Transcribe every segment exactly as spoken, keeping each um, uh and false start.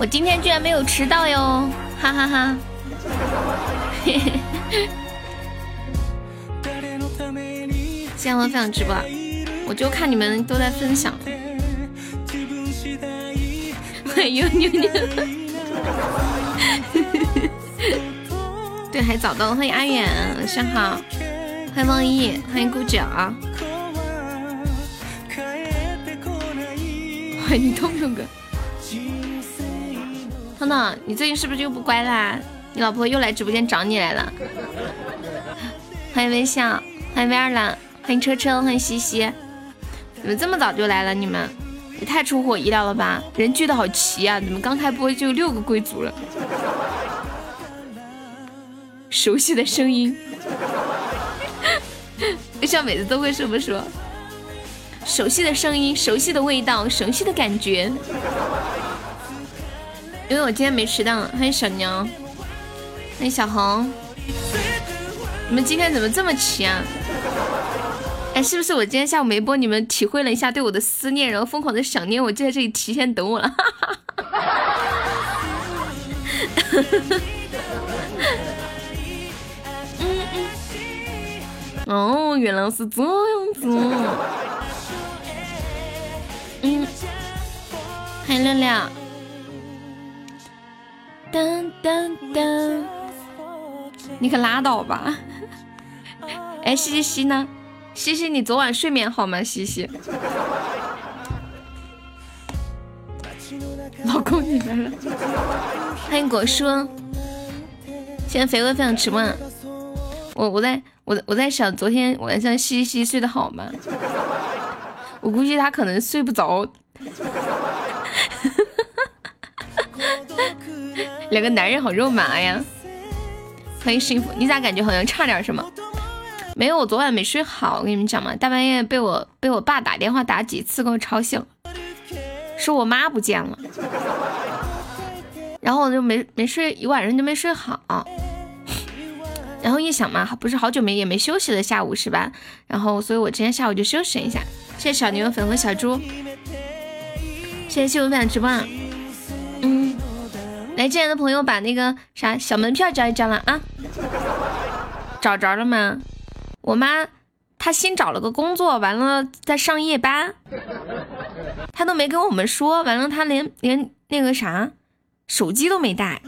我今天居然没有迟到哟，哈哈哈。现在我分享直播，我就看你们都在分享。欢迎妞妞，对，还早到。欢迎阿远，晚上好。欢迎梦忆，欢迎顾角，欢迎痛痛哥。彤彤，你最近是不是又不乖啦？你老婆又来直播间找你来了。欢迎微笑，欢迎 V 二郎，欢迎车车，欢迎西西。怎么这么早就来了？你们也太出乎我意料了吧！人聚的好齐啊，怎么刚开播就有六个贵族了？熟悉的声音，微笑每次都会这么说。熟悉的声音，熟悉的味道，熟悉的感觉。因为我今天没迟到。欢迎小娘，欢迎小红。你们今天怎么这么齐啊？哎，是不是我今天下午没播，你们体会了一下对我的思念，然后疯狂的想念我，就在这里提前等我了。嗯嗯。哦，原来是这样子。嗯。欢迎亮亮。噔噔噔，你可拉倒吧！哎，西西西呢？西西，你昨晚睡眠好吗？西西，老公你来了，欢迎果叔。现在肥味非常直播，我我在我我在想，昨天晚上西西睡得好吗？我估计他可能睡不着。两个男人好肉麻呀！欢迎幸福，你咋感觉好像差点什么？没有，我昨晚没睡好，我跟你们讲嘛，大半夜被我被我爸打电话打几次，给我吵醒，说我妈不见了，然后我就没没睡一晚上就没睡好，然后一想嘛，不是好久没也没休息了下午是吧？然后所以我今天下午就休息一下。谢谢小牛粉和小猪，谢谢幸福分享直播。嗯。来进来的朋友把那个啥小门票交一交了啊！找着了吗？我妈她新找了个工作，完了在上夜班，她都没跟我们说，完了她连连那个啥手机都没带。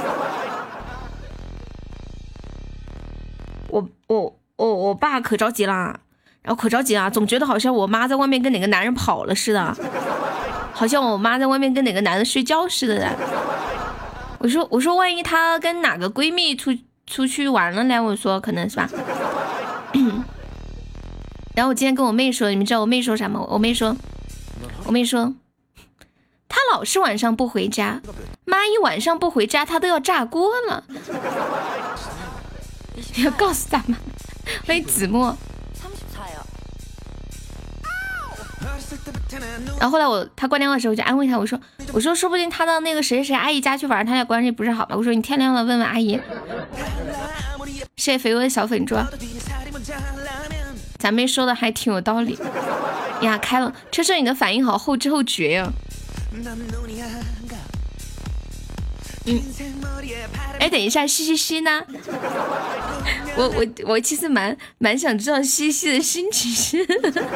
我我我我爸可着急了，然后可着急了，总觉得好像我妈在外面跟哪个男人跑了似的，好像我妈在外面跟哪个男的睡觉似的。我说我说万一她跟哪个闺蜜出出去玩了呢？我说可能是吧。然后我今天跟我妹说，你们知道我妹说啥吗？我妹说，我妹说，她老是晚上不回家，妈一晚上不回家，她都要炸锅了。要告诉他们，欢迎子墨。然后后来我他挂电话的时候，我就安慰他，我说我说说不定他到那个谁谁阿姨家去玩，他俩关系不是好吧？我说你天亮了问问阿姨。谢谢肥味小粉猪，咱妹说的还挺有道理呀。开了，车车你的反应好后知后觉呀。嗯，哎，等一下，西西西呢？我我我其实蛮蛮想知道西西的心情是。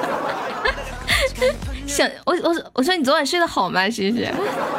想我我我说你昨晚睡得好吗？西西。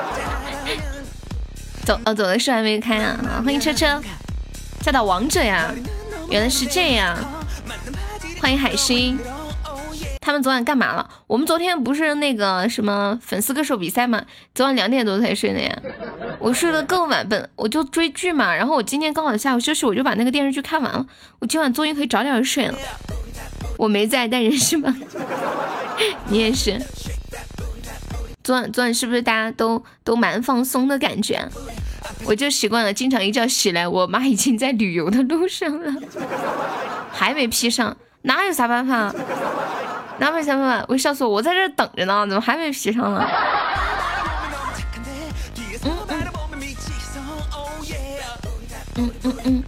走哦，走的书还没开啊！欢迎车车，下到王者呀！原来是这样。欢迎海星。他们昨晚干嘛了？我们昨天不是那个什么粉丝歌手比赛吗？昨晚两点多才睡的呀。我睡得更晚，本我就追剧嘛。然后我今天刚好下午休息，我就把那个电视剧看完了。我今晚终于可以早点睡了。我没在，但人是吗？你也是。昨晚昨晚是不是大家都都蛮放松的感觉？我就习惯了，经常一觉起来，我妈已经在旅游的路上了，还没 P 上，哪有啥办法？哪有啥办法？我笑死我，我在这等着呢，怎么还没 P 上呢？嗯嗯嗯嗯嗯。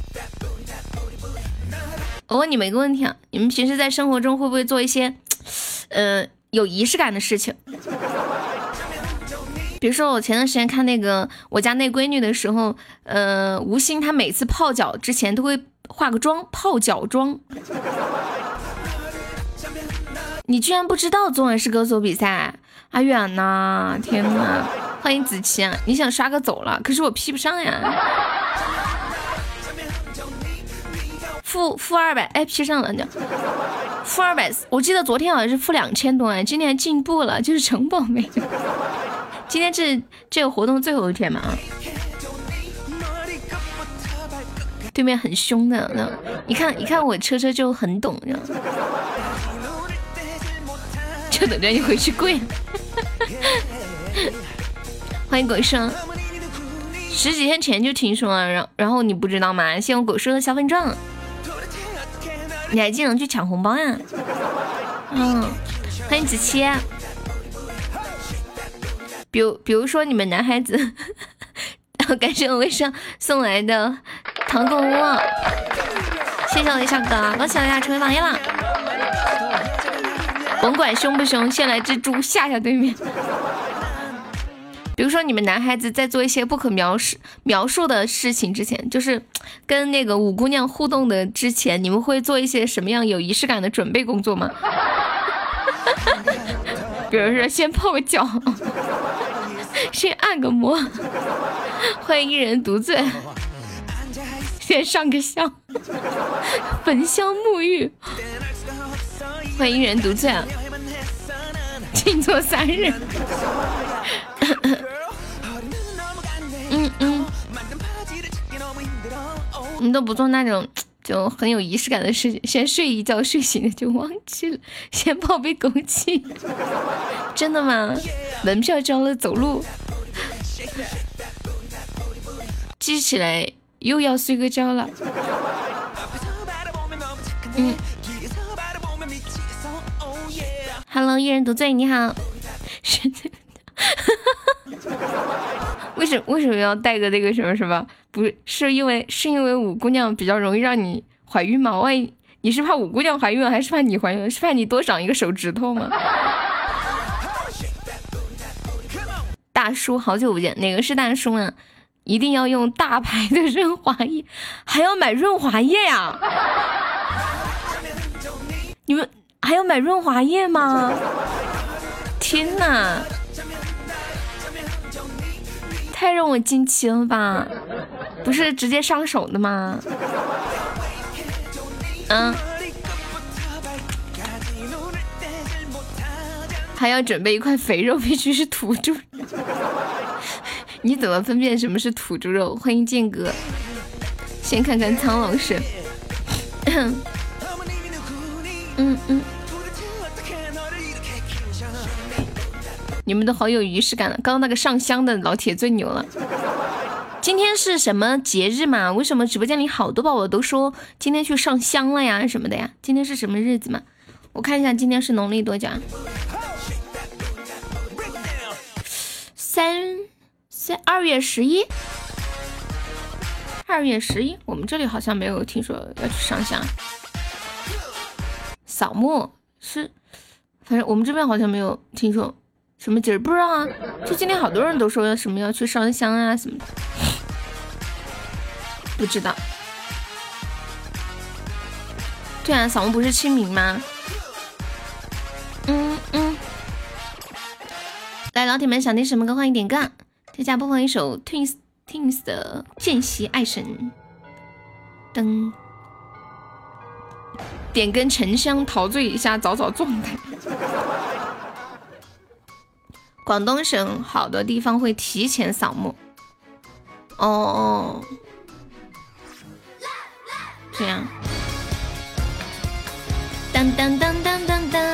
我问你们一个问题啊，你们平时在生活中会不会做一些，呃，有仪式感的事情？ 比如说我前段时间看那个我家那闺女的时候，呃，吴昕她每次泡脚之前都会化个妆，泡脚妆。你居然不知道昨晚是歌手比赛？阿远呐，天呐，欢迎子琪啊！你想刷个走了，可是我 P 不上呀。负负二百，哎 ，P 上了就负二百，我记得昨天好像是负两千多哎，今天进步了，就是城堡没有。今天这这个活动最后一天嘛啊。对面很凶的，那一看一看我车车就很懂，这样就等着你回去跪。欢迎狗生，十几天前就听说了，然然后你不知道吗？先有狗生的消费证，你还记得去抢红包呀？嗯，欢迎子期。比如比如说你们男孩子，感谢我微商送来的糖果屋，谢谢我的小哥，恭喜大家成为榜一了。甭管凶不凶，先来只猪吓吓对面。比如说你们男孩子在做一些不可描述描述的事情之前，就是跟那个五姑娘互动的之前，你们会做一些什么样有仪式感的准备工作吗？比如说先泡个脚，先按个摩，欢迎一人独醉，先上个香，焚香沐浴，欢迎一人独醉啊，静坐三日。嗯嗯，你都不做那种就很有仪式感的事情，先睡一觉，睡醒了就忘记了，先泡杯枸杞。真的吗？门票交了，走路记起来又要睡个觉了。嗯 ，Hello， 一人独醉，你好。为什么为什么要带个那个什么什么？不是，是因为是因为五姑娘比较容易让你怀孕吗？万一你是怕五姑娘怀孕，还是怕你怀孕？是怕你多长一个手指头吗？大叔，好久不见，哪个是大叔啊？一定要用大牌的润滑液，还要买润滑液呀？你们还要买润滑液吗？天哪！太让我惊奇了吧，不是直接上手的吗？嗯，还要准备一块肥肉，必须是土猪。你怎么分辨什么是土猪肉？欢迎剑哥，先看看苍老师。嗯嗯，你们都好有仪式感了。刚刚那个上香的老铁最牛了。今天是什么节日嘛？为什么直播间里好多宝宝都说今天去上香了呀什么的呀？今天是什么日子嘛？我看一下，今天是农历多久啊？三三二月十一，二月十一，我们这里好像没有听说要去上香。扫墓是，反正我们这边好像没有听说什么节日，不知道啊。就今天好多人都说什么要去上香啊什么的，不知道。对啊，扫墓不是清明吗？嗯嗯。来，老铁们想听什么歌，欢迎点歌。这家播放一首 Twins Twins 的《见习爱神》。噔。点根沉香陶醉一下，早早状态。广东省好多地方会提前扫墓。哦哦，这样。当当当当当当。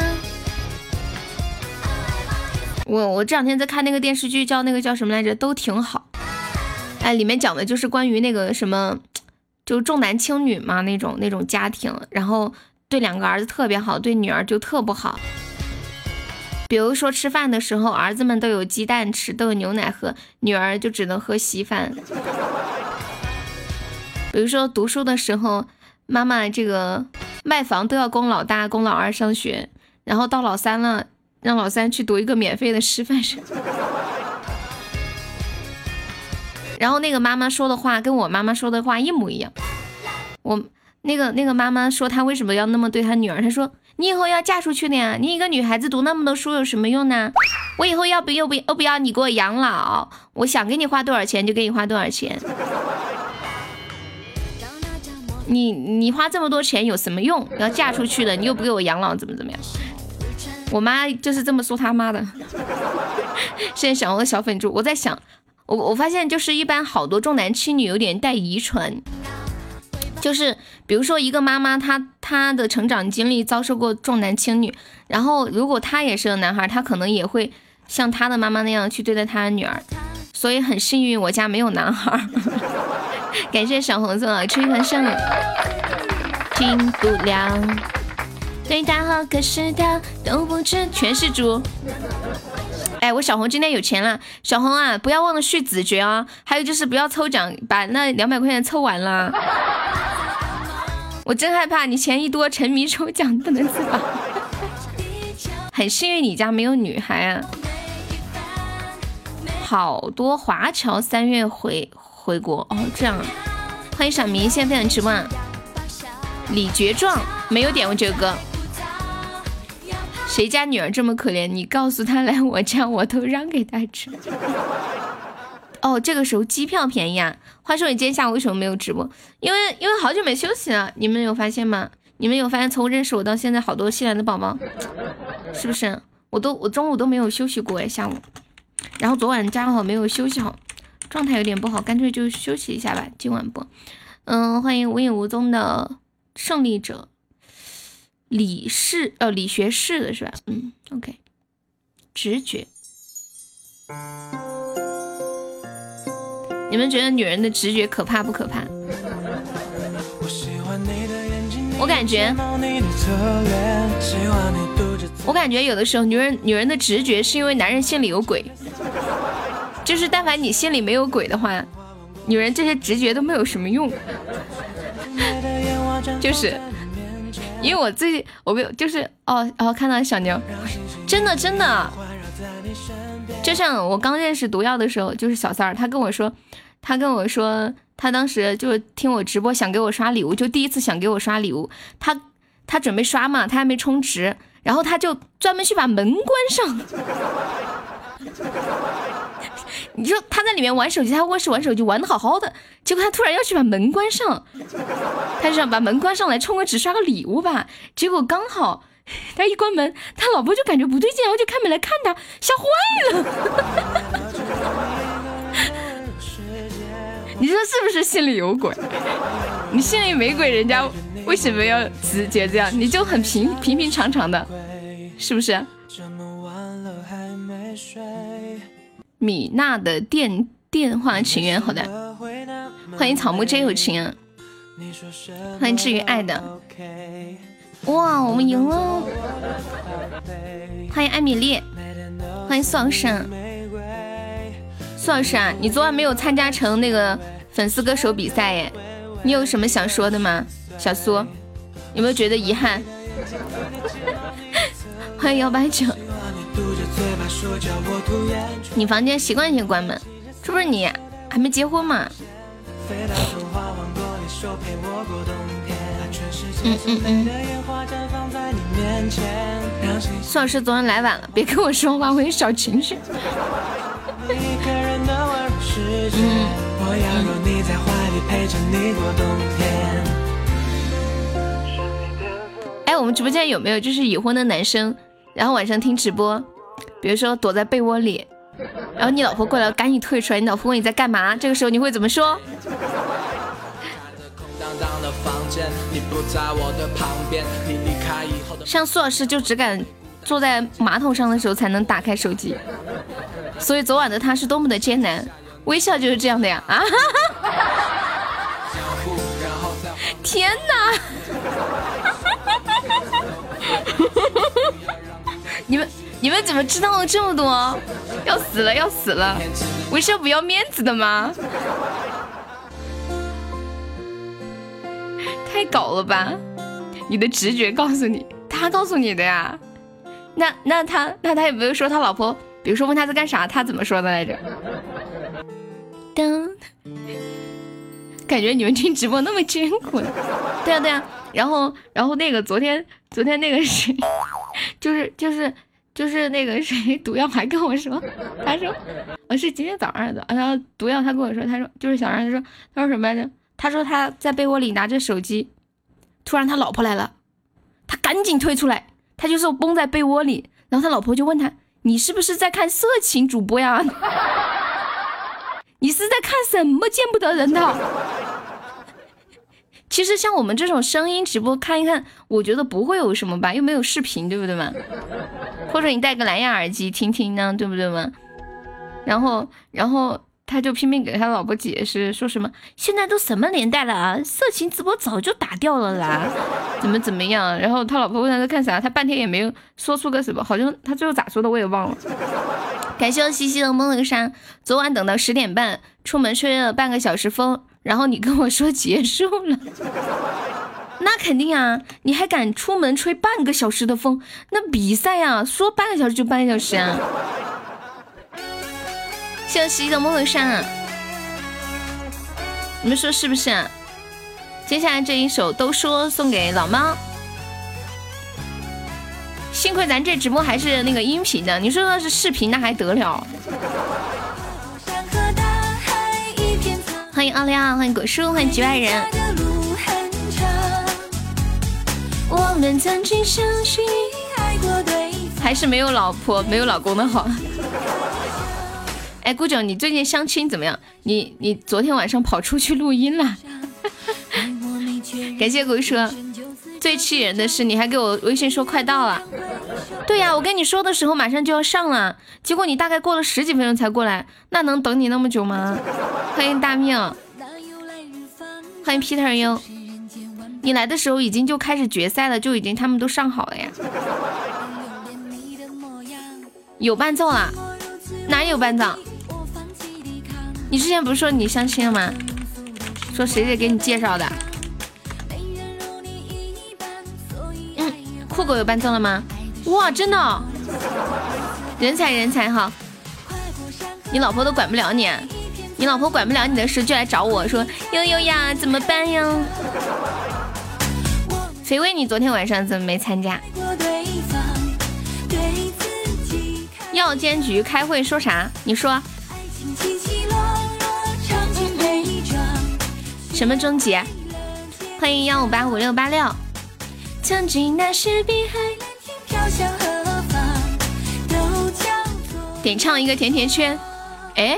我我这两天在看那个电视剧，叫那个叫什么来着，都挺好。哎，里面讲的就是关于那个什么。就重男轻女嘛，那种那种家庭，然后对两个儿子特别好，对女儿就特不好。比如说吃饭的时候，儿子们都有鸡蛋吃，都有牛奶喝，女儿就只能喝稀饭。比如说读书的时候，妈妈这个卖房都要供老大供老二上学，然后到老三了，让老三去读一个免费的师范生。 然后那个妈妈说的话跟我妈妈说的话一模一样。我那个那个妈妈说她为什么要那么对她女儿，她说你以后要嫁出去的呀，你一个女孩子读那么多书有什么用呢？我以后要不要不要不要你给我养老，我想给你花多少钱就给你花多少钱，你你花这么多钱有什么用？要嫁出去了你又不给我养老怎么怎么样？我妈就是这么说他妈的。现在想我的小粉猪，我在想我我发现就是一般好多重男轻女有点带遗传，就是比如说一个妈妈她她的成长经历遭受过重男轻女，然后如果她也是个男孩，她可能也会像她的妈妈那样去对待她的女儿，所以很幸运我家没有男孩。感谢小红色吃一盘胜利，听不了对大好可是他都不知，全是猪。哎，我小红今天有钱了，小红啊，不要忘了续子爵啊，还有就是不要抽奖，把那两百块钱抽完了。我真害怕你钱一多沉迷抽奖不能自拔。很幸运你家没有女孩啊。好多华侨三月回回国哦，这样啊。欢迎小迷，现在非常直播啊。李觉壮没有点过这个歌。谁家女儿这么可怜？你告诉他来我家，我都让给他吃。哦，这个时候机票便宜啊！话说你今天下午为什么没有直播？因为因为好久没休息了，你们有发现吗？你们有发现从认识我到现在，好多新来的宝宝，是不是？我都我中午都没有休息过哎，下午。然后昨晚刚好没有休息好，状态有点不好，干脆就休息一下吧。今晚播，嗯，欢迎无影无踪的胜利者。理事呃理学士的是吧？嗯 ，OK， 直觉。你们觉得女人的直觉可怕不可怕？我感觉，我感觉有的时候女人女人的直觉是因为男人心里有鬼，就是但凡你心里没有鬼的话，女人这些直觉都没有什么用，就是。因为我最近我就是哦哦看到小牛，真的真的，就像我刚认识毒药的时候，就是小三儿，他跟我说，他跟我说，他当时就听我直播想给我刷礼物，就第一次想给我刷礼物，他他准备刷嘛，他还没充值，然后他就专门去把门关上。你说他在里面玩手机，他卧室玩手机玩的好好的，结果他突然要去把门关上，他就想把门关上来充个值刷个礼物吧，结果刚好他一关门，他老婆就感觉不对劲，然后就开门来看他，吓坏了。你说是不是心里有鬼？你心里没鬼，人家为什么要直接这样？你就很平平平常常的，是不是？米娜的电电话情缘，好的，欢迎草木真有情啊，欢迎至于爱的，哇，我们赢了，欢迎艾米丽，欢迎苏老师，苏老师啊，你昨晚没有参加成那个粉丝歌手比赛耶，你有什么想说的吗？小苏，有没有觉得遗憾？欢迎幺八九。你房间习惯性关门，这不是你还没结婚吗？嗯嗯嗯。苏老师昨天来晚了，别跟我说话，我有小情绪。嗯嗯。哎，我们直播间有没有就是已婚的男生，然后晚上听直播？比如说躲在被窝里，然后你老婆过来赶紧退出来，你老婆问你在干嘛，这个时候你会怎么说？像苏老师就只敢坐在马桶上的时候才能打开手机，所以昨晚的他是多么的艰难。微笑就是这样的呀啊！天哪！你们你们怎么知道了这么多？要死了要死了！微笑不要面子的吗？太搞了吧！你的直觉告诉你，他告诉你的呀？那那他那他也不是说他老婆，比如说问他在干啥，他怎么说的来着？ 当，感觉你们听直播那么艰苦。对啊对啊，然后然后那个昨天昨天那个谁，就是就是就是那个谁毒药还跟我说，他说我是今天早上的，然后毒药他跟我说，他说就是小然说他说什么来着？他说他在被窝里拿着手机，突然他老婆来了，他赶紧退出来，他就是绷在被窝里，然后他老婆就问他，你是不是在看色情主播呀？你是在看什么见不得人的？其实像我们这种声音直播看一看，我觉得不会有什么吧，又没有视频，对不对嘛？或者你戴个蓝牙耳机听听呢，对不对嘛？然后然后他就拼命给他老婆解释，说什么现在都什么年代了啊，色情直播早就打掉了啦，怎么怎么样。然后他老婆问他在看啥，他半天也没有说出个什么，好像他最后咋说的我也忘了。感谢我西西的梦灵山，昨晚等到十点半出门吹了半个小时风，然后你跟我说结束了。那肯定啊，你还敢出门吹半个小时的风，那比赛啊说半个小时就半个小时啊。谢谢西西的梦灵山啊，你们说是不是啊？接下来这一首都说送给老猫。幸亏咱这直播还是那个音频的，你说要是视频那还得了。欢迎奥利奥，欢迎果树，欢迎局外人。我们曾经相信爱过对方，还是没有老婆没有老公的好。哎，顾九，你最近相亲怎么样？你你昨天晚上跑出去录音了。感谢果树。最气人的是你还给我微信说快到了。对呀、啊、我跟你说的时候马上就要上了，结果你大概过了十几分钟才过来，那能等你那么久吗？欢迎大命，欢迎 Peter 哟。你来的时候已经就开始决赛了，就已经他们都上好了呀。有伴奏啦？哪有伴奏？你之前不是说你相亲了吗？说谁谁给你介绍的？酷狗有伴奏了吗？哇，真的、哦，人才人才哈！你老婆都管不了你，你老婆管不了你的事就来找我说悠悠呀，怎么办呀？肥威，你昨天晚上怎么没参加？药监局开会说啥？你说。什么终结？欢迎幺五八五六八六。曾经那是碧海蓝天飘向何方，都叫做点唱一个甜甜圈。哎，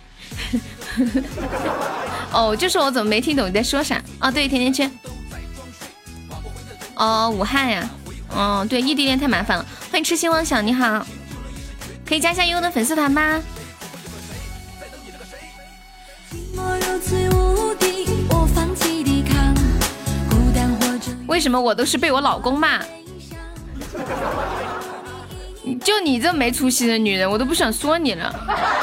哦，就是我怎么没听懂你在说啥？哦，对，甜甜圈。哦，武汉呀。哦，对，异地恋太麻烦了。欢迎痴心妄想，你好，可以加一下悠悠的粉丝团吗？为什么我都是被我老公骂？就你这没出息的女人，我都不想说你了。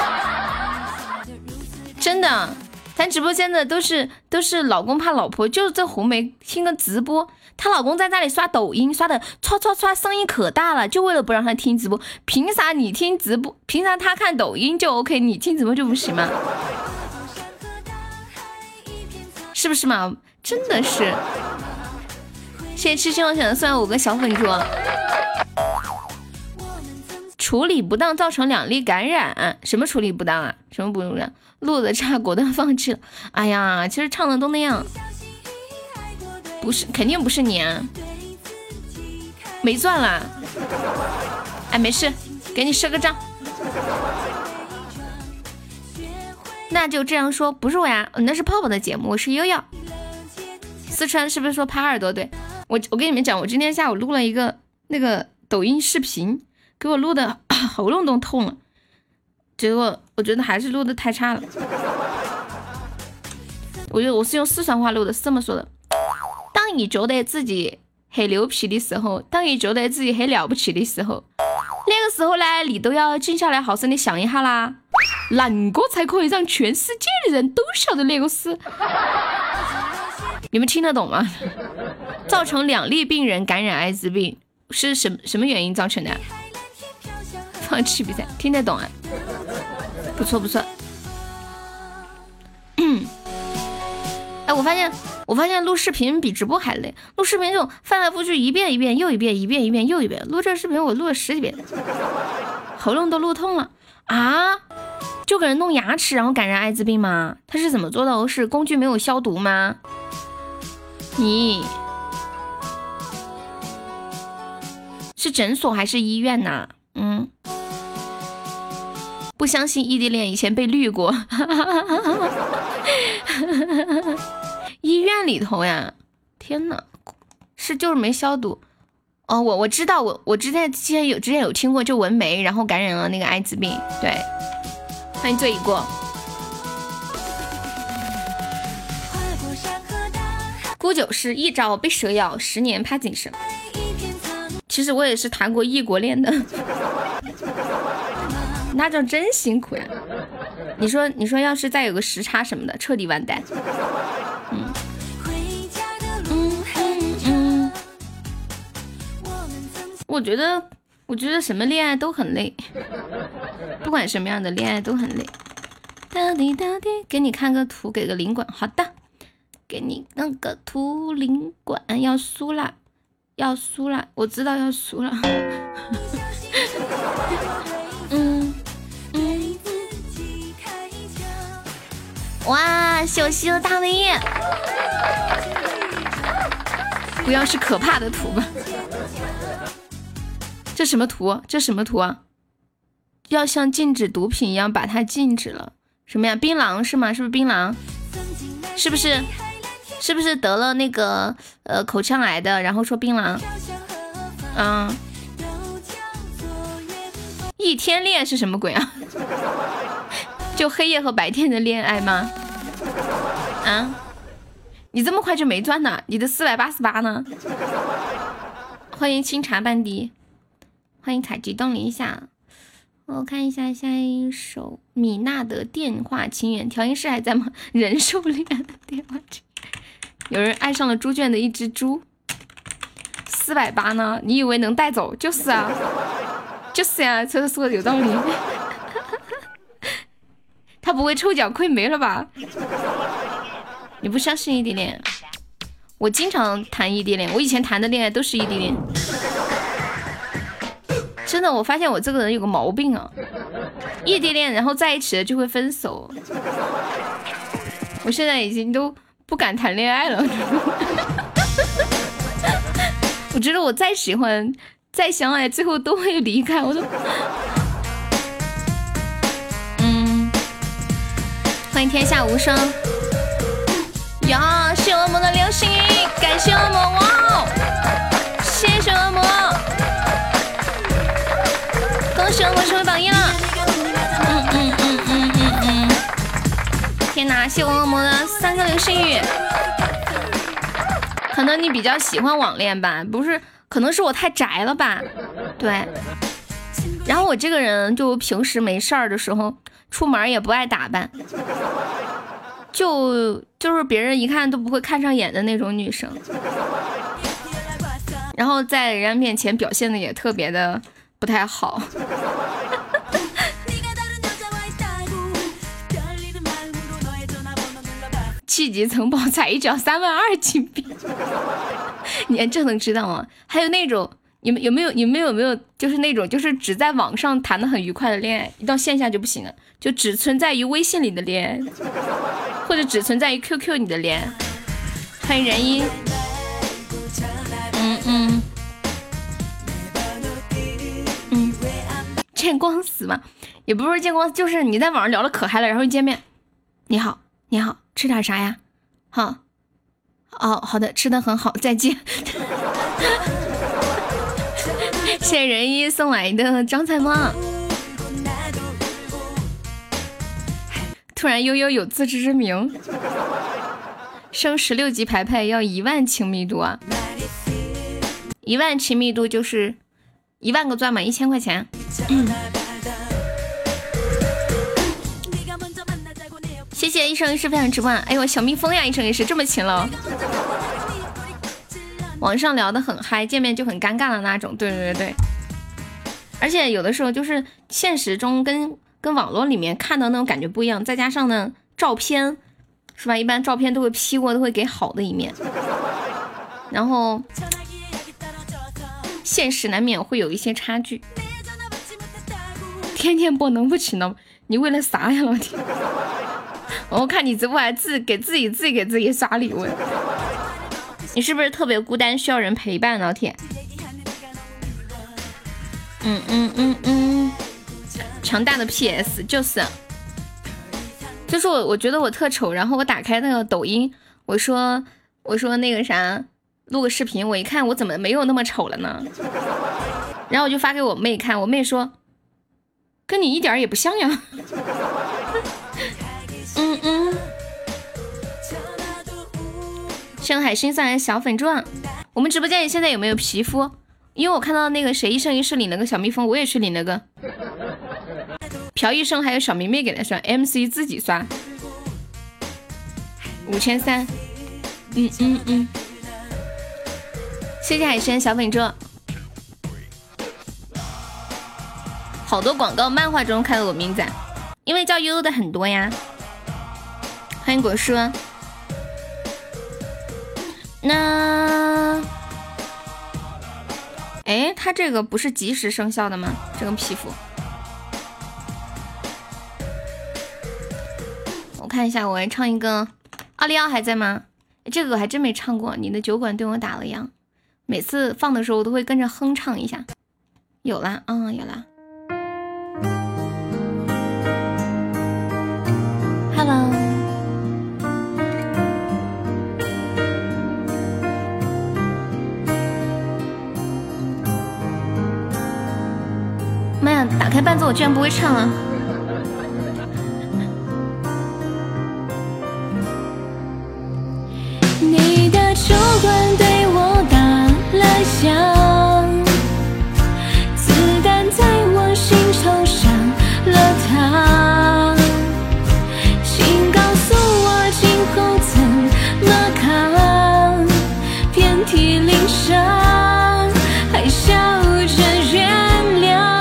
真的，咱直播间的都是都是老公怕老婆，就是这红梅听个直播，她老公在那里刷抖音，刷的唰唰唰，声音可大了，就为了不让她听直播。凭啥你听直播？凭啥她看抖音就 OK， 你听直播就不行吗？是不是嘛？真的是。谢谢痴心妄想的送五个小粉猪。处理不当造成两例感染，什么处理不当啊？什么不当？录的差，果断放弃了。哎呀，其实唱的都那样，不是，肯定不是你啊，没赚啦。哎，没事，给你赊个账。那就这样说，不是我呀，那是泡泡的节目，我是悠悠。四川是不是说耙耳朵？对。我我跟你们讲，我今天下午录了一个那个抖音视频，给我录的、啊、喉咙都痛了，结果我觉得还是录的太差了。我觉得我是用四川话录的，是这么说的：当你觉得自己很牛皮的时候，当你觉得自己很了不起的时候，那个时候呢，你都要静下来，好生的想一下啦，哪个才可以让全世界的人都晓得那个事？你们听得懂吗？造成两例病人感染艾滋病是什么什么原因造成的？放弃比赛，听得懂啊？不错不错。 哎，我发现我发现录视频比直播还累，录视频就翻来覆去一遍一遍又一遍一遍一遍又一遍，录这视频我录了十几遍，喉咙都录痛了啊！就给人弄牙齿然后感染艾滋病吗？他是怎么做到？是工具没有消毒吗？你是诊所还是医院呐？嗯，不相信异地恋以前被绿过。医院里头呀，天哪，是就是没消毒。哦，我我知道，我我之前之前有之前有听过，就纹眉然后感染了那个艾滋病。对，欢迎醉已过。孤九是一朝被蛇咬，十年怕井绳。其实我也是谈过异国恋的，那叫真辛苦呀。你说你说要是再有个时差什么的，彻底完蛋。嗯嗯嗯嗯，我觉得我觉得什么恋爱都很累，不管什么样的恋爱都很累。到底到底，给你看个图，给个领馆。好的，给你那个图，领馆要输了，要输了，我知道要输了。嗯嗯，哇，秀秀大美艳，不要是可怕的图吧？这什么图？这什么图啊？要像禁止毒品一样把它禁止了。什么呀？槟榔是吗？是不是槟榔？是不是？是不是得了那个呃口腔癌的，然后说槟榔？嗯，异天恋是什么鬼啊？就黑夜和白天的恋爱吗？啊，你这么快就没钻呢？你的四百八十八呢？欢迎清茶半滴，欢迎采集东篱下。我看一下下一首米娜的电话情缘，调音师还在吗？人兽恋的电话情缘，有人爱上了猪圈的一只猪。四百八呢？你以为能带走？就是啊，就是呀、啊，车说的有道理。他不会抽奖亏没了吧？你不相信异地恋？我经常谈异地恋，我以前谈的恋爱都是异地恋。真的，我发现我这个人有个毛病啊，异地恋然后在一起了就会分手。我现在已经都不敢谈恋爱了。我觉得我再喜欢再相爱最后都会离开。我都嗯，欢迎天下无声呀，谢恶魔的流星雨，感谢恶魔，哇，谢谢恶魔，恭喜恶魔成为榜一了。嗯嗯嗯嗯嗯嗯，天哪，谢恶魔的三个流星雨。可能你比较喜欢网恋吧，不是？可能是我太宅了吧？对。然后我这个人就平时没事儿的时候，出门也不爱打扮，就就是别人一看都不会看上眼的那种女生。然后在人家面前表现的也特别的不太好。七级城堡踩一脚三万二金币，你还这能知道吗？还有那种你们有没有你们有没有就是那种就是只在网上谈的很愉快的恋爱，一到线下就不行了，就只存在于微信里的恋爱，或者只存在于 Q Q 里的恋爱。欢迎人一，嗯嗯嗯，见光死嘛，也不是见光，就是你在网上聊的可嗨了，然后一见面，你好你好，吃点啥呀？好，哦，好的，吃的很好，再见。谢谢人一送来的张菜猫。突然悠悠有自知之明，升十六级牌牌要一万亲密度啊！一万亲密度就是一万个钻嘛，一千块钱。嗯，谢谢一生一世分享直播。哎呦，小蜜蜂呀，一生一世这么勤劳。网上聊得很嗨，见面就很尴尬的那种。对对对对，而且有的时候就是现实中跟跟网络里面看到那种感觉不一样，再加上呢照片是吧？一般照片都会 P 过，都会给好的一面，然后现实难免会有一些差距。天天播能不勤了？你为了啥呀，老铁？我看你直播还自给自己自己给自己刷礼物，你是不是特别孤单，需要人陪伴，老铁？嗯嗯嗯嗯，强大的 P S 就是就是我我觉得我特丑，然后我打开那个抖音，我说我说那个啥录个视频，我一看我怎么没有那么丑了呢？然后我就发给我妹看，我妹说跟你一点也不像呀。嗯嗯，深海星送来小粉钻。我们直播间里现在有没有皮肤？因为我看到那个谁一生一世领了个小蜜蜂，我也去领了个。朴医生还有小迷妹给他刷 ，M C 自己刷，五千三。嗯嗯嗯，谢谢海参小粉钻。好多广告漫画中看到我名字，因为叫悠悠的很多呀。欢迎果叔。那，哎，它这个不是及时生效的吗？这个皮肤，我看一下，我来唱一个。奥利奥还在吗？这个我还真没唱过。你的酒馆对我打了烊，每次放的时候我都会跟着哼唱一下。有啦，嗯，有啦。Hello。妈呀！打开伴奏，我居然不会唱了。你的酒馆对我打了烊，子弹在我心头上了膛，请告诉我今后怎么扛，遍体鳞伤，还笑着原谅。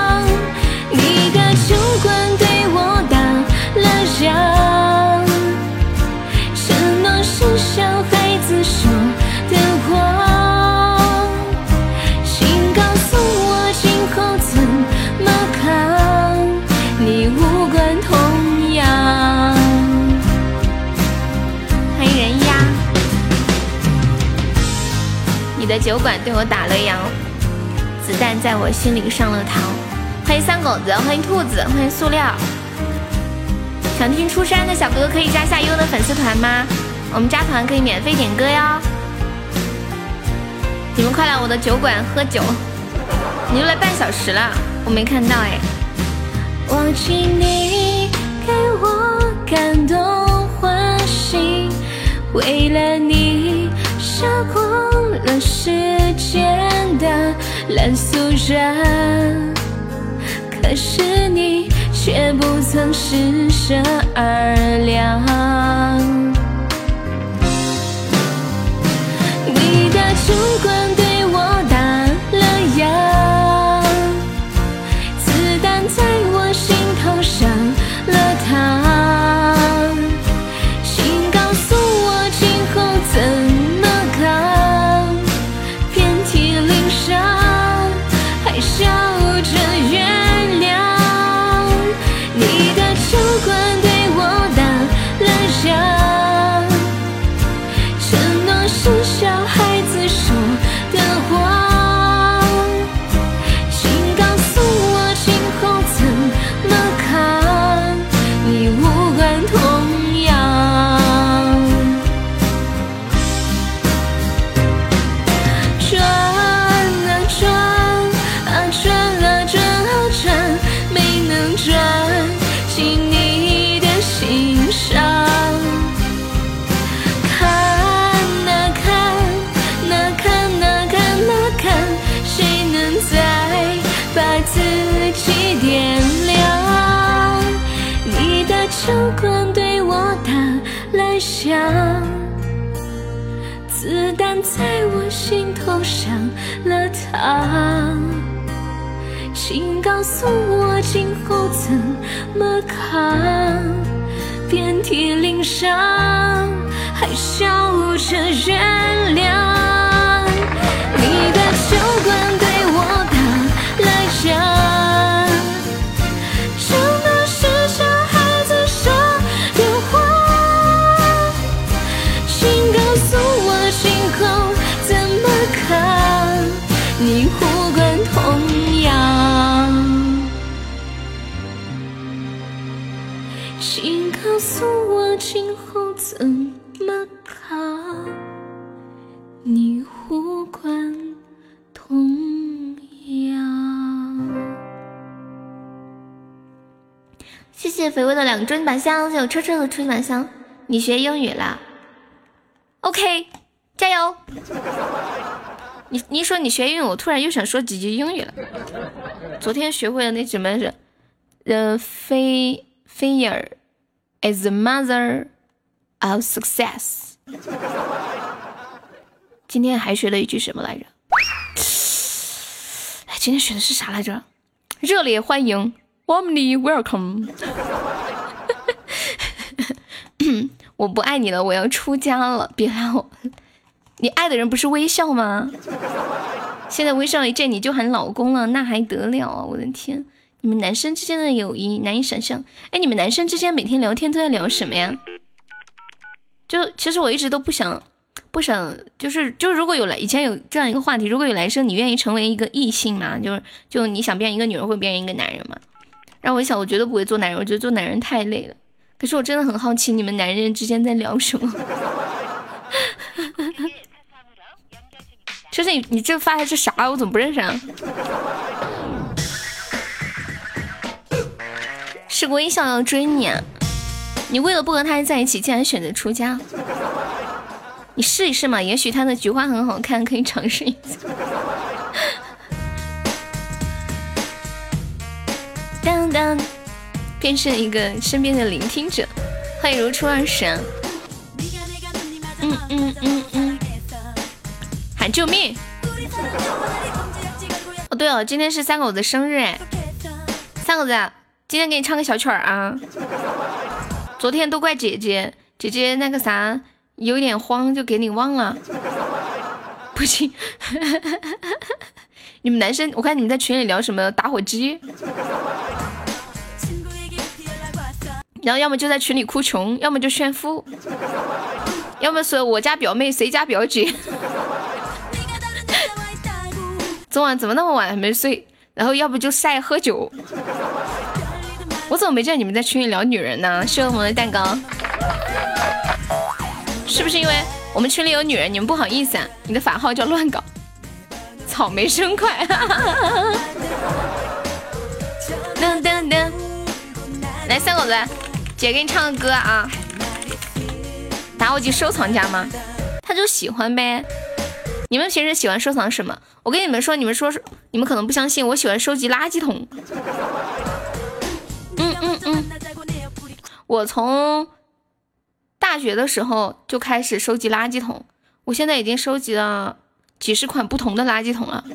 酒馆对我打了烊，承诺是小孩子说的谎，请告诉我今后怎么扛，你无关痛痒。欢迎人呀！你的酒馆对我打了烊，子弹在我心里上了膛。欢迎三狗子，欢迎兔子，欢迎塑料。想听出山的小哥哥可以加下优的粉丝团吗？我们加团可以免费点歌哟。你们快来我的酒馆喝酒。你都来半小时了，我没看到哎。忘记你给我感动欢喜，为了你杀光了世间的烂俗人。可是你却不曾施舍二两，你的酒馆对我打了烊，子弹在我心头上了膛，请告诉我今后怎么扛，遍体鳞伤，还笑着原你的酒馆对我打了烊，承诺是小孩子说的谎，请告诉我今后怎么扛，你无关痛痒。转啊转啊转啊转啊转，没能转进你的心上，看啊看，那看那看那看，谁能再把自己点亮？你的酒馆对我打了烊，子弹在我心头上了膛，请告诉我今后怎么扛， 遍体鳞伤，还笑着原谅。你的酒馆对我打来讲，真的是小孩子说的话，请告诉我今后怎么看你无关痛痒，请告诉我今后怎么看你无关痛痒。谢谢肥味的两个追把香，谢谢车车的追把香。你学英语了 ？OK， 加油！你你说你学英语，我突然又想说几句英语了。昨天学会了那什么是，呃，failure is the mother of success。今天还学了一句什么来着？哎，今天学的是啥来着？热烈欢迎 ，warmly welcome 。我不爱你了，我要出家了，别爱我。你爱的人不是微笑吗？现在微笑一见你就喊老公了，那还得了啊！我的天，你们男生之间的友谊难以想象。哎，你们男生之间每天聊天都在聊什么呀？就其实我一直都不想，不想，就是就如果有来以前有这样一个话题，如果有来生，你愿意成为一个异性吗？就是就你想变一个女人，会变一个男人吗？然后我想，我绝对不会做男人，我觉得做男人太累了。可是我真的很好奇，你们男人之间在聊什么？就是你你这发的是啥？我怎么不认识啊？是个微笑要追你啊！你为了不和他在一起，竟然选择出家。你试一试嘛，也许他的菊花很好看，可以尝试一下。当当，变成一个身边的聆听者。欢迎如初二神。嗯嗯嗯嗯。喊救命！哦对哦，今天是三狗子生日哎，三狗子，今天给你唱个小曲儿啊。昨天都怪姐姐，姐姐那个啥有点慌，就给你忘了。不行，你们男生，我看你们在群里聊什么打火机，然后要么就在群里哭穷，要么就炫富，要么说我家表妹谁家表姐。昨晚怎么那么晚还没睡？然后要不就晒喝酒。我怎么没见你们在群里聊女人呢？谢谢我们的蛋糕，是不是因为我们群里有女人，你们不好意思啊？你的法号叫乱搞，草莓生快。噔噔噔，来三狗子，姐给你唱个歌啊。打火机收藏家吗？他就喜欢呗。你们平时喜欢收藏什么？我跟你们说，你们说你们可能不相信，我喜欢收集垃圾桶。嗯嗯嗯，我从大学的时候就开始收集垃圾桶，我现在已经收集了几十款不同的垃圾桶了。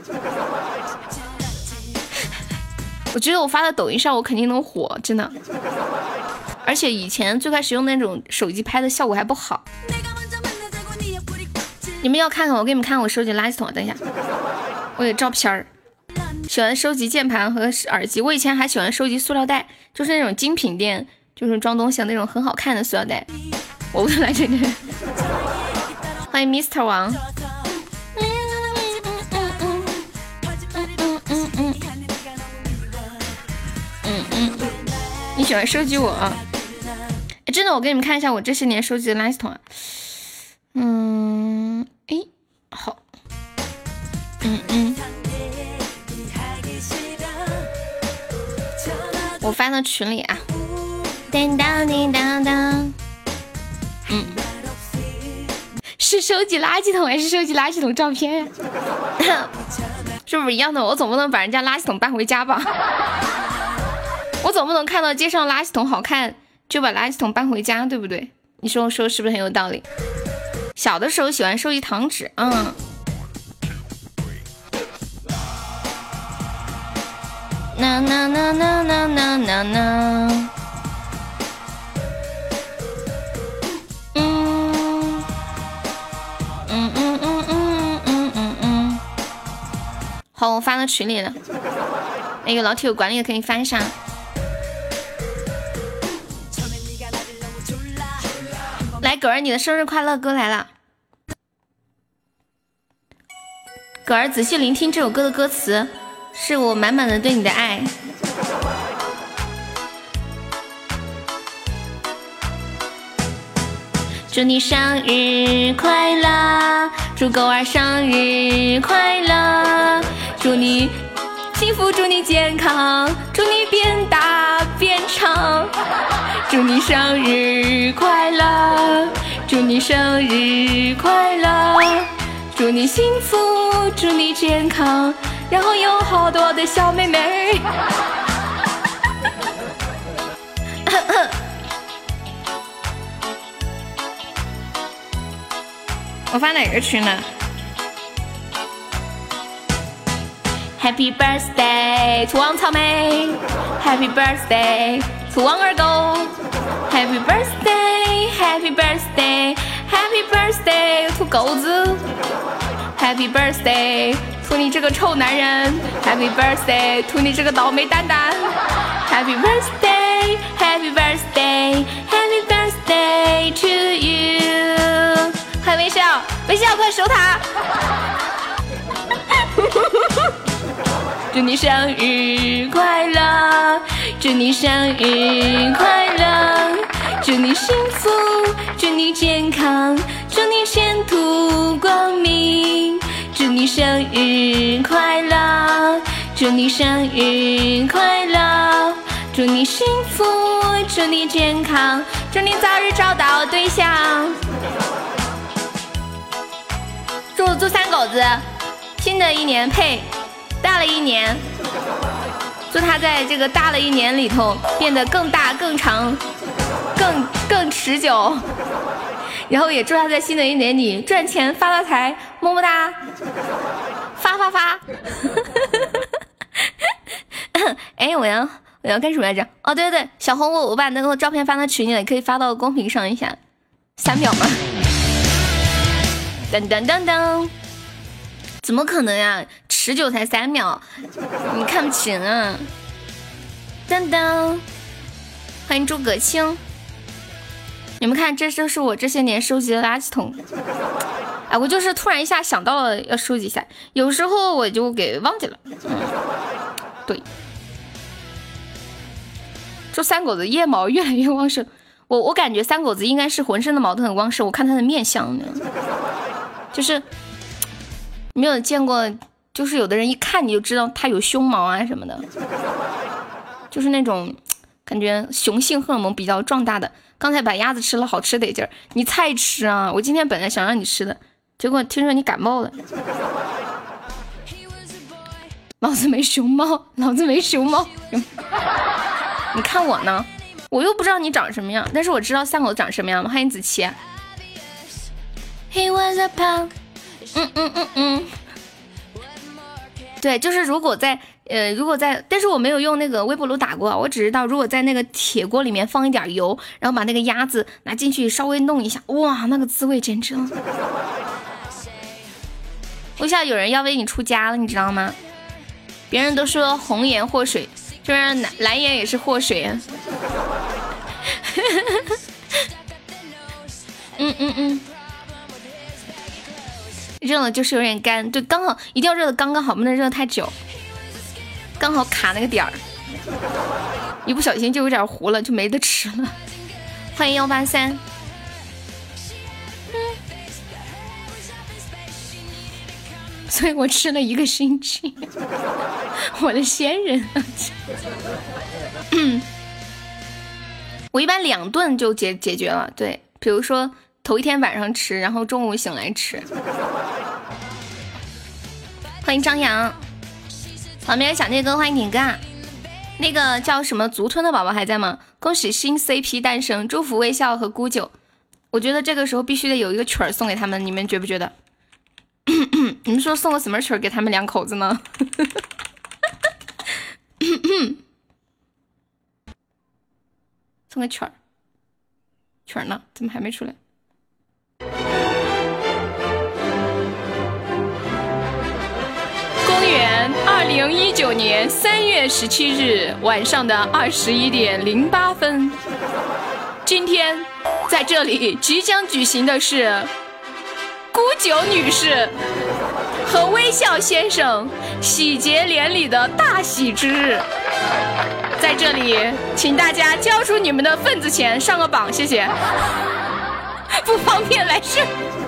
我觉得我发到抖音上，我肯定能火，真的。而且以前最开始用那种手机拍的效果还不好。你们要看看我给你们看我收集垃圾桶，等一下，我有照片儿。喜欢收集键盘和耳机，我以前还喜欢收集塑料袋，就是那种精品店，就是装东西的那种很好看的塑料袋。我不来这个。欢迎 Mister 王。嗯嗯，你喜欢收集我啊？哎，真的，我给你们看一下我这些年收集的垃圾桶啊。嗯，哎，好，嗯嗯，我发到群里啊。叮当叮当当，嗯，是收集垃圾桶还是收集垃圾桶照片呀？是不是一样的？我总不能把人家垃圾桶搬回家吧？我总不能看到街上垃圾桶好看就把垃圾桶搬回家，对不对？你说我说是不是很有道理？小的时候喜欢收集糖纸，嗯，那那那那那那那那， 好，我发到群里了。那个老铁有管理的可以翻一下。来，狗儿，你的生日快乐歌来了。狗儿，仔细聆听这首歌的歌词，是我满满的对你的爱。祝你生日快乐，祝狗儿生日快乐，祝你幸福，祝你健康，祝你变大变长，祝你生日快乐，祝你生日快乐，祝你幸福，祝你健康，然后有好多的小妹妹。我发哪个群呢 ？Happy birthday 兔王草莓 ，Happy birthday 兔王二狗 ，Happy birthday Happy birthday Happy birthday 兔狗子 ，Happy birthday 兔你这个臭男人 ，Happy birthday 兔你这个倒霉蛋蛋 ，Happy birthday Happy birthday Happy birthday to you。欢迎微笑，微笑快守塔！祝你生日快乐，祝你生日快乐，祝你幸福，祝你健康，祝你前途光明，祝你生日快乐，祝你生日快乐，祝你幸福，祝你健康，祝你早日找到对象。祝祝三狗子新的一年呸大了一年，祝他在这个大了一年里头变得更大更长更更持久，然后也祝他在新的一年里赚钱发大财，么么哒，发发发。哎，我要我要干什么来着？哦对对对，小红我我把那个照片发到群里了，可以发到公屏上一下，三秒吗？噔噔噔噔，怎么可能呀？持久才三秒，你看不清啊！噔噔，欢迎诸葛青，你们看，这就是我这些年收集的垃圾桶。哎，我就是突然一下想到了要收集一下，有时候我就给忘记了。嗯，对，这三狗子腋毛越来越旺盛，我我感觉三狗子应该是浑身的毛都很旺盛，我看他的面相呢。就是没有见过，就是有的人一看你就知道他有胸毛啊什么的，就是那种感觉雄性荷尔蒙比较壮大的。刚才把鸭子吃了，好吃得劲儿，你菜吃啊！我今天本来想让你吃的，结果听说你感冒了。老子没熊猫，老子没熊猫。你看我呢，我又不知道你长什么样，但是我知道三狗长什么样。欢迎子琪。He was a punk， 嗯嗯嗯嗯，对，就是如果在呃，如果在，但是我没有用那个微波炉打过，我只知道如果在那个铁锅里面放一点油，然后把那个鸭子拿进去稍微弄一下，哇，那个滋味简直了！我想有人要为你出家了，你知道吗？别人都说红颜祸水，就是蓝蓝颜也是祸水啊。嗯嗯嗯。热了就是有点干，对，刚好一定要热的刚刚好，不能热太久，刚好卡那个点儿，一不小心就有点糊了，就没得吃了。欢迎幺八三，所以我吃了一个星期，我的仙人。我一般两顿就解解决了，对，比如说。头一天晚上吃，然后中午醒来吃。欢迎张扬，旁边小内哥欢迎点歌。那个叫什么足吞的宝宝还在吗？恭喜新 C P 诞生，祝福微笑和姑九。我觉得这个时候必须得有一个曲儿送给他们，你们觉不觉得？你们说送个什么曲儿给他们两口子呢？送个曲儿，曲儿呢？怎么还没出来？公园年二零一九年三月十七日晚上的二十一点零八分，今天在这里即将举行的是孤九女士和微笑先生喜结连理的大喜之日。在这里请大家交出你们的份子钱上个榜，谢谢。不方便来世。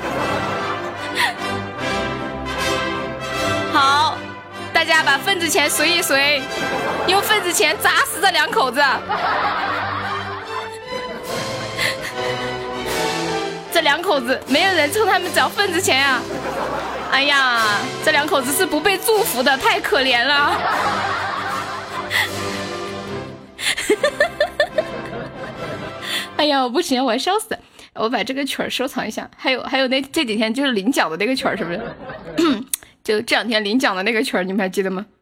好，大家把份子钱随一随，用份子钱砸死这两口子。这两口子没有人冲他们找份子钱呀、啊！哎呀，这两口子是不被祝福的，太可怜了。哎呀，我不行，我要笑死！我把这个曲儿收藏一下。还有还有那这几天就是领奖的那个曲儿，是不是？就这两天领奖的那个曲儿，你们还记得吗？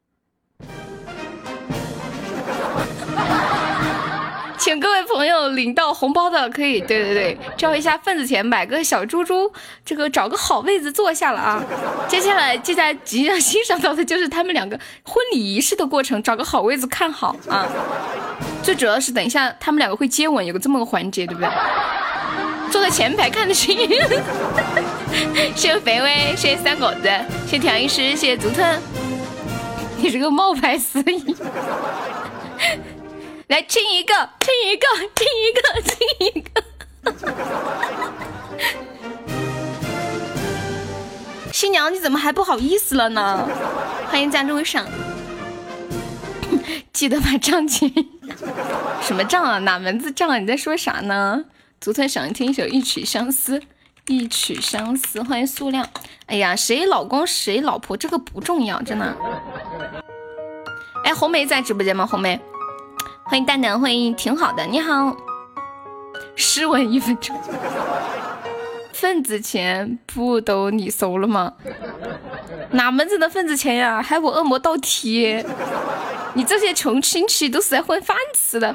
请各位朋友领到红包的可以，对对对，交一下份子钱，买个小猪猪，这个找个好位置坐下了啊。接下来接下来即将欣赏到的就是他们两个婚礼仪式的过程，找个好位置看好啊。最主要是等一下他们两个会接吻，有个这么个环节，对不对？坐在前排看的是。谢谢肥威，谢谢三狗子，谢谢调音师，谢谢竹吞。你是个冒牌司仪。来亲一个，亲一个，亲一个，亲一个。新娘，你怎么还不好意思了呢？欢迎赞助上，记得把账钱。什么账啊？哪门子账啊？你在说啥呢？竹村想听一首《一曲相思》，一曲相思。欢迎塑料。哎呀，谁老公谁老婆这个不重要，真的。哎，红梅在直播间吗？红梅。欢迎蛋蛋，欢迎挺好的，你好。诗文一分钟，份子钱不都你收了吗？哪门子的份子钱呀？还我恶魔倒贴，你这些穷亲戚都是在混饭吃的，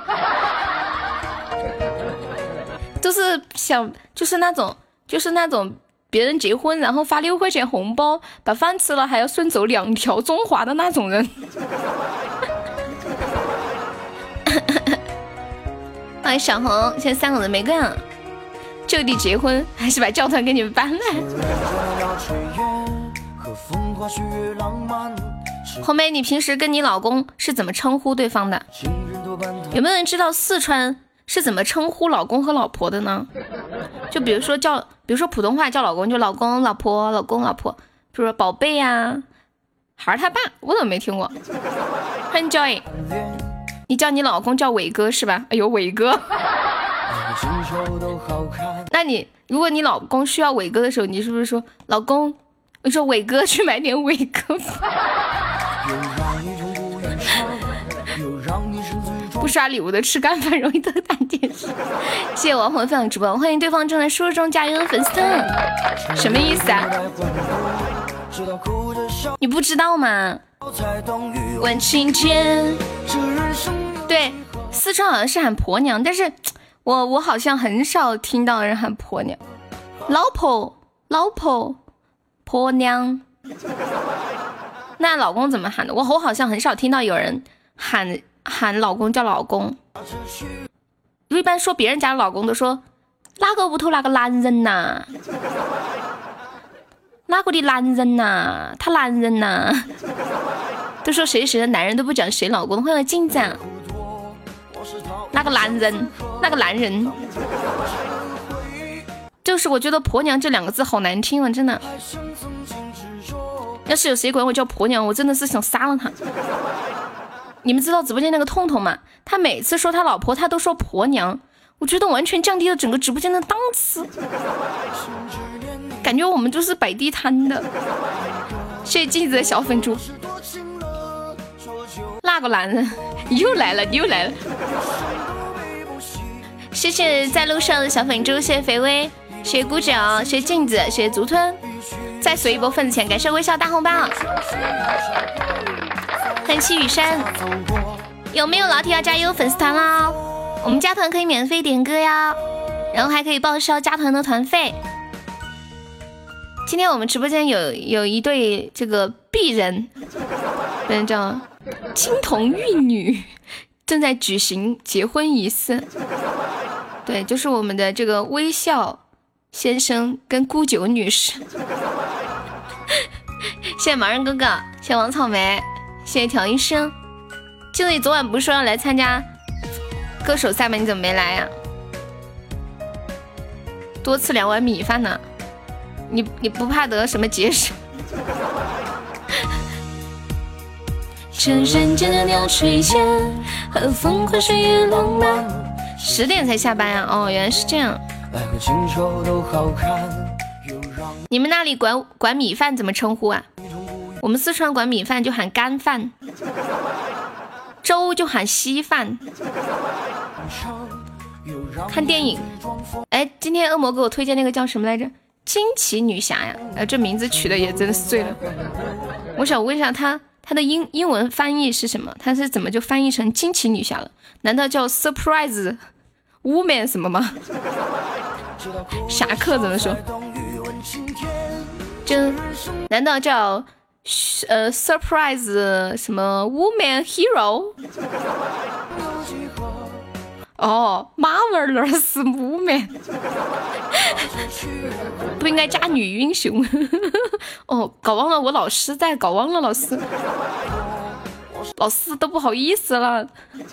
都是想就是那种就是那种别人结婚然后发六块钱红包，把饭吃了还要顺走两条中华的那种人。欢迎小红，现在三个人没干，就地结婚，还是把教团给你们搬来。红梅，你平时跟你老公是怎么称呼对方的？有没有人知道四川是怎么称呼老公和老婆的呢？就比如说叫，比如说普通话叫老公就老公老婆，老公老婆，比如说宝贝呀、啊，孩儿他爸，我怎么没听过？欢迎 Joy。你叫你老公叫伟哥是吧？哎呦，伟哥。那你如果你老公需要伟哥的时候，你是不是说老公，我说伟哥去买点伟哥不刷礼物的吃干饭容易得胆结石。谢谢王魂分享直播，欢迎对方正在输入中加油的粉丝团，什么意思啊？你不知道吗？问青天。对，四川好像是喊婆娘，但是我我好像很少听到人喊婆娘，老婆老婆婆娘。那老公怎么喊的？我我好像很少听到有人喊喊老公叫老公。一般说别人家的老公都说哪个屋头那个男人呐、啊，哪个的男人呐、啊，他男人呐、啊，都说谁谁的男人，都不讲谁老公。欢迎进展，那个男人，那个男人，就是我觉得婆娘这两个字好难听啊，真的。要是有谁管我叫婆娘，我真的是想杀了他。你们知道直播间那个痛痛吗？他每次说他老婆，他都说婆娘，我觉得完全降低了整个直播间的档次，感觉我们就是摆地摊的。谢谢镜子的小粉猪。那个男人又来了，又来了。谢谢在路上的小粉猪，谢谢肥威，谢谢鼓掌，谢谢镜子，谢谢竹吞。再随一波份子钱，感谢微笑大红包。欢迎七雨山，有没有老铁要加油粉丝团啦？我们加团可以免费点歌呀，然后还可以报销加团的团费。今天我们直播间有有一对这个鄙人，别人叫金童玉女正在举行结婚仪式。对，就是我们的这个微笑先生跟顾九女士。谢谢盲人哥哥，谢谢王草莓，谢谢调音生。就是你昨晚不是说要来参加歌手赛吗？你怎么没来呀、啊？多吃两碗米饭呢，你你不怕得什么结石？这人间的鸟吹响，和风花雪月浪漫。十点才下班呀、啊？哦，原来是这样。你们那里管管米饭怎么称呼啊？我们四川管米饭就喊干饭，粥就喊稀饭。看电影，哎，今天恶魔给我推荐那个叫什么来着？惊奇女侠呀，哎，这名字取的也真是醉了。我想问一下他，他的英英文翻译是什么？他是怎么就翻译成惊奇女侠了？难道叫 surprise woman 什么吗？侠客怎么说？就难道叫呃 surprise 什么 woman hero？哦 ，Marvelous Woman， 不应该加女英雄。哦，搞忘了，我老师在，搞忘了老师，老师都不好意思了。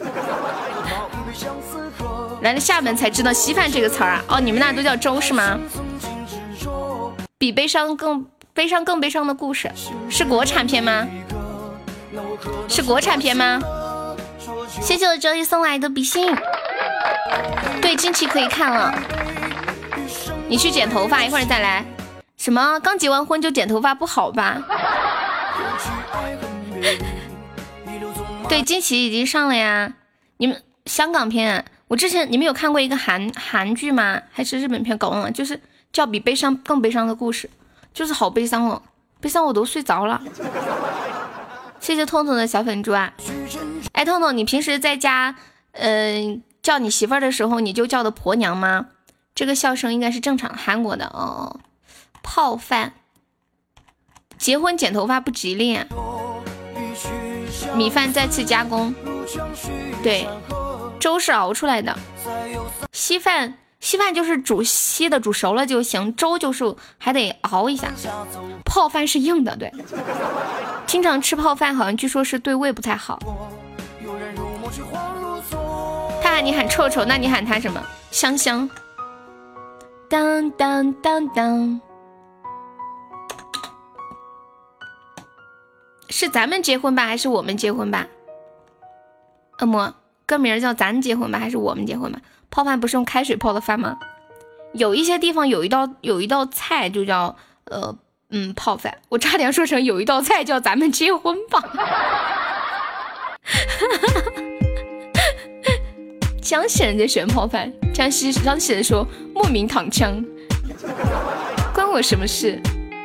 来了厦门才知道稀饭这个词儿啊！哦，你们那都叫粥是吗？比悲伤更悲伤更悲伤的故事是国产片吗？是国产片吗？谢谢我周一送来的比心。对，近期可以看了。你去剪头发，一会儿再来。什么？刚结完婚就剪头发不好吧？对，近期已经上了呀。你们香港片、啊，我之前你们有看过一个韩韩剧吗？还是日本片？搞忘了，就是叫比悲伤更悲伤的故事，就是好悲伤哦，悲伤我都睡着了。谢谢痛痛的小粉猪啊！哎，痛痛，你平时在家，嗯、呃，叫你媳妇儿的时候，你就叫的婆娘吗？这个笑声应该是正常，韩国的哦。泡饭，结婚剪头发不吉利、啊。米饭再次加工，对，粥是熬出来的。稀饭，稀饭就是煮稀的，煮熟了就行。粥就是还得熬一下。泡饭是硬的，对。经常吃泡饭，好像据说是对胃不太好。他喊你喊臭臭，那你喊他什么？香香。当当当当，是咱们结婚吧，还是我们结婚吧？恶魔，歌名叫咱结婚吧，还是我们结婚吧？泡饭不是用开水泡的饭吗？有一些地方有一道有一道菜就叫呃嗯泡饭，我差点说成有一道菜叫咱们结婚吧。江西人就喜欢泡饭，江西江西人说莫名躺枪，关我什么事？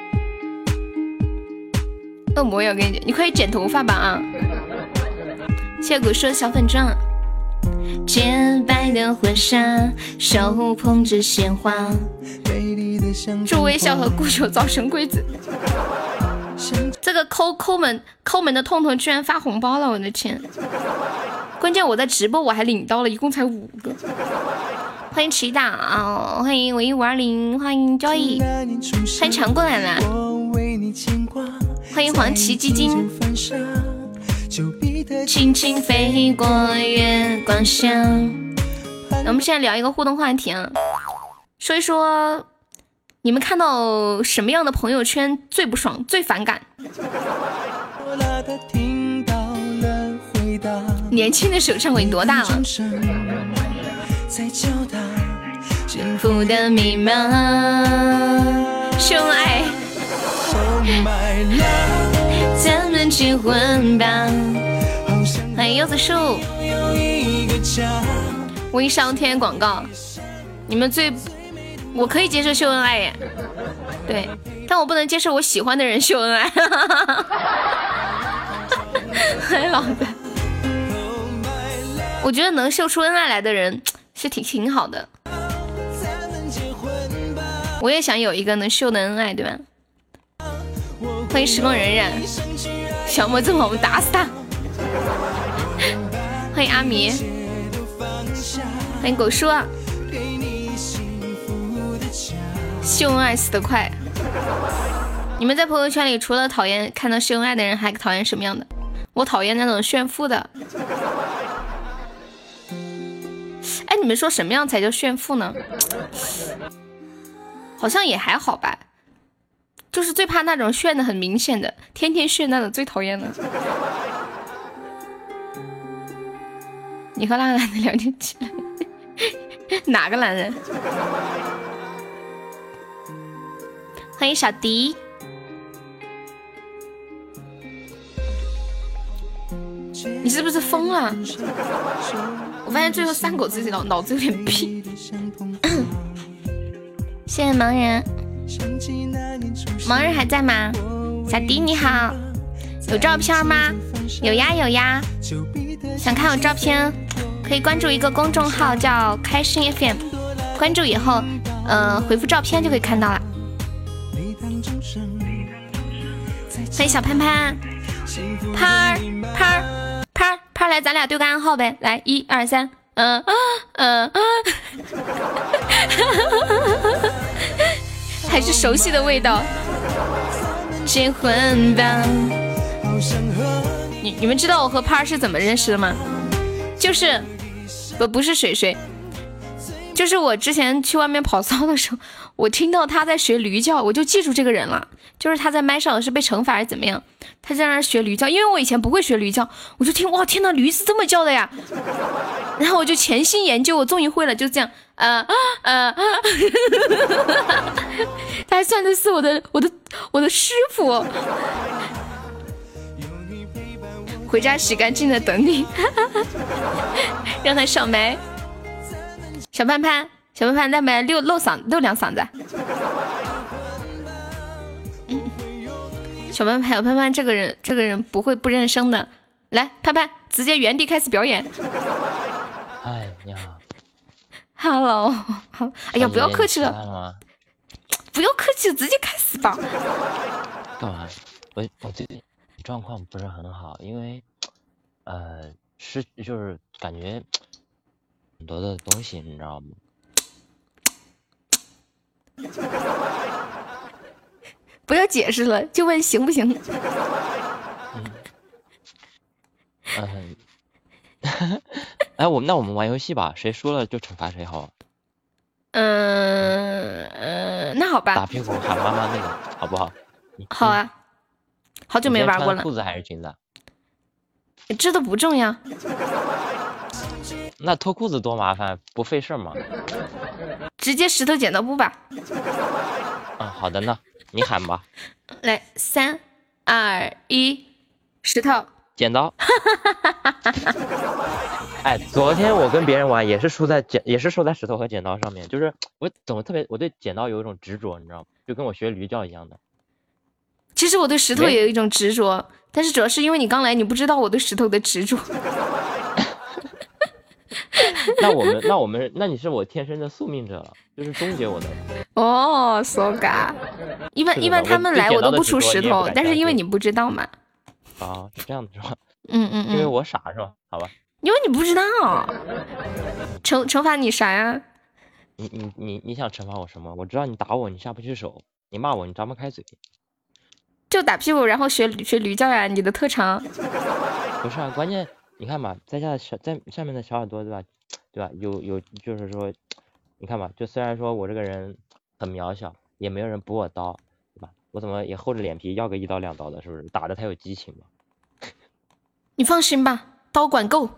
恶魔要跟你讲，你可以剪头发吧啊！谢谢古说小粉钻，洁白的婚纱，手捧着鲜花，祝微笑和顾九早生贵子。这个抠抠门抠门的痛痛居然发红包了，我的天！关键我在直播我还领到了，一共才五个。欢迎迟到啊！欢迎唯一五二零，欢迎 Joy， 欢迎抢过来了，欢迎黄旗基金。轻轻飞过月光下。我们现在聊一个互动话题啊，说一说你们看到什么样的朋友圈最不爽、最反感？年轻的时候唱过，你多大了？幸福的密码，秀恩爱，咱们结婚吧。欢迎柚子树。微商天广告，你们最，我可以接受秀恩爱耶，对，但我不能接受我喜欢的人秀恩爱。嗨，老子。我觉得能秀出恩爱来的人是挺挺好的，我也想有一个能秀的恩爱，对吧？欢欢迎时光荏苒，小魔这么我们打死他。欢迎阿迷，欢迎狗叔。秀恩爱死得快。你们在朋友圈里除了讨厌看到秀恩爱的人，还讨厌什么样的？我讨厌那种炫富的。哎，你们说什么样才叫炫富呢？好像也还好吧，就是最怕那种炫的很明显的，天天炫那种最讨厌了。你和那个男的聊天起来，哪个男人？欢迎小迪。你是不是疯了？我发现最后三狗自己脑脑子有点屁。谢谢盲人，盲人还在吗？小迪你好，有照片吗？有呀有呀，想看我照片可以关注一个公众号叫开心 F M， 关注以后呃回复照片就可以看到了。欢迎小潘潘，潘儿潘儿潘儿潘儿来，咱俩对个暗号呗，来一二三，嗯嗯嗯，还是熟悉的味道。结婚吧。你你们知道我和潘儿是怎么认识的吗？就是不不是水水，就是我之前去外面跑骚的时候，我听到他在学驴叫，我就记住这个人了。就是他在麦上是被惩罚还是怎么样，他在那儿学驴叫，因为我以前不会学驴叫，我就听哇天哪，驴子这么叫的呀，然后我就潜心研究，我终于会了，就这样，呃呃，他还算的是我的我的我的师傅。回家洗干净的等你，让他上麦。小潘潘，小潘潘，再来六露嗓露两嗓子。嗯，小潘潘，小潘潘，这个人这个人不会不认生的。来，潘潘，直接原地开始表演。 嗨，你好。 Hello， 好，哎呀，不要客气了，不要客气，直接开始吧。 干嘛？我我最近状况不是很好，因为呃是就是感觉很多的东西，你知道吗？ 不要解释了，就问行不行？ 嗯，嗯哎，我们那我们玩游戏吧，谁输了就惩罚谁，好吧？ 嗯呃，那好吧。 打屁股喊妈妈那个，好不好？ 好啊，好久没玩过了。 裤子还是裙子？ 这都不重要。 那脱裤子多麻烦，不费事吗？ 直接石头剪刀布吧。 嗯，好的呢，你喊吧。 来，三二一，石头剪刀。哎，昨天我跟别人玩也是输在剪，也是输在石头和剪刀上面。就是我怎么特别，我对剪刀有一种执着，你知道吗？就跟我学驴叫一样的。 其实我对石头也有一种执着，但是主要是因为你刚来，你不知道我对石头的执着。 那我们，那我们，那你是我天生的宿命者了，就是终结我的。 哦，so ga。一般一般他们来我都不出石头，但是因为你不知道嘛。 啊，是这样的是吧？ 嗯嗯嗯。 因为我傻是吧？好吧。 因为你不知道，惩惩罚你啥呀？ 你你你你想惩罚我什么？我知道你打我你下不去手，你骂我你张不开嘴。 就打屁股，然后学学驴叫呀，你的特长。 不是啊，关键你看嘛，在下小在下面的小耳朵对吧？对吧？有有就是说，你看嘛，就虽然说我这个人很渺小，也没有人补我刀，对吧？我怎么也厚着脸皮要个一刀两刀的，是不是？打的才有激情嘛。 你放心吧，刀管够。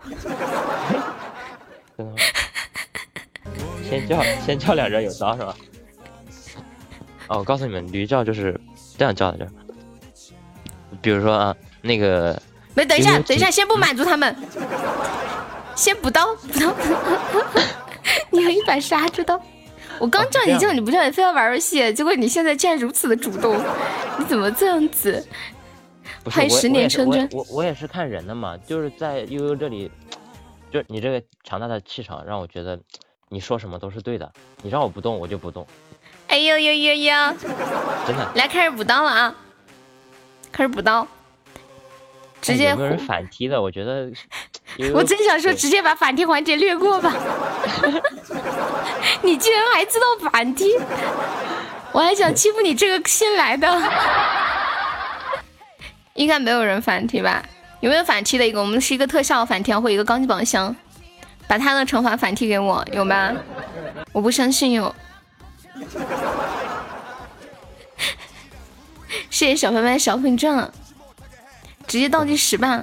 真的吗？先叫先叫两人有刀是吧？哦，我告诉你们，驴叫就是这样叫的，这。比如说啊，那个， 没，等一下，等一下，先不满足他们，先补刀，补刀。你有一把杀猪刀，我刚叫你叫你不叫，你非要玩游戏，结果你现在竟然如此的主动，你怎么这样子？欢迎十年春春。 我我也是看人的嘛，就是在悠悠这里，就你这个强大的气场让我觉得你说什么都是对的，你让我不动我就不动。 哎呦呦呦呦！ 真的。 来开始补刀了啊！ 开始补刀，直接、 哎、有没有人反踢的？我觉得， 我真想说，直接把反踢环节略过吧。你居然还知道反踢，我还想欺负你这个新来的。应该没有人反踢吧？有没有反踢的一个？我们是一个特效反踢，或一个高级宝箱，把他的惩罚反踢给我，有吗？我不相信有。谢谢小凡凡小粉钻，直接倒计时吧。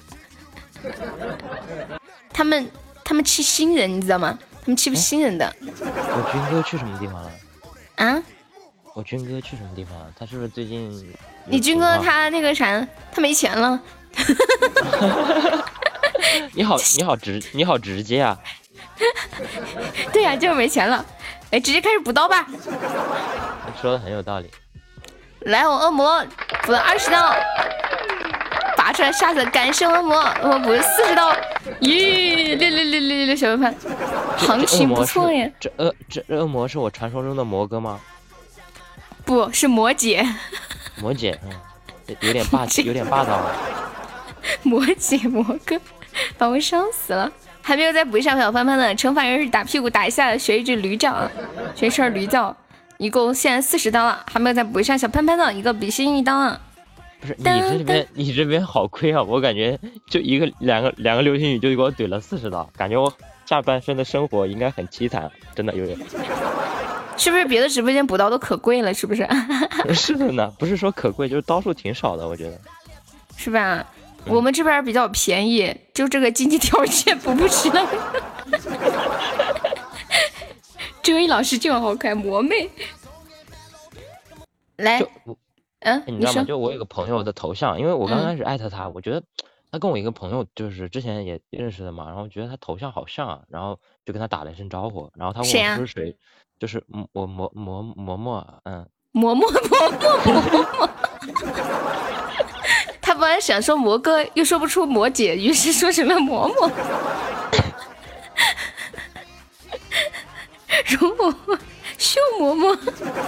他们他们欺新人，你知道吗？他们欺负新人的。 我军哥去什么地方了？ 啊？ 我军哥去什么地方了？他是不是最近？ 你军哥他那个啥，他没钱了。 你好，你好直，你好直接啊！ 对呀、啊，就是没钱了。哎，直接开始补刀吧。 说的很有道理。 来，我恶魔补了二十刀，拔出来杀死，感谢恶魔，我补了四十刀。咦，六六六六六小盘盘，行情不错耶。 这恶这恶魔是我传说中的魔哥吗？ 不是魔姐。 魔姐，嗯，有点霸气，有点霸道。 魔姐魔哥，把我伤死了。还没有再补上小翻翻的惩罚人是打屁股打一下，学一句驴叫啊，学一声驴叫。一共现在四十刀了，还没有再补上小潘潘的一个比心一刀啊！ 不是你这边，你这边好亏啊！我感觉就一个两个两个流星雨就给我怼了四十刀，感觉我下半生的生活应该很凄惨，真的有点。 是不是别的直播间补刀都可贵了？是不是？ 是的呢，不是说可贵，就是刀数挺少的，我觉得。 是吧？嗯、我们这边比较便宜，就这个经济条件补不起来。周一老师就好可爱，魔妹。来，嗯， 你知道吗？就我有个朋友的头像，因为我刚开始艾特他，嗯、我觉得他跟我一个朋友就是之前也认识的嘛，然后觉得他头像好像啊，然后就跟他打了一声招呼，然后他问我是谁，啊、就是我磨磨磨磨，嗯， 磨磨磨磨磨磨。他本来想说魔哥，又说不出魔姐，于是说成了嬷嬷。容嬷秀嬷嬷，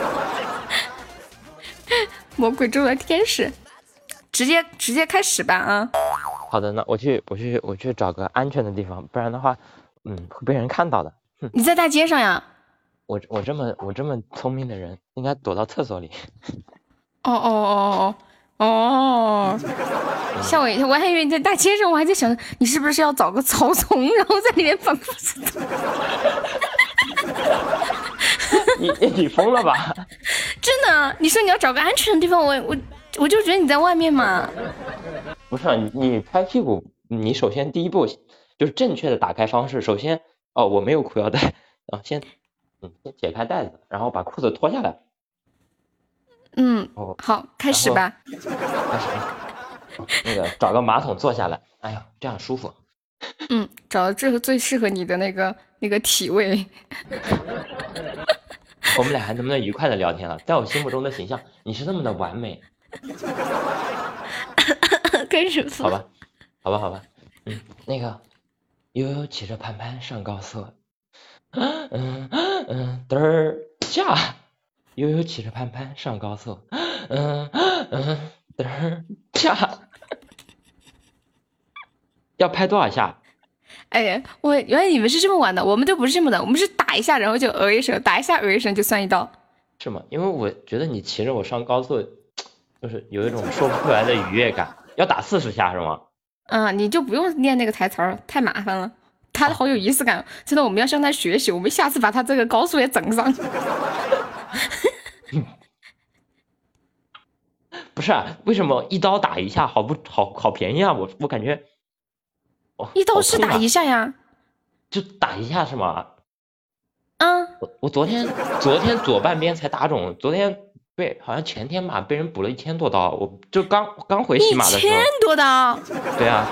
魔鬼中的天使，直接直接开始吧啊！ 好的，那我去我去我去找个安全的地方，不然的话，嗯，会被人看到的。 你在大街上呀？ 我我这么我这么聪明的人，应该躲到厕所里。 哦哦哦哦哦！吓我一跳，我还以为你在大街上，我还在想你是不是要找个草丛，然后在里面放裤子。 你你疯了吧？ 真的，你说你要找个安全的地方，我我我就觉得你在外面嘛。 不是、啊、你你拍屁股，你首先第一步就是正确的打开方式。首先，哦，我没有裤腰带啊，先嗯先解开带子，然后把裤子脱下来。 嗯，哦、好，开始吧。 开始，那个找个马桶坐下来，哎呀，这样舒服。 嗯，找到这个最适合你的那个那个体位。 我们俩还能不能愉快的聊天了？在我心目中的形象，你是那么的完美。 开始好吧，好吧，好吧。嗯，那个悠悠骑着潘潘上高速，嗯嗯嘚儿下，悠悠骑着潘潘上高速，嗯嗯嘚儿下，要拍多少下？ 哎呀，我原来你们是这么玩的，我们都不是这么的，我们是打一下然后就呃一声，打一下呃一声就算一刀。 是吗？因为我觉得你骑着我上高速，就是有一种说不出来的愉悦感。要打四十下是吗？ 啊，你就不用念那个台词儿，太麻烦了。他好有仪式感，真的，我们要向他学习，我们下次把他这个高速也整上。 不是啊，为什么一刀打一下好不好好便宜啊？我我感觉。 一刀是打一下呀， 就打一下是吗？ 嗯， 我我昨天昨天左半边才打肿，昨天被好像前天吧被人补了一千多刀，我就刚刚回喜马的时候，一千多刀， 对啊，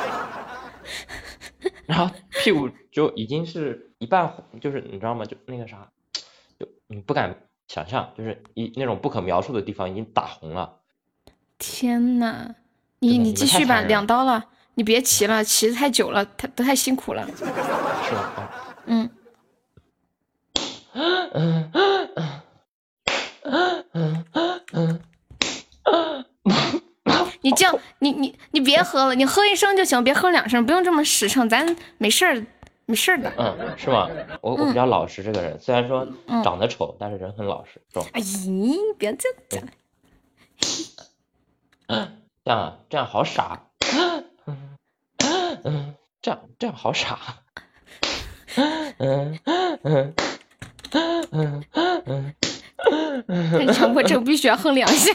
然后屁股就已经是一半，就是你知道吗？就那个啥，就你不敢想象，就是一那种不可描述的地方已经打红了。 天哪，你你继续吧，两刀了。你别骑了，骑得太久了，太都太辛苦了。 是吧？ 嗯。 嗯嗯嗯嗯嗯。 你这样，你你你别喝了，你喝一声就行，别喝两声，不用这么实诚，咱没事儿，没事儿的。 嗯，是吗？我我比较老实这个人，虽然说长得丑，但是人很老实，是吧？ 哎咦，别这样讲。 这样啊，这样好傻。嗯，这样这样好傻。嗯嗯嗯嗯嗯。 强迫症必须要哼两下。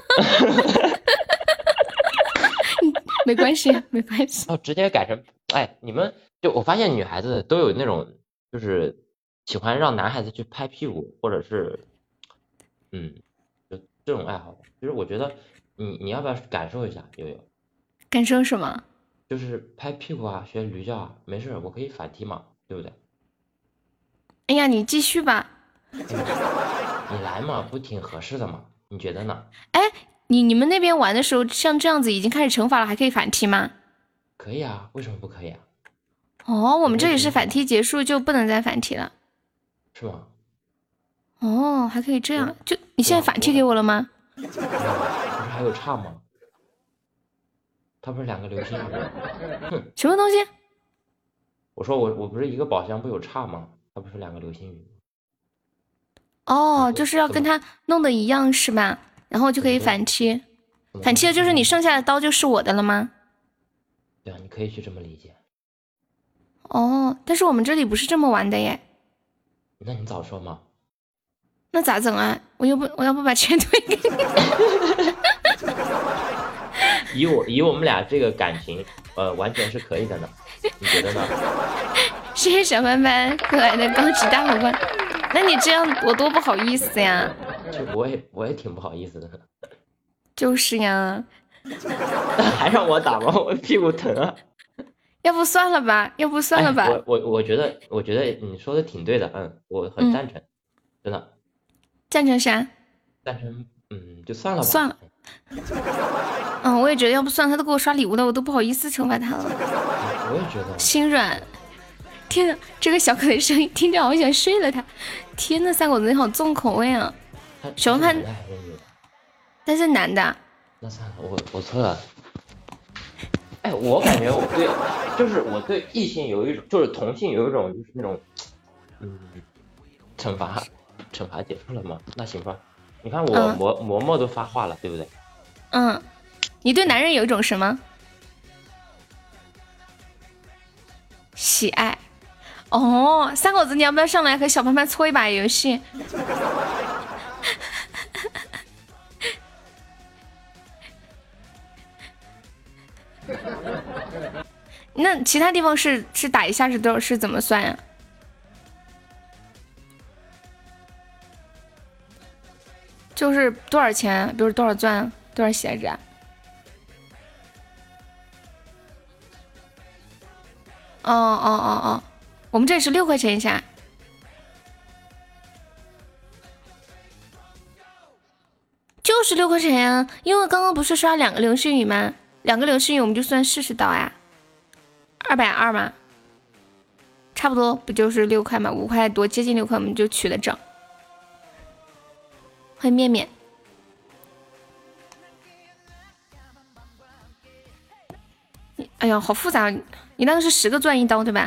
没关系，没关系。 哦，直接改成，哎，你们就我发现女孩子都有那种，就是喜欢让男孩子去拍屁股，或者是，嗯，就这种爱好。其实我觉得你你要不要感受一下，悠悠？ 感受什么？ 就是拍屁股啊，学驴叫啊，没事，我可以反踢嘛，对不对？ 哎呀，你继续吧。 你来嘛，不挺合适的吗？你觉得呢？ 哎，你你们那边玩的时候，像这样子已经开始惩罚了，还可以反踢吗？ 可以啊，为什么不可以啊？ 哦，我们这里是反踢结束就不能再反踢了。 是吗？ 哦，还可以这样，就你现在反踢给我了吗？ 不是还有差吗？它不是两个流星雨吗？哼， 什么东西？ 我说我我不是一个宝箱不有差吗？它不是两个流星雨。 哦，就是要跟他弄的一样是吧？然后就可以反踢，反踢的就是你剩下的刀就是我的了吗？ 对啊，你可以去这么理解。 哦，但是我们这里不是这么玩的耶。 那你早说嘛。 那咋整啊？我又不我要不把钱退给你。 以我以我们俩这个感情，呃，完全是可以的呢。你觉得呢？ 谢谢小班班过来的高级大皇冠。那你这样我多不好意思呀。 就我也我也挺不好意思的。 就是呀。 还让我打吗？我屁股疼啊。 要不算了吧，要不算了吧。 哎、我我我觉得我觉得你说的挺对的，嗯，我很赞成，嗯、真的。 赞成啥？ 赞成，嗯，就算了吧。 算了。嗯，我也觉得，要不算了，他都给我刷礼物了，我都不好意思惩罚他了。 我也觉得。 心软。天呐，这个小可的声音听着好想睡了他。天呐，三狗子你好重口味啊！小潘，他是男的。 那算了，我我错了。哎，我感觉我对，就是我对异性有一种，就是同性有一种，就是那种，嗯，惩罚，惩罚结束了吗？那行吧。你看我嗯、 嬷嬷嬷都发话了，对不对？ 嗯，你对男人有一种什么喜爱？哦，三狗子，你要不要上来和小潘潘搓一把游戏？那其他地方是是打一下是多少？是怎么算呀？就是多少钱？比如多少钻，多少血值啊？哦哦哦哦，我们这里是六块钱一下。就是六块钱呀，因为刚刚不是刷两个流星雨吗？两个流星雨我们就算四十刀呀，二百二嘛，差不多不就是六块嘛，五块多接近六块，我们就取了整。欢迎面面。哎呀，好复杂！你那个是十个钻一刀对吧？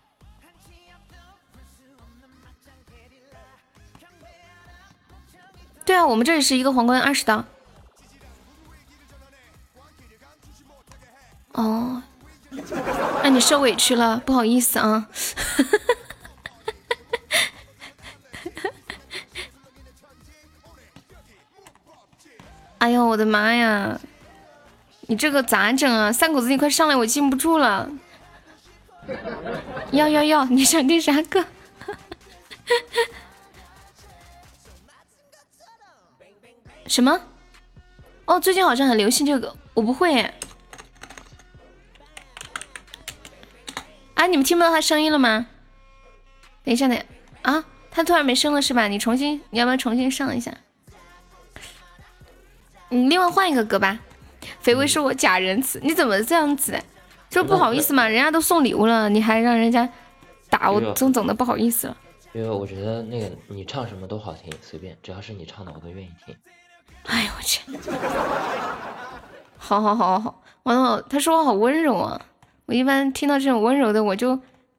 对啊，我们这里是一个皇冠二十刀。哦，那你受委屈了，不好意思啊。哎呦我的妈呀！你这个咋整啊？三狗子你快上来，我禁不住了。要要要，你想听啥歌？什么？哦，最近好像很流行这个，我不会耶。啊，你们听不到他声音了吗？等一下，等啊，他突然没声了是吧？你重新，你要不要重新上一下？你另外换一个歌吧。肥威说我假仁慈，你怎么这样子？这不好意思嘛，人家都送礼物了，你还让人家打我，总整的不好意思了。 因为我觉得那个你唱什么都好听，随便，只要是你唱的我都愿意听。 哎呦我去！ 好好好好好，完了，他说我好温柔啊，我一般听到这种温柔的我就，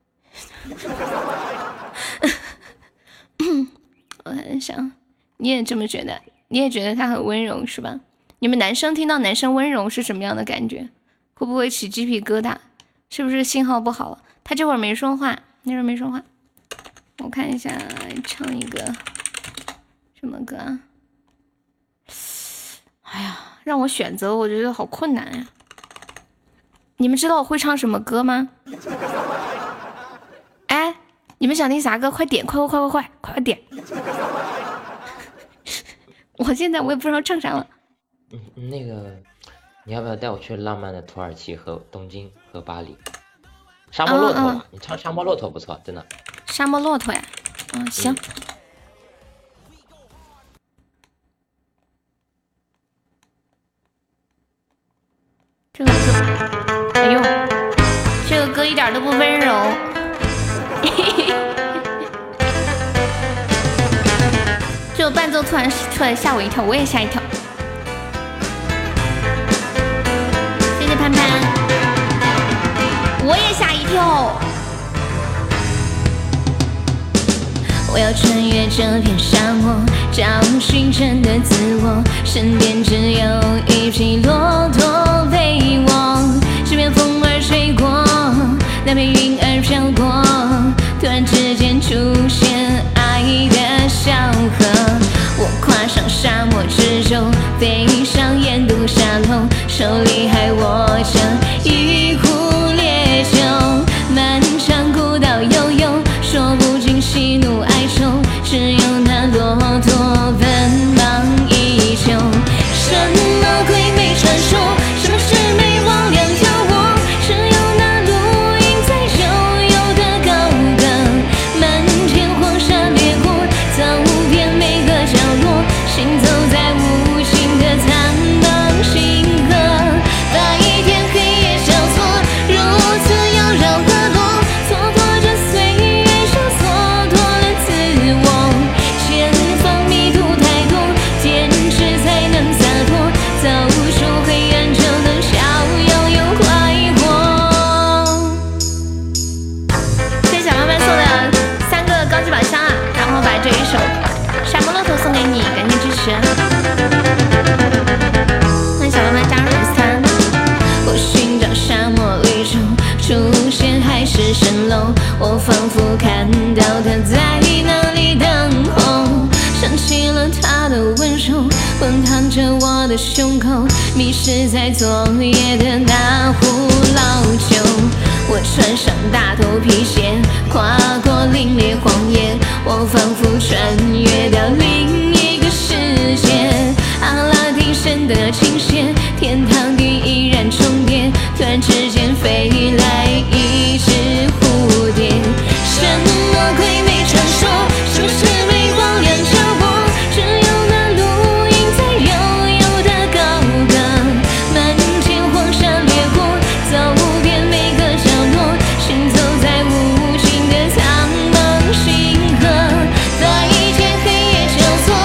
我很想，你也这么觉得？你也觉得他很温柔是吧？你们男生听到男生温柔是什么样的感觉？会不会起鸡皮疙瘩？是不是信号不好了？他这会儿没说话，那会儿没说话。我看一下，唱一个什么歌啊？哎呀，让我选择，我觉得好困难呀。你们知道我会唱什么歌吗？哎，你们想听啥歌？快点，快快快快快快点！我现在我也不知道唱啥了。 嗯，那个，你要不要带我去浪漫的土耳其和东京和巴黎？沙漠骆驼吧， 嗯嗯你唱沙漠骆驼不错，真的。 沙漠骆驼呀，嗯，行。嗯这个歌，哎呦，这个歌一点都不温柔。这个伴奏突然出来吓我一跳，我也吓一跳。谢谢潘潘，我也吓一跳。我要穿越这片沙漠，找寻真的自我，身边只有一匹骆驼陪我。这边风儿吹过，那边云儿飘过，突然之间出现爱的小河。我跨上沙漠之舟，飞上沿途沙漏，手里还握着一壶烈酒，漫长古道悠悠，说不尽喜怒哀愁，只有那骆驼奔忙依旧。什么鬼魅传说，什么魑魅魍魉诱我，只有那绿荫在悠悠的高歌，漫天黄沙掠过，走遍每个角落，行走在无尽的苍茫星河。白天黑夜交错，如此妖娆和落，蹉跎着岁月上蹉跎了自我。前方迷途太多，坚持才能洒脱，走出黑暗就能逍遥又快活。谢谢小妈妈送的三个高级宝箱啊，然后把这一首《沙漠骆驼》送给你，感谢支持。欢迎小妈妈加入粉丝团。我寻找沙漠绿洲，出现海市蜃楼，我仿佛看到他在那里等候，想起了他的温柔，温烫着我的胸口，迷失在昨夜的那壶老酒。我穿上大头皮鞋，跨过凛冽荒野，我仿佛穿越到另一个世界。阿拉丁神的琴弦，天堂地依然重叠，突然之间飞来一只蝴蝶。什么鬼魅传说，什么魑魅魍魉诱我，只有那绿荫在悠悠的高歌，漫天黄沙掠过，走遍每个角落，行走在无尽的苍茫星河。白天黑夜交错，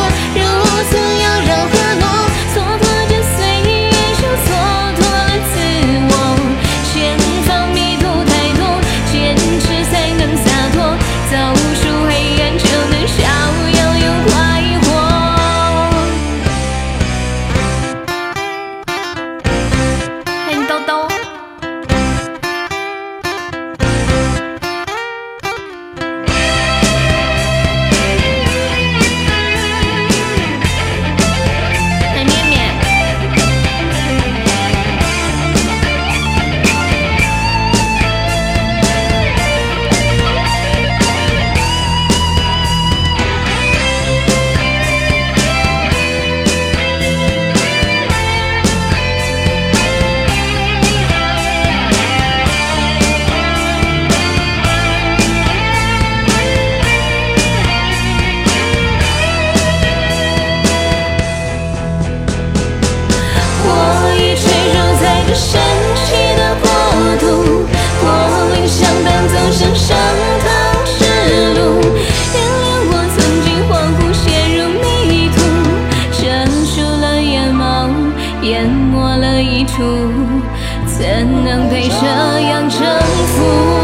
怎能被这样征服？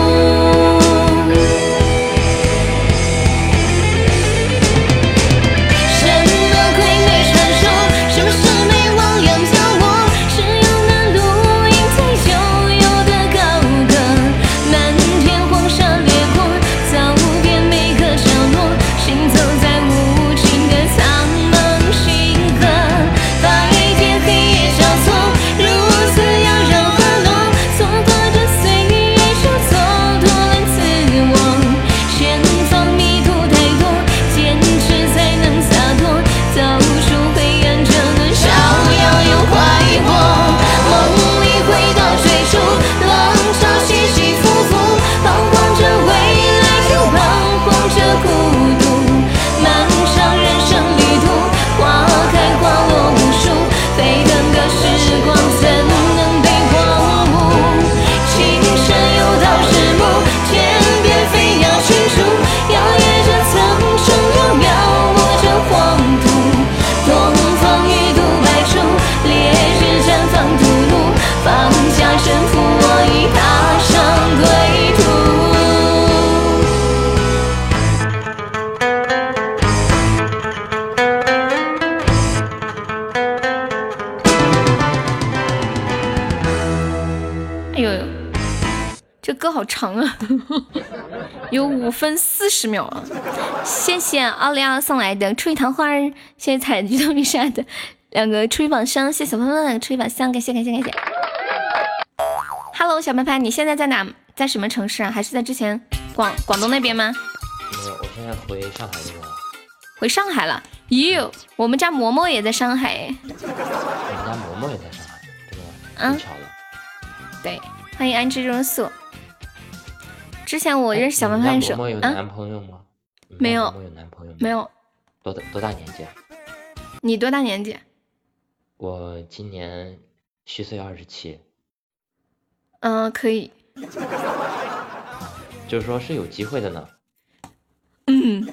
什么鬼魅传说？什么魑魅魍魉角落？是用那录音才就有的高歌，漫天黄沙掠过，走遍每个角落，行走在无尽的苍茫星河，白天黑夜交错，如此妖娆和落，错过这岁月就蹉跎了自我，前方迷途太多，坚持才能洒脱，走出黑暗这个逍遥又快活，梦里回到最初，浪潮起起伏伏，彷徨着未来又彷徨着孤独，漫长人生旅途，花开花落无数，沸腾的时光怎能被荒芜？青山有道是木，天边飞鸟群出，摇曳着苍穹，又描摹着黄土，东方玉兔百出，烈日绽放吐露，放下身负，我已踏上归途。哎呦，这歌好长啊，有五分四十秒了。谢谢奥利奥送来的初一桃花儿，谢谢彩菊透明沙的两个初一宝箱，谢谢小潘潘两个初一宝箱，感谢感谢感谢。Hello， 小潘潘，你现在在哪？在什么城市啊？还是在之前广广东那边吗？ 没有，我现在回上海那边了。 回上海了？哟，我们家嬷嬷也在上海。 我们家嬷嬷也在上海，真的吗？ 嗯太巧了。 对，欢迎安之若素。之前我认识小潘潘的时候， 嬷嬷有男朋友吗？ 没有。 嬷嬷有男朋友吗？ 没有。 多大多大年纪啊？ 你多大年纪？ 我今年虚岁二十七。 嗯，可以。 就是说是有机会的呢。 嗯。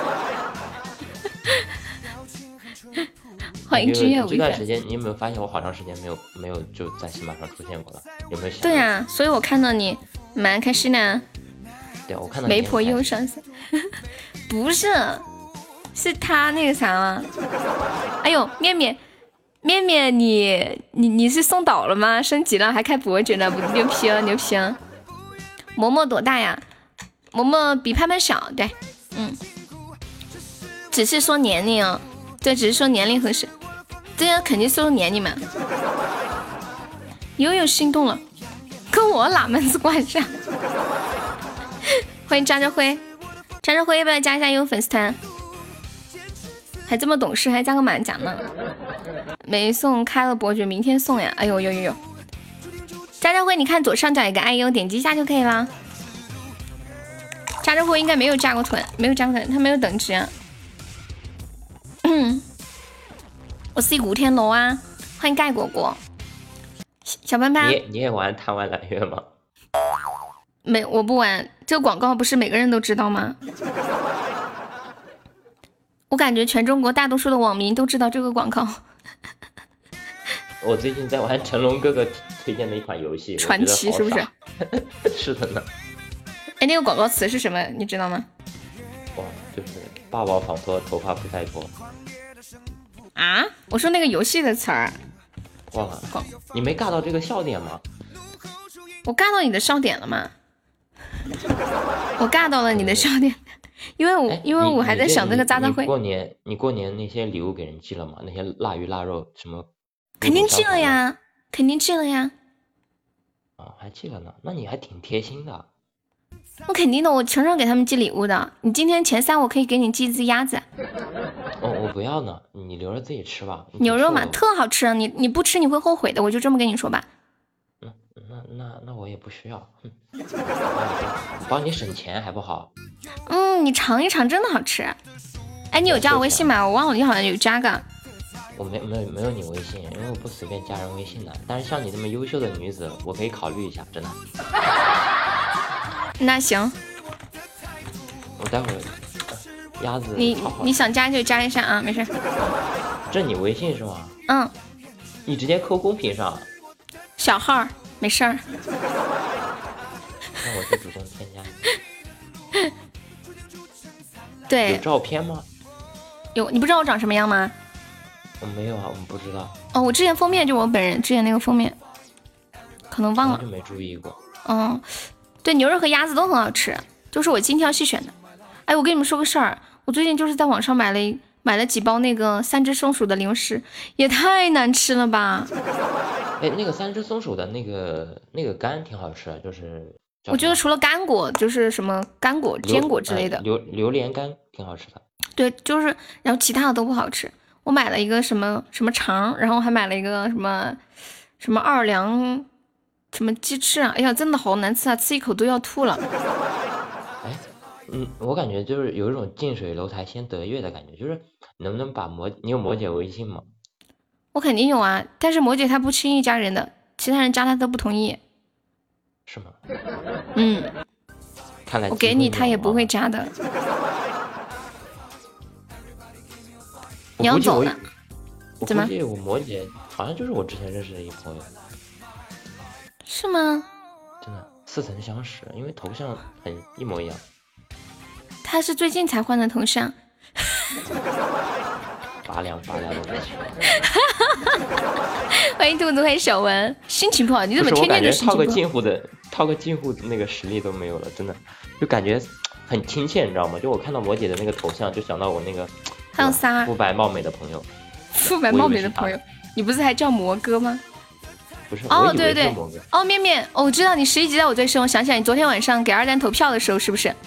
欢迎之月这段时间，你有没有发现我好长时间没有没有就在喜马上出现过了？有没有想？ 对呀、啊，所以我看到你蛮开心的。 对，我看到媒婆忧伤色，不是，是他那个啥吗？哎呦，面面面面你，你你你是送岛了吗？升级了还开伯爵呢，不牛皮了牛皮了。嬷嬷多大呀？嬷嬷比潘潘小，对，嗯，只是说年龄哦，对，只是说年龄合适，这个肯定是说年龄嘛。悠悠心动了，跟我哪门子关系啊？欢迎张着辉，张着辉要不要加一下悠悠粉丝团？还这么懂事，还加个满奖呢。没送，开了伯爵，明天送呀。哎呦呦呦呦！张着辉，你看左上角有个 I U， 点击一下就可以了。张着辉应该没有加过团，没有加过团，他没有等值啊。嗯，我是古天乐啊，欢迎盖果果。小潘潘， 你也你也玩贪玩揽月吗？ 没，我不玩。这个广告不是每个人都知道吗？我感觉全中国大多数的网民都知道这个广告。 我最近在玩成龙哥哥推荐的一款游戏， 传奇是不是？ 是的呢。 哎，那个广告词是什么？你知道吗？ 哇，就是霸王仿脱，头发不带脱。 啊？我说那个游戏的词儿。 忘了。你没尬到这个笑点吗？ 我尬到你的笑点了吗？我尬到了你的笑点，因为我因为我还在想这个渣渣会。 过年你过年那些礼物给人寄了吗？那些腊鱼腊肉什么？ 肯定寄了呀，肯定寄了呀。 啊，还寄了呢，那你还挺贴心的。 我肯定的，我常常给他们寄礼物的。你今天前三，我可以给你寄一只鸭子。 哦，我不要呢，你留着自己吃吧。 牛肉嘛，特好吃，你你不吃你会后悔的，我就这么跟你说吧。 嗯，那那那我也不需要，我帮你省钱还不好？ 嗯，你尝一尝，真的好吃。哎，你有加我微信吗？我忘了，你好像有加个。 我没没有没有你微信，因为我不随便加人微信的。但是像你这么优秀的女子，我可以考虑一下，真的。 那行， 我待会儿鸭子你你想加就加一下啊，没事。 这你微信是吗？ 嗯。 你直接扣公屏上。 小号没事儿。 那我就主动添加。 对。 有照片吗？ 有，你不知道我长什么样吗？ 我没有啊，我们不知道。 哦，我之前封面就我本人，之前那个封面，可能忘了。 就没注意过。 嗯，对，牛肉和鸭子都很好吃，就是我精挑细选的。哎，我跟你们说个事儿，我最近就是在网上买了一买了几包那个三只松鼠的零食，也太难吃了吧！ 哎，那个三只松鼠的那个那个干挺好吃，就是我觉得除了干果，就是什么干果、坚果之类的， 榴榴莲干挺好吃的。对， 就是，然后其他的都不好吃。我买了一个什么什么肠，然后还买了一个什么什么二两什么鸡翅啊！哎呀，真的好难吃啊，吃一口都要吐了。 哎，嗯，我感觉就是有一种近水楼台先得月的感觉，就是能不能把摩，你有摩姐微信吗？ 我肯定有啊，但是摩姐她不轻易加人的，其他人加她都不同意。 是吗？ 嗯。 看来我给你，她也不会加的。你要走了？怎么？ 我估计我摩姐好像就是我之前认识的一个朋友。 是吗？ 真的似曾相识，因为头像很一模一样。 他是最近才换的头像。 拔凉拔凉的感觉。 欢迎兔子，欢迎小文。心情不好，你怎么天天就心情不好？ 套个近乎的，套个近乎的那个实力都没有了，真的，就感觉很亲切，你知道吗？就我看到摩姐的那个头像，就想到我那个还有仨肤白貌美的朋友。 肤白貌美的朋友，你不是还叫魔哥吗？ 不是， 哦，对对对，哦，面面，哦，我知道你十一级在我最深，我想起来，你昨天晚上给二蛋投票的时候是不是？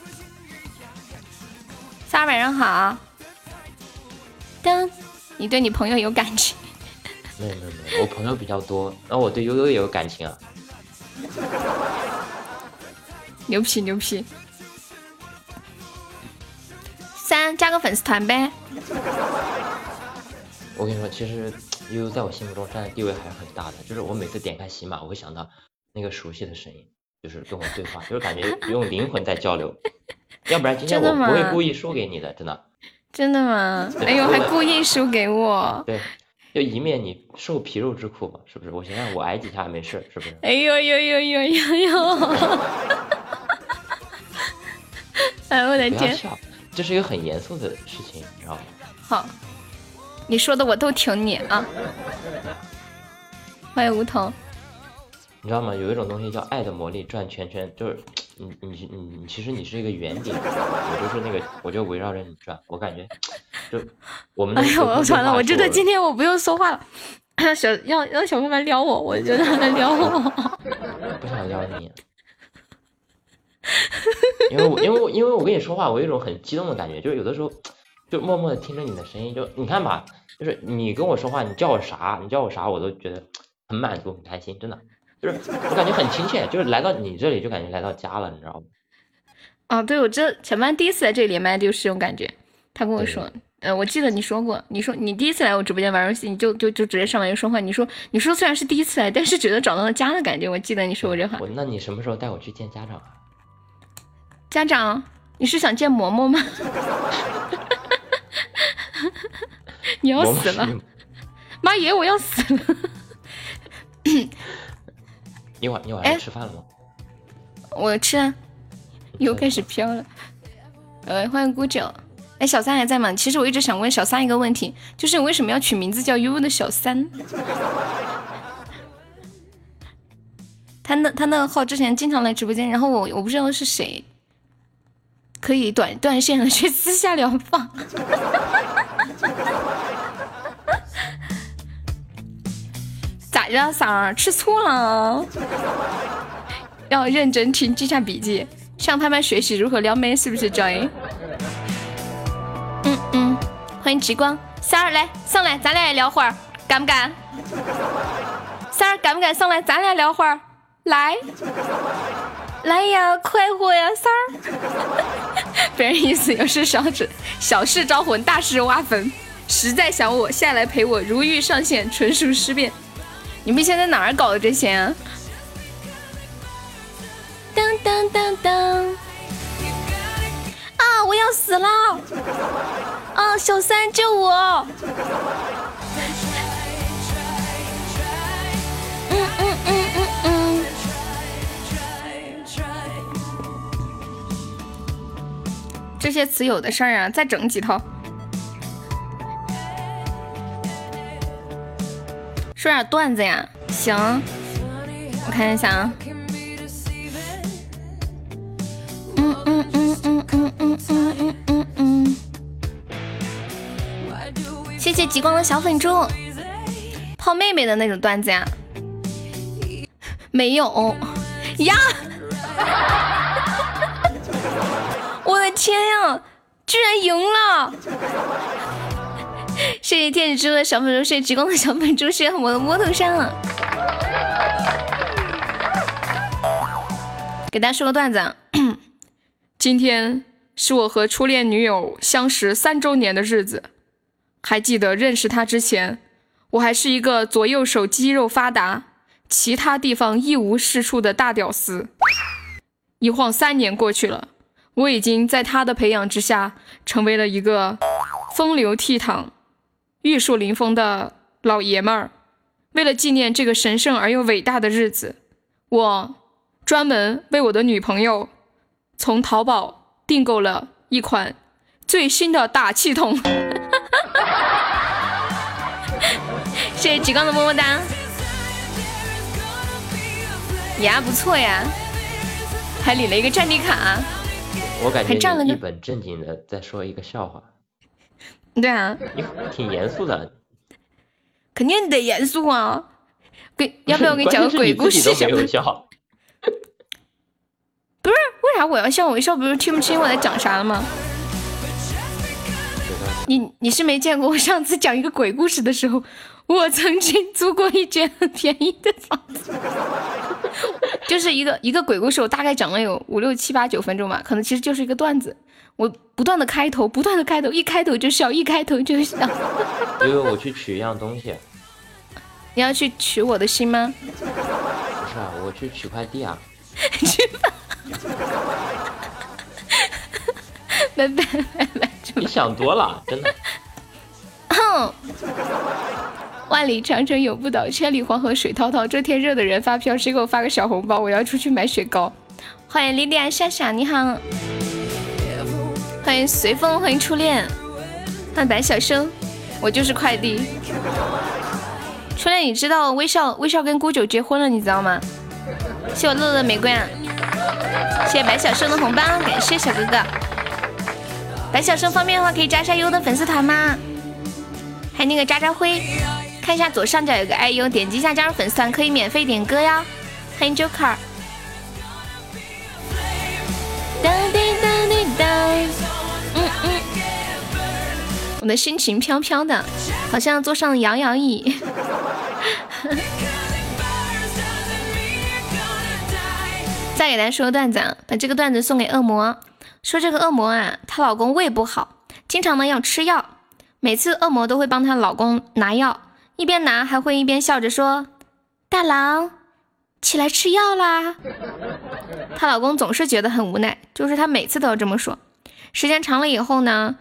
仨晚上好。噔，你对你朋友有感情？ 没有没有没有，我朋友比较多，然后我对悠悠也有感情啊。 牛皮牛皮。三，加个粉丝团呗。 我跟你说，其实悠悠在我心目中占的地位还是很大的。就是我每次点开喜马，我会想到那个熟悉的声音，就是跟我对话，就是感觉用灵魂在交流。要不然今天我不会故意输给你的，真的。 真的吗？哎呦，还故意输给我。 对，就以免你受皮肉之苦嘛，是不是？我想想，我挨几下没事，是不是？ 哎呦呦呦呦呦呦！哎，我的天！ 不要笑，这是一个很严肃的事情，你知道吗？ 好。你说的我都听你啊！欢迎梧桐。 你知道吗？有一种东西叫爱的魔力转圈圈，就是你你你你，其实你是一个圆点，我就是那个，我就围绕着你转。我感觉，就我们的。哎呀，我完了！我觉得今天我不用说话了，小要让小伙伴撩我，我就让他撩我。 不想撩你，因为我因为我因为我跟你说话，我有一种很激动的感觉，就是有的时候。就默默的听着你的声音，就你看吧，就是你跟我说话，你叫我啥，你叫我啥，我都觉得很满足，很开心，真的，就是我感觉很亲切，就是来到你这里就感觉来到家了，你知道吗？ 啊，对，我这小班第一次来这里连麦就是这种感觉，他跟我说，呃，我记得你说过，你说你第一次来我直播间玩游戏，你就就就直接上来就说话，你说你说虽然是第一次来，但是觉得找到了家的感觉，我记得你说过这话。 我那你什么时候带我去见家长啊？ 家长，你是想见嬷嬷吗？你要死了，妈耶！我要死了。 你晚你晚上吃饭了吗？ 我吃啊，又开始飘了。呃，欢迎姑九。哎，小三还在吗？其实我一直想问小三一个问题，就是你为什么要取名字叫悠悠的小三？他那他那个号之前经常来直播间，然后我我不知道是谁，可以短断线了去私下聊放。咋着，嗓儿吃醋了？要认真听，记下笔记，向他们学习如何撩妹，是不是 Joy？ 嗯嗯，欢迎极光三儿来上来，咱俩也聊会儿，敢不敢？三儿敢不敢上来，咱俩聊会儿？来，来呀，快活呀，三儿！别人意思有事小事小事招魂，大事挖坟。实在想我，下来陪我，如玉上线，纯属尸变。你们现在哪儿搞的这些啊？当当当当！啊，我要死了！啊，小三救我！嗯嗯嗯嗯嗯嗯。这些词有的事儿啊，再整几套。说点段子呀，行，我看一下啊。嗯嗯嗯嗯嗯嗯嗯嗯嗯嗯。谢谢极光的小粉猪。泡妹妹的那种段子呀？没有呀！我的天呀，居然赢了！谢谢天使猪的小粉猪，谢谢极光的小粉猪，谢谢我的摸头山了。给大家说个段子啊，今天是我和初恋女友相识三周年的日子，还记得认识她之前，我还是一个左右手肌肉发达，其他地方一无是处的大屌丝。一晃三年过去了，我已经在她的培养之下，成为了一个风流倜傥、玉树临风的老爷们儿。为了纪念这个神圣而又伟大的日子，我专门为我的女朋友从淘宝订购了一款最新的打气筒。谢谢极光的么么哒，呀不错呀，还领了一个战地卡。 我感觉了你一本正经的在说一个笑话。 对啊， 你挺严肃的。 肯定得严肃啊！给，要不要我给你讲个鬼故事？ 没有笑。 不是，为啥我要笑？我一笑不是听不清我在讲啥了吗？你你是没见过我上次讲一个鬼故事的时候，我曾经租过一间很便宜的房子，就是一个一个鬼故事，我大概讲了有五六七八九分钟吧，可能其实就是一个段子，我不断的开头，不断的开头，一开头就笑，一开头就笑。 因为我去取一样东西。 你要去取我的心吗？ 不是啊，我去取快递啊。 去吧。拜拜拜拜。 你想多了，真的。 哼。万里长城永不倒，千里黄河水滔滔。这天热的人发飘，谁给我发个小红包？我要出去买雪糕。欢迎莉莉安夏夏，你好。欢迎随风，欢迎初恋，欢迎白小生，我就是快递。初恋，你知道微笑微笑跟孤九结婚了，你知道吗？谢我乐乐的玫瑰啊！谢谢白小生的红包，感谢小哥哥。白小生方便的话可以加一下优的粉丝团吗？还有那个渣渣辉，看一下左上角有个 I U， 点击一下加入粉丝团可以免费点歌呀。欢迎 Joker。哒滴哒滴哒，嗯嗯，我的心情飘飘的，好像坐上摇摇椅。再给大家说个段子啊，把这个段子送给恶魔。说这个恶魔啊，她老公胃不好，经常呢要吃药，每次恶魔都会帮她老公拿药，一边拿还会一边笑着说：“大郎，起来吃药啦。”她老公总是觉得很无奈，就是她每次都要这么说。时间长了以后呢，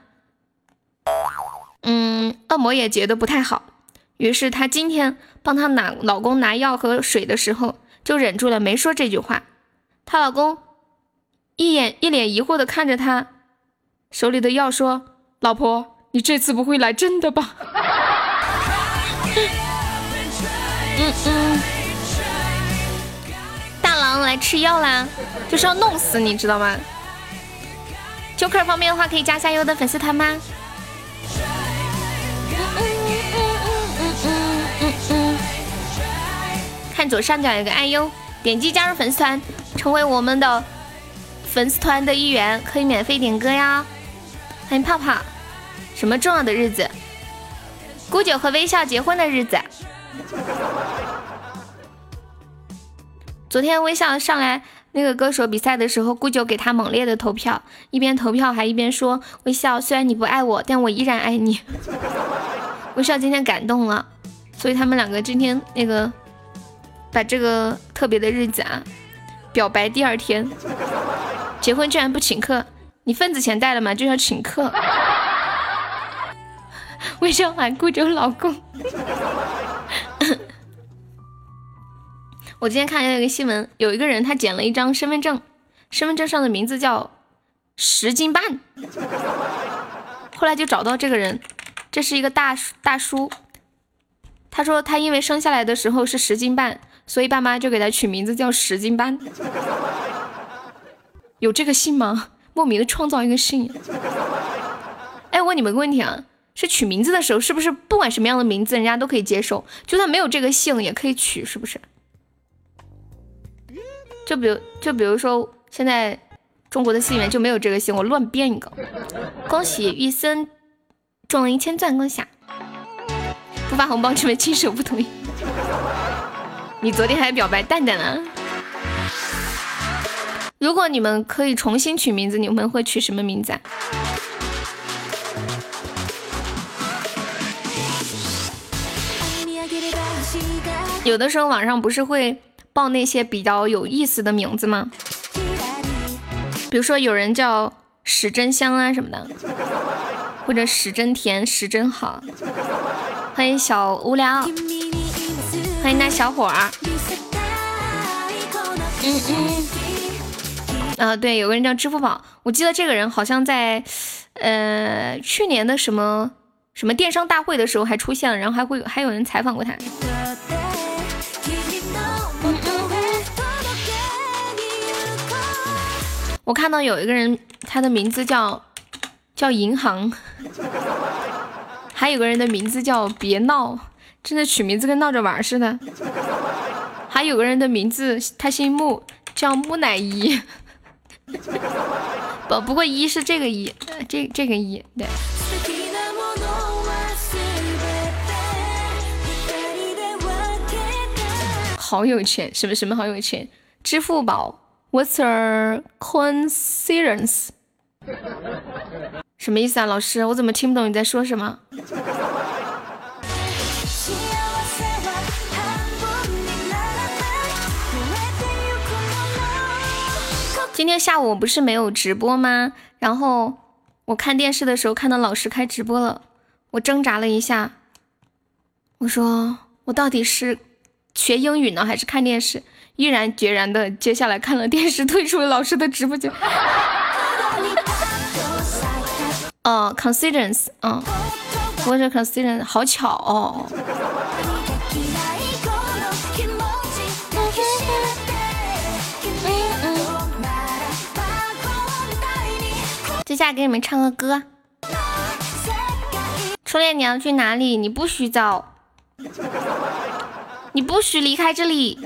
嗯，恶魔也觉得不太好，于是她今天帮她拿老公拿药和水的时候，就忍住了没说这句话。她老公一眼一脸疑惑的看着她手里的药说：“老婆，你这次不会来真的吧？”嗯嗯，大郎来吃药啦，就是要弄死你，知道吗？Joker 方面的话可以加下优的粉丝团吗？看左上角有个爱优，点击加入粉丝团，成为我们的粉丝团的一员，可以免费点歌呀。欢迎泡泡。什么重要的日子？姑九和微笑结婚的日子。昨天微笑上来那个歌手比赛的时候，姑九给他猛烈的投票，一边投票还一边说：“微笑，虽然你不爱我，但我依然爱你。”微笑今天感动了，所以他们两个今天那个把这个特别的日子啊，表白第二天，结婚居然不请客，你份子钱带了吗？就要请客。微笑喊姑九老公。 我今天看见有一个新闻，有一个人他捡了一张身份证，身份证上的名字叫十斤半，后来就找到这个人，这是一个大大叔，他说他因为生下来的时候是十斤半，所以爸妈就给他取名字叫十斤半。有这个姓吗？莫名的创造一个姓。哎，我问你们个问题啊，是取名字的时候，是不是不管什么样的名字，人家都可以接受？就算没有这个姓，也可以取，是不是？就比如，就比如说，现在中国的姓里面就没有这个姓，我乱编一个。恭喜玉森中了一千钻，恭喜啊！不发红包，这位亲手不同意。你昨天还表白蛋蛋呢。如果你们可以重新取名字，你们会取什么名字啊？有的时候网上不是会报那些比较有意思的名字吗？比如说有人叫史真香啊什么的，或者史真甜、史真好。欢迎小无聊，欢迎那小伙儿。嗯嗯。呃，对，有个人叫支付宝，我记得这个人好像在呃去年的什么什么电商大会的时候还出现了，然后还会还有人采访过他。我看到有一个人，他的名字叫叫银行，还有个人的名字叫别闹，真的取名字跟闹着玩似的。还有个人的名字，他姓穆，叫木乃伊。不，不过一是这个一，这这个一，对。好有钱，什么什么好有钱？支付宝 ，What's a coincidence？ 什么意思啊，老师？我怎么听不懂你在说什么？今天下午我不是没有直播吗？然后我看电视的时候看到老师开直播了，我挣扎了一下，我说我到底是学英语呢还是看电视？毅然决然的接下来看了电视，退出了老师的直播间。哦 ，considerance， 嗯，我这 considerance 好巧哦。接下来给你们唱个歌。初恋，你要去哪里？你不许走，你不许离开这里。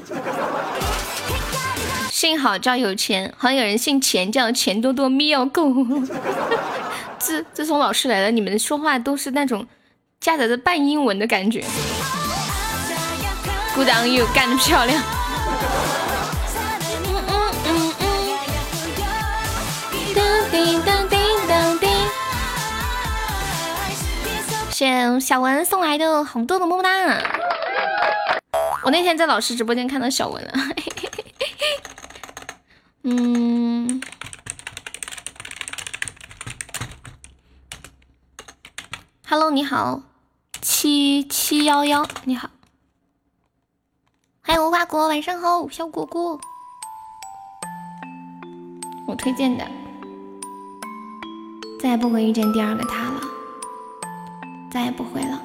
幸好叫有钱，好像有人姓钱，叫钱多多咪要够。自自从老师来了，你们说话都是那种夹杂着半英文的感觉。Good on you， 干得漂亮。谢谢小文送来的好多的么么哒。我那天在老师直播间看到小文了。嗯 ，Hello， 你好，七七幺幺，你好，欢迎无花果，晚上好，小果果，我推荐的，再也不会遇见第二个他了，再也不会了。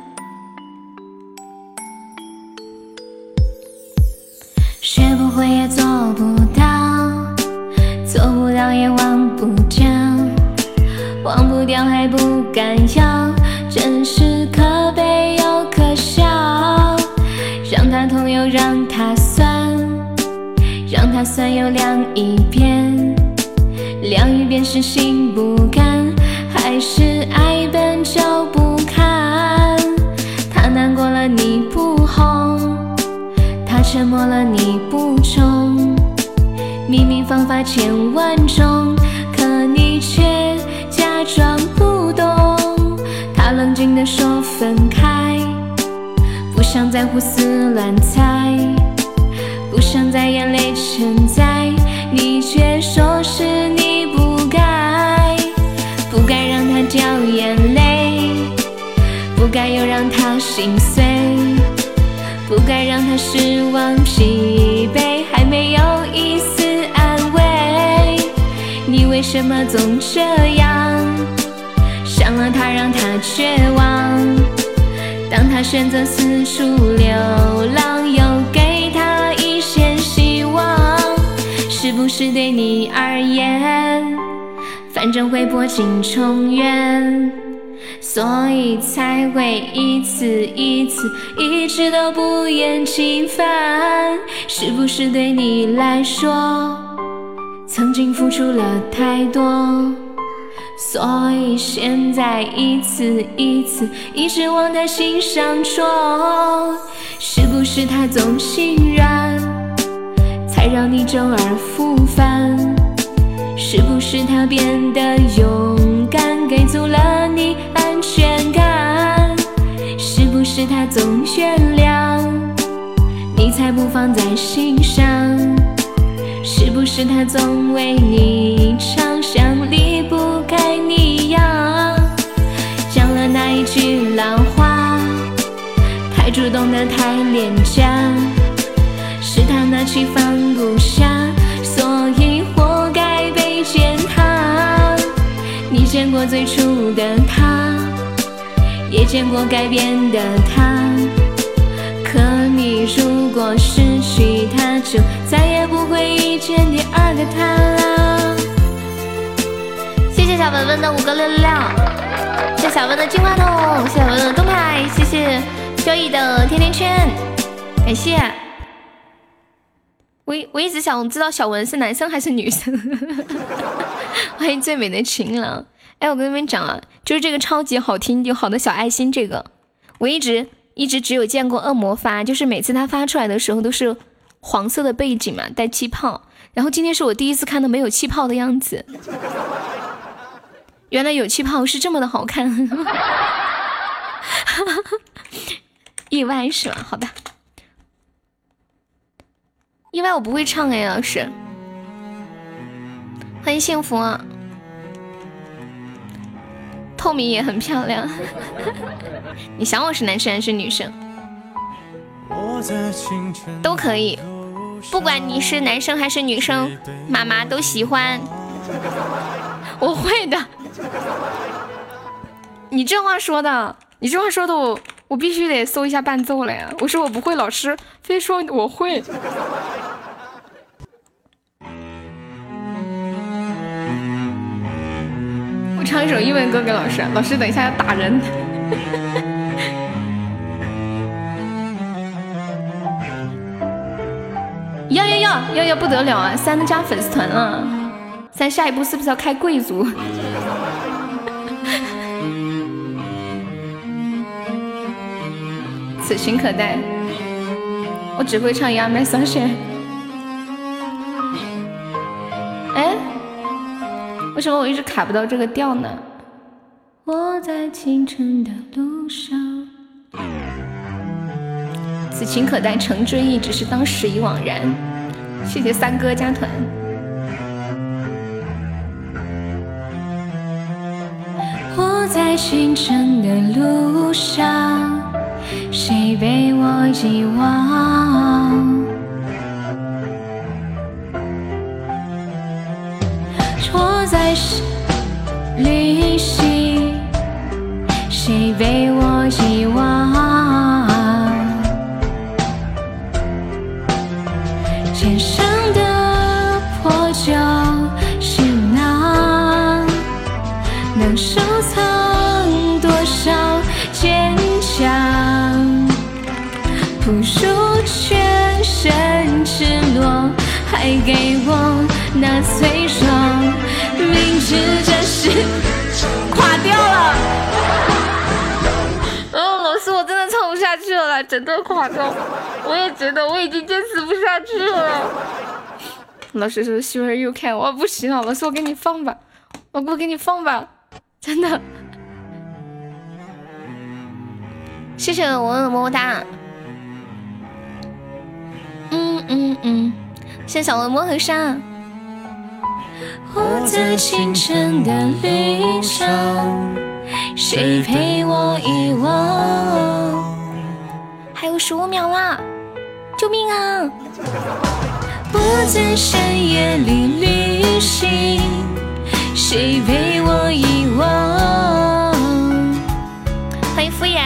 学不会也做不到，做不到也忘不掉，忘不掉还不敢要，真是可悲又可笑。让它痛又让它酸，让它酸又凉一遍，凉一遍是心不甘，还是爱本就不看。他难过了你不哄，他沉默了你不忠，明明方法千万种，可你却假装不懂。他冷静地说分开，不想再胡思乱猜，不想再眼泪成灾，你却说是你不该，不该让他掉眼泪，不该又让他心碎，不该让他失望疲惫。 么总这样？伤了他，让他绝望。当他选择四处流浪，又给他一线希望。是不是对你而言，反正会破镜重圆，所以才会一次一次一直都不厌其烦？是不是对你来说，曾经付出了太多，所以现在一次一次一直往他心上戳？是不是他总心软，才让你周而复返？是不是他变得勇敢，给足了你安全感？是不是他总原谅你，才不放在心上？是不是他总为你唱，像离不开你一样？讲了那一句老话，太主动的太廉价，是他拿起放不下，所以活该被践踏。你见过最初的他，也见过改变的他，可你如果失去他，就再也不会遇见第二个他了。谢谢小文文的五个六六六，谢谢小文的金话筒，谢谢小文的灯牌，谢谢飘逸的甜甜圈，感谢。我我一直想知道小文是男生还是女生。欢迎最美的情郎。哎，我跟你们讲啊，就是这个超级好听又好的小爱心，这个我一直一直只有见过恶魔发，就是每次他发出来的时候都是黄色的背景嘛，带气泡。然后今天是我第一次看到没有气泡的样子，原来有气泡是这么的好看。意外是吧？好的。意外我不会唱哎，老师。欢迎幸福啊！透明也很漂亮。你想我是男生还是女生？都可以，不管你是男生还是女生，妈妈都喜欢。我会的。你这话说的，你这话说的我，我必须得搜一下伴奏了呀！我说我不会，老师非说我会。我唱一首英文歌给老师，老师等一下要打人。要要要要要不得了啊！三加粉丝团了，三下一步是不是要开贵族？此情可待。我只会唱《牙买桑雪》。哎，为什么我一直卡不到这个调呢？我在清晨的路上，此情可待成追忆，只是当时已惘然。谢谢三哥加团。我在清晨的路上，谁被我遗忘？错在旅行，谁被我遗忘？肩上的破旧行囊，能收藏多少坚强？不如全身赤裸，还给我那脆弱。明知这是垮掉了。哦，老师，我真的唱不下去了，整个垮掉。我也觉得我已经坚持不下去了。老师说 Sure you can， 我不行了，老师我给你放吧，我不给你放吧，真的。谢谢我么么哒。嗯嗯嗯，谢谢小文摸和沙。我在清晨的路上，谁陪我遗忘？还有十五秒啦，救命啊！我在深夜里旅行， 谁被我遗忘？欢迎敷衍。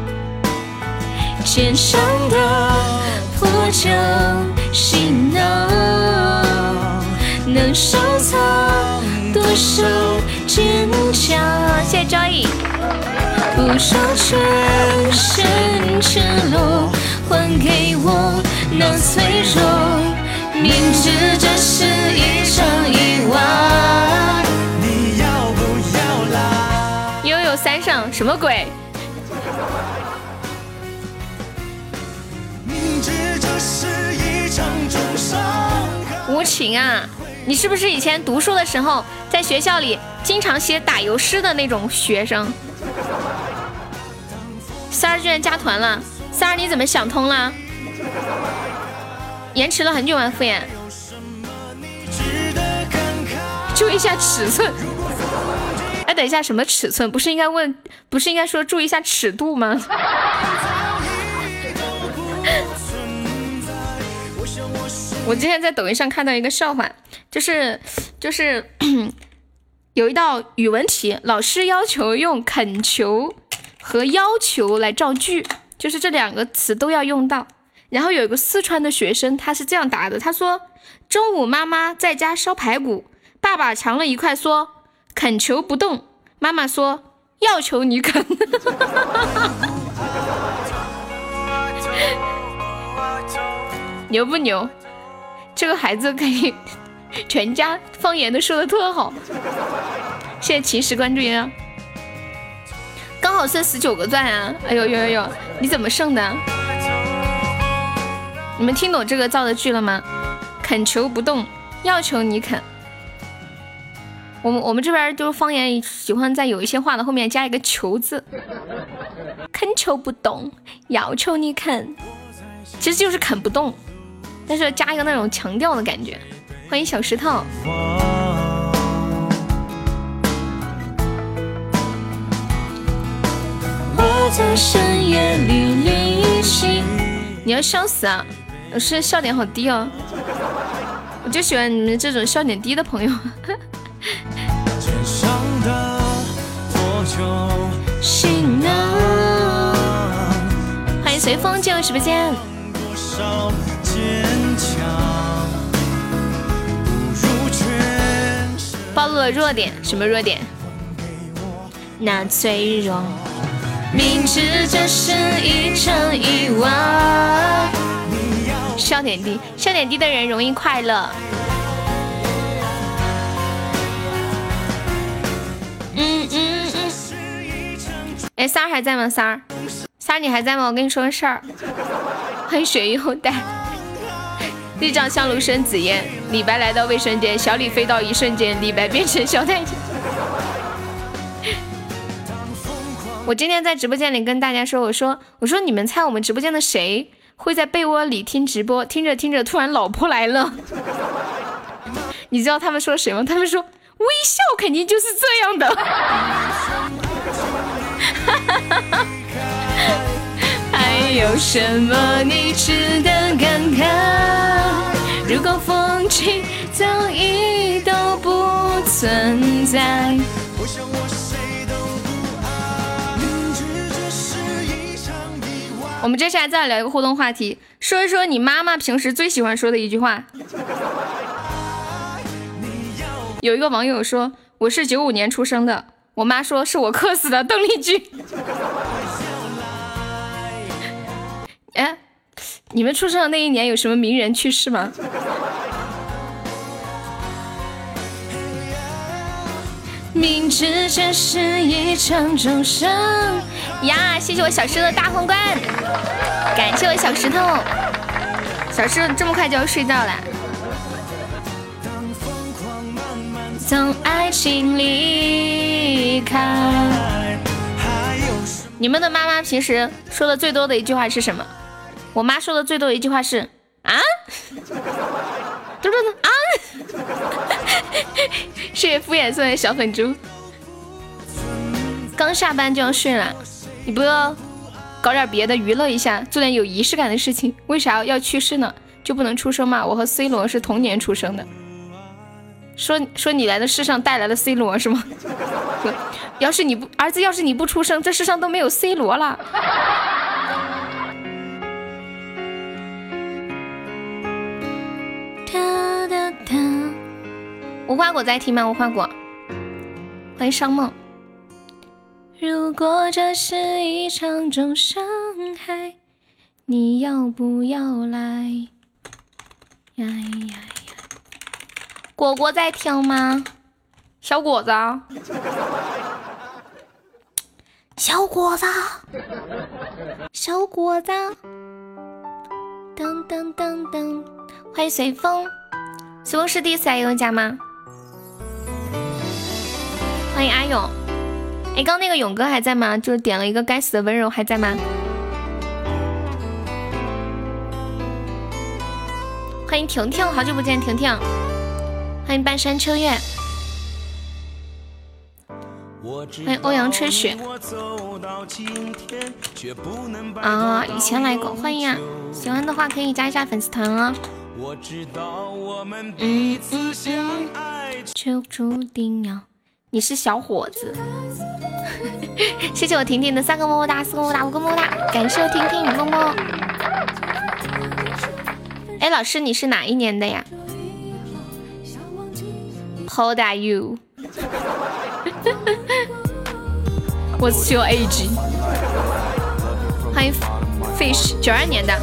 肩上的破旧行囊，能收藏多少坚强？谢谢 Joy。不说全身赤裸，还给我那脆弱，明知这是一场意外。你要不要啦？悠悠三上什么鬼？明知这是一场重伤。无情啊！你是不是以前读书的时候，在学校里经常写打油诗的那种学生？三儿居然加团了，三儿你怎么想通了？延迟了很久吗？敷衍，注意一下尺寸。哎，等一下，什么尺寸？不是应该问，不是应该说注意一下尺度吗？我今天在抖音上看到一个笑话，就是就是有一道语文题，老师要求用恳求和要求来造句，就是这两个词都要用到。然后有一个四川的学生，他是这样答的，他说中午妈妈在家烧排骨，爸爸尝了一块说恳求不动，妈妈说要求你啃。牛不牛？这个孩子可以全家方言都说的特好。谢谢秦时关注呀，刚好剩十九个钻啊！哎呦呦呦呦，你怎么剩的？你们听懂这个造的句了吗？恳求不动，要求你啃。我们我们这边就是方言喜欢在有一些话的后面加一个求字，恳求不动，要求你啃，其实就是啃不动，但是加一个那种强调的感觉。欢迎小石头。我在深夜里旅行。你要笑死啊！我是笑点好低哦，我就喜欢你们这种笑点低的朋友。欢迎随风进入直播间。暴露了弱点，什么弱点？那脆弱。明知这是一场意外。笑点低，笑点低的人容易快乐。嗯嗯嗯。哎，三儿还在吗？三儿，三儿你还在吗？我跟你说个事儿。欢迎雪域后代。日照香炉生紫烟，李白来到卫生间，小李飞到一瞬间，李白变成小太监。我今天在直播间里跟大家说，我说我说你们猜我们直播间的谁会在被窝里听直播，听着听着突然老婆来了。你知道他们说谁吗？他们说微笑肯定就是这样的。还有什么你值得感慨？如果风景早已都不存在。我们接下来再聊一个互动话题，说一说你妈妈平时最喜欢说的一句话。有一个网友说，我是九五年出生的，我妈说是我克死的邓丽君。哎，你们出生的那一年有什么名人去世吗？明知这是一场重伤呀！谢谢我小石头的大皇冠，感谢我小石头。小石头这么快就要睡觉了。从爱情离开。你们的妈妈平时说的最多的一句话是什么？我妈说的最多的一句话是啊，嘟嘟嘟啊。谢谢敷衍送的小粉猪。刚下班就要睡了，你不要搞点别的娱乐一下，做点有仪式感的事情。为啥要去世呢？就不能出生吗？我和 C 罗是同年出生的。 说说你来的世上带来了 C 罗是吗？要是你不儿子，要是你不出生，这世上都没有 C 罗了。哒哒哒，无花果在听吗？无花果，欢迎商梦。如果这是一场重伤害，你要不要来？呀呀呀！果果在听吗？小果子，小果子，小果子，噔噔噔噔！欢迎随风，随风是第一次来悠悠家吗？欢迎阿勇。哎，刚那个勇哥还在吗？就是点了一个该死的温柔，还在吗？欢迎婷婷，好久不见，婷婷。欢迎半山秋月。欢迎欧阳吹雪。啊，以前来过，欢迎啊！喜欢的话可以加一下粉丝团哦。嗯嗯嗯，就注定要。你是小伙子，谢谢我婷婷的三个么么哒，四个么么哒，五个么么哒，感谢我婷婷么么。哎，老师你是哪一年的呀 ？How old are you? What's your age? 欢迎 Fish 九二年的，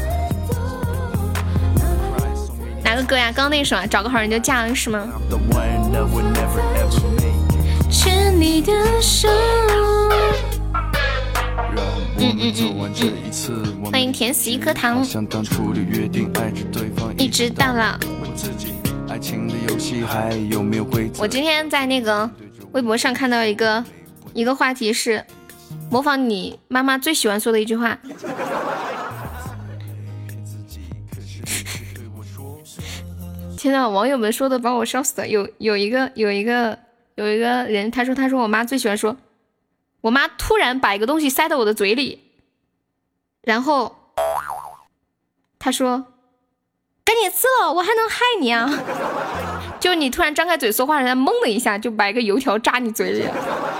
哪个歌呀？刚刚那首啊，找个好人就嫁了是吗？牵你的手，嗯嗯嗯嗯，欢迎甜死一颗糖，一直到了。我今天在那个微博上看到一个一个话题是模仿你妈妈最喜欢说的一句话。天呐，网友们说的把我笑死了。有有一个有一个。有一个人他说他说我妈最喜欢说，我妈突然把一个东西塞到我的嘴里，然后他说赶紧吃了，我还能害你啊。就你突然张开嘴说话，人家懵了一下就把一个油条扎你嘴里。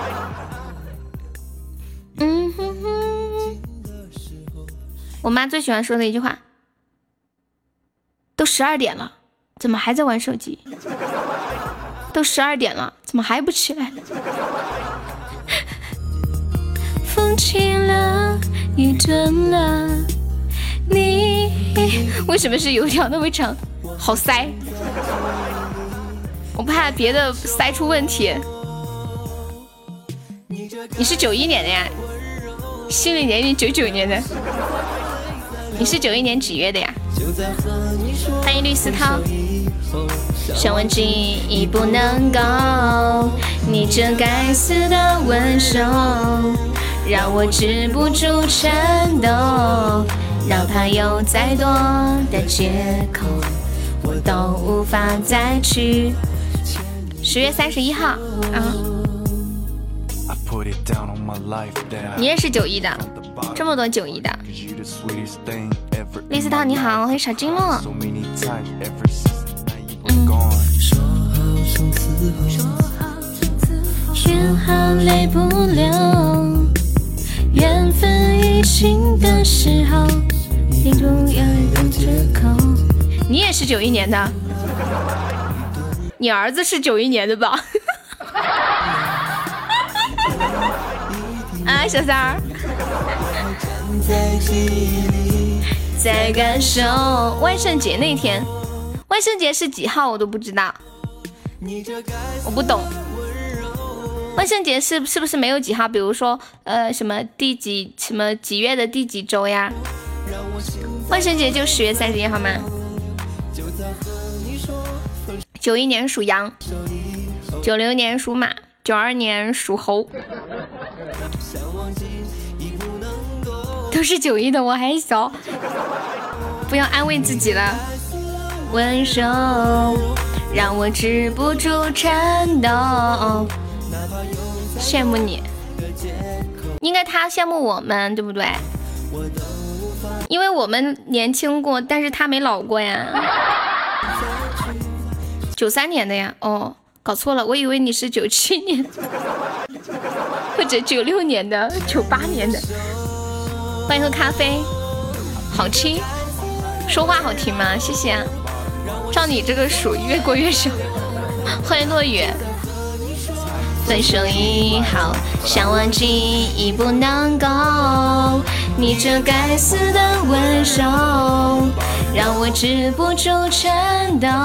嗯哼哼，我妈最喜欢说的一句话，都十二点了怎么还在玩手机，都十二点了怎么还不起来？风起了雨顿了，你为什么是油条那么长？好塞，我怕别的塞出问题。你是九一年的呀？心理年龄九九年的。你是九一年几月的呀？欢迎绿丝涛。想问记忆不能够，你这该死的温柔，让我止不住颤抖，哪怕有再多的借口，我都无法再去。十月三十一号啊，你也是九一的，这么多九一的。丽丝涛你好，欢迎小金乐。嗯，说好从此后，约好泪不流，缘分已尽的时候，你不要有借口。你也是九一年的，你儿子是九一年的吧？啊，小三儿，在感受万圣节那天。万圣节是几号我都不知道，我不懂。万圣节是是不是没有几号？比如说呃什么第几什么几月的第几周呀？万圣节就十月三十一号吗？九一年属羊，九六年属马，九二年属猴，都是九一的，我还小，不要安慰自己了。温柔让我止不住颤抖，羡慕你，应该他羡慕我们，对不对？因为我们年轻过，但是他没老过呀。 九三年的呀？哦，搞错了，我以为你是九七年，或者九六年的、九八年的。欢迎喝咖啡，好听，说话好听吗？谢谢啊。照你这个数，越过越少。欢迎落雨。分手以后，想忘记已不能够，你这该死的温柔，让我止不住颤抖。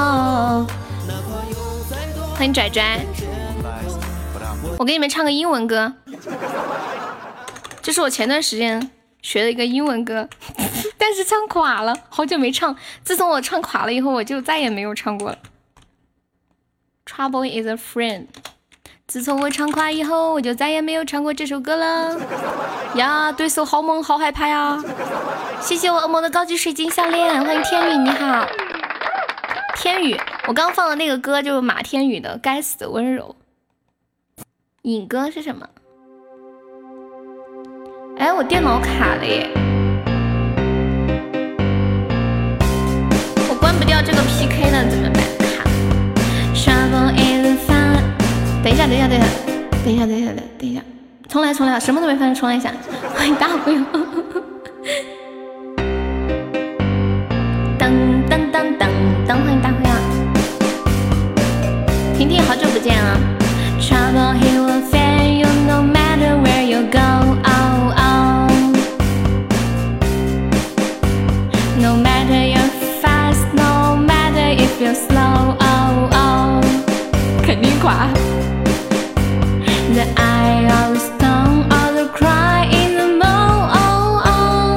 欢迎拽拽，我给你们唱个英文歌，这是我前段时间学的一个英文歌，但是唱垮了，好久没唱。自从我唱垮了以后，我就再也没有唱过了。Trouble is a friend。自从我唱垮以后，我就再也没有唱过这首歌了。呀，对手好猛，好害怕呀！谢谢我恶魔的高级水晶项链，欢迎天宇，你好。天宇，我刚放的那个歌就是马天宇的《该死的温柔》。影歌是什么？哎，我电脑卡了耶，我关不掉这个 P K 了，怎么办？卡。Trouble is fun。等一下，等一下，等一下，等一下，等一下，等一下，重来，重来，什么都没发生，重来一下。欢迎大忽悠。噔噔噔噔噔，欢迎大忽悠。婷婷，好久不见了。Trouble he will fail you no matter where you go. Oh oh. No matter you're fast, no matter if you're slow. Oh oh. 肯定垮。The eye of the stone or the cry in the moon. Oh oh.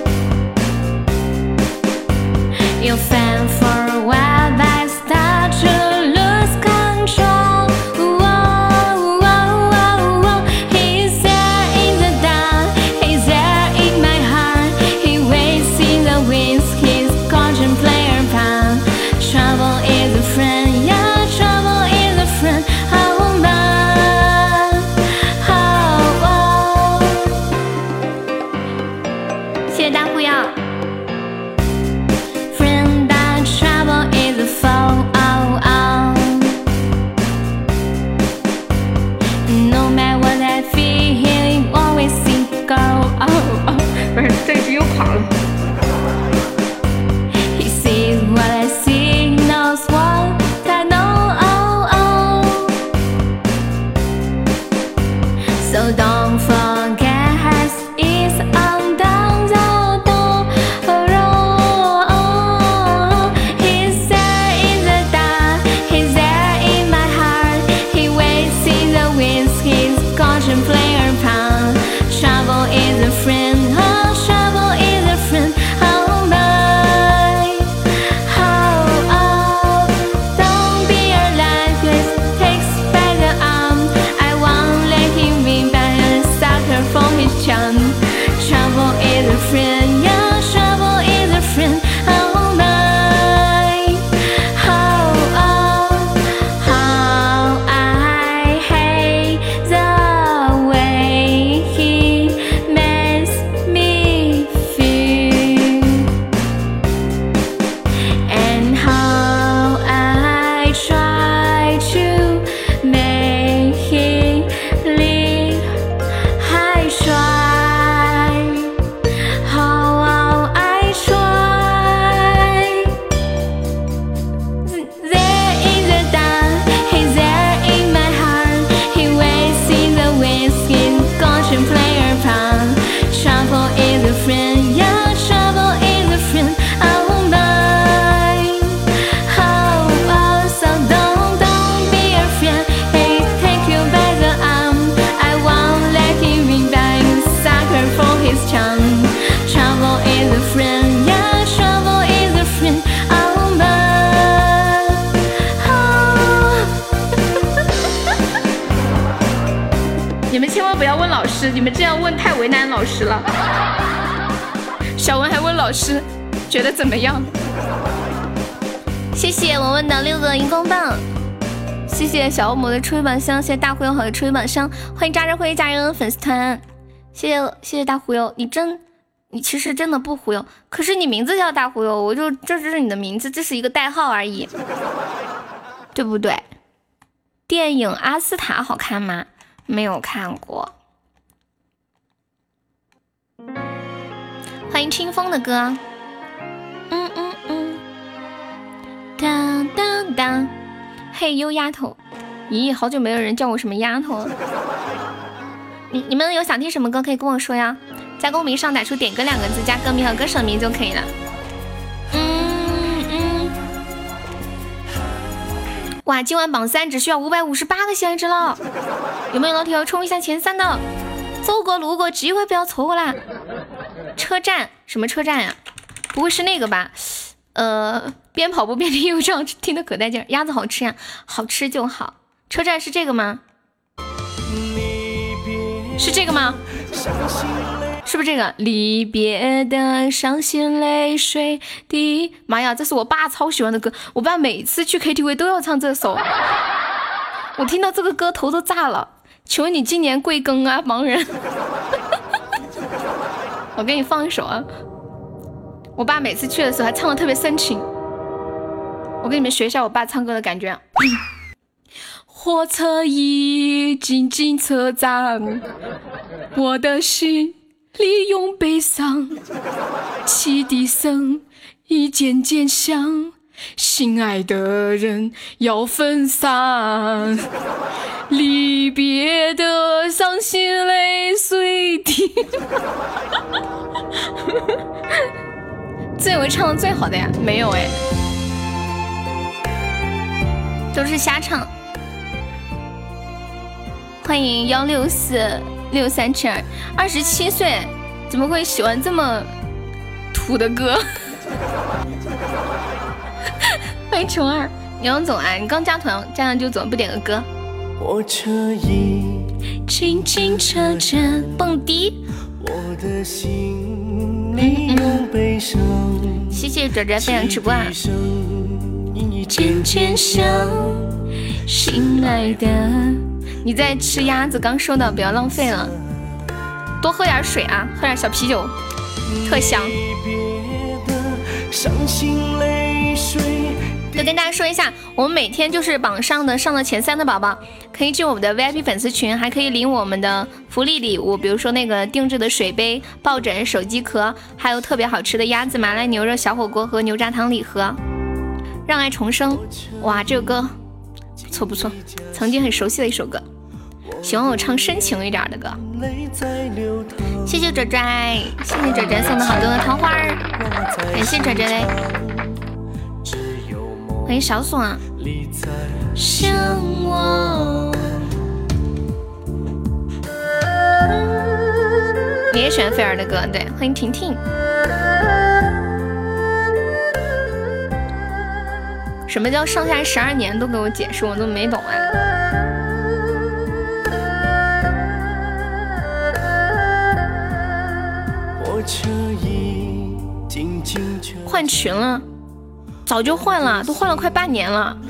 You fell for a while, but start to lose control. Whoa, whoa, whoa, whoa. He's there in the dark, he's there in my heart. He waits in the winds, he's contemplating upon. Trouble is a friend, yeah, trouble is a friend. Oh my. Friend, that trouble is a foe. Oh, oh. No matter what I feel, he always seems to go. Oh, oh. 不是，这句又垮了。He sees what I see, knows what I know. Oh, oh. So don't forget it's on down the door. He's there in the dark, he's there in my heart. He waits in the winds, he's contemplating upon. Trouble is a friend, oh, trouble is a friend. Oh my, oh, oh. Don't be alive, please take by the arm. I won't let him win by a sucker for his charm. Trouble is a friend, yeah, trouble is a friend. Oh my, oh, oh. How I hate the way he makes me feel, and how I try to make him leave. I try, how I try. There in the dark, he's there in my heart. He waits in the winds, he's contemplating upon. Trouble is a friend, yeah, trouble is a friend. Oh my, oh, oh. So don't, don't be afraid. He take you by the arm. I won't let him win by sucker for his charm. Trouble is a friend, yeah, trouble is a friend. Oh my, oh. 你们千万不要问老师，你们这样问太为难老师了。小文还问老师觉得怎么样？谢谢文文的六个荧光棒，谢谢小恶魔的初一榜箱，谢谢大忽悠好的初一榜箱，欢迎扎着灰加入粉丝团，谢谢谢谢大忽悠，你真你其实真的不忽悠，可是你名字叫大忽悠，我就这就是你的名字，这是一个代号而已。 对不对？电影《阿斯塔》好看吗？没有看过。欢迎清风的歌。嗯嗯嗯。当当当。嘿，优丫头。咦，好久没有人叫我什么丫头了。你你们有想听什么歌可以跟我说呀？在公屏上打出点歌两个字，加歌名和歌手名就可以了。嗯嗯。哇，今晚榜三只需要五百五十八个喜爱值了，有没有老铁要冲一下前三的？走过路过机会不要错过啦！车站什么车站呀？不会是那个吧？呃，边跑步边听又这样听得可带劲儿。鸭子好吃呀，好吃就好。车站是这个吗？是这个吗？是不是这个？离别的伤心泪水滴。妈呀，这是我爸超喜欢的歌，我爸每次去 K T V 都要唱这首。我听到这个歌头都炸了。请问你今年贵庚啊，盲人？我给你放一首啊。我爸每次去的时候还唱的特别深情。我给你们学一下我爸唱歌的感觉。火车已经进车站，我的心里涌悲伤，汽笛声已渐渐响，心爱的人要分散，离别的伤心泪水滴。这有唱的最好的呀？没有哎，都是瞎唱。欢迎幺六四六三七二，二十七岁，怎么会喜欢这么土的歌？欢迎虫儿，你要走啊？你刚加团，加上就走，不点个歌？我车已进进车站，蹦迪。我的心里有悲伤。谢谢拽拽分享直播啊！渐渐想，心爱的。你在吃鸭子，刚说的，不要浪费了，多喝点水啊，喝点小啤酒，特香。就跟大家说一下，我们每天就是榜上的上了前三的宝宝，可以进我们的 V I P 粉丝群，还可以领我们的福利礼物，比如说那个定制的水杯、抱枕、手机壳，还有特别好吃的鸭子麻辣牛肉小火锅和牛轧糖礼盒。让爱重生，哇，这首歌不错不错，曾经很熟悉的一首歌。喜欢我唱深情一点的歌。谢谢拽拽，谢谢拽拽送的好多的桃花儿，感谢拽拽嘞。欢迎小爽。想我。你也喜欢菲儿的歌，对，欢迎婷婷。什么叫上下十二年都给我解释，我都没懂啊。换群了，早就换了，都换了快半年了。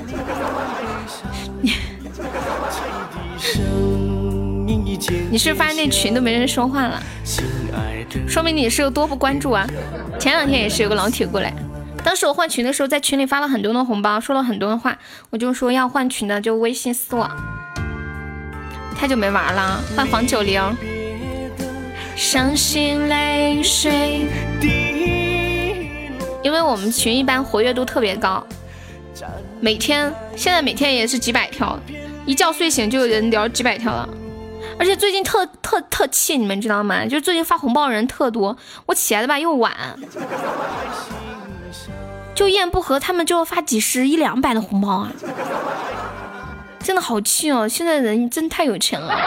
你是发现那群都没人说话了，说明你是有多不关注啊。前两天也是有个老铁过来，当时我换群的时候，在群里发了很多的红包，说了很多的话，我就说要换群的就微信私我。太久没玩了，换黄九龄。伤心泪水，因为我们群一般活跃度特别高，每天现在每天也是几百条，一觉睡醒就有人聊几百条了。而且最近特特特气，你们知道吗？就是最近发红包的人特多，我起来的吧又晚，就一言不合他们就要发几十一两百的红包啊，真的好气哦！现在人真太有钱了。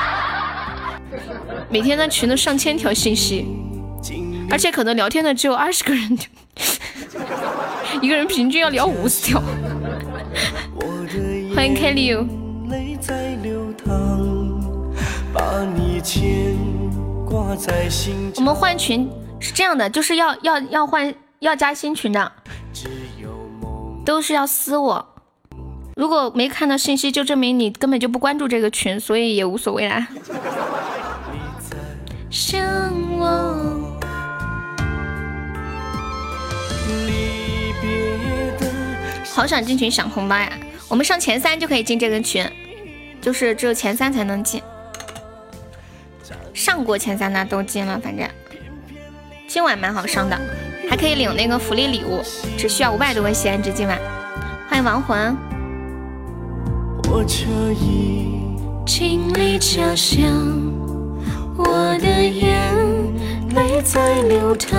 每天在群的上千条信息，而且可能聊天的只有二十个人，一个人平均要聊五十条。欢迎 Kelly， 我们换群是这样的，就是要要要换要加新群的，都是要私我。如果没看到信息，就证明你根本就不关注这个群，所以也无所谓啦。想我，好想进群抢红包呀！ 我们上前三就可以进这个群，就是只有前三才能进，上过前三的都进了。反正今晚蛮好上的，还可以领那个福利礼物，只需要五百多个喜爱值。今晚欢迎亡魂。我这一经历家乡，我的眼泪在流淌。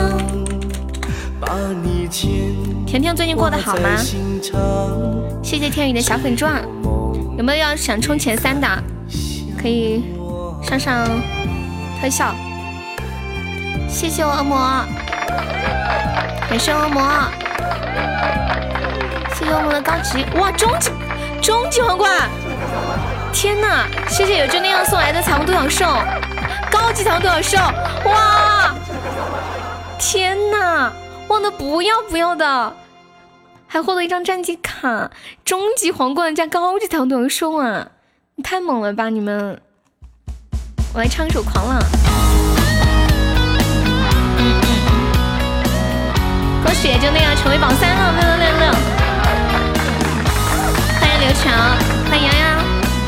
甜甜最近过得好吗？谢谢天宇的小粉钻，有没有要想冲前三的？可以上上特效。谢谢我恶魔，感谢恶魔，谢谢我们的高级，哇，终极终极皇冠！天哪，谢谢有就那样送来的彩虹独角兽，高级彩虹独角兽，哇！天哪！忘的不要不要的，还获得一张战绩卡，终极皇冠加高级彩虹独角兽啊！你太猛了吧你们！我来唱一首《狂浪》。嗯嗯，恭喜就那样成为榜三了，六六六六！欢迎刘强，欢迎洋洋。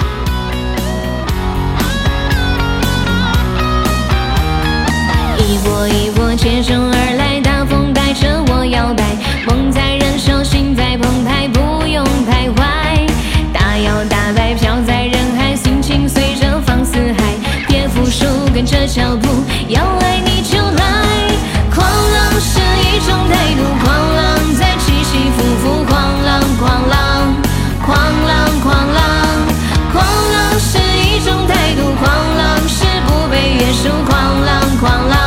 一波一波接踵而来，大风带着我摇摆，梦在燃烧，心在澎湃，不用徘徊。大摇大摆飘在人海，心情随着放肆嗨，别服输，跟着脚步，要来你就来。狂浪是一种态度，狂浪在起起伏伏，狂浪狂浪狂浪狂浪，狂浪是一种态度，狂浪是不被约束，狂浪狂浪。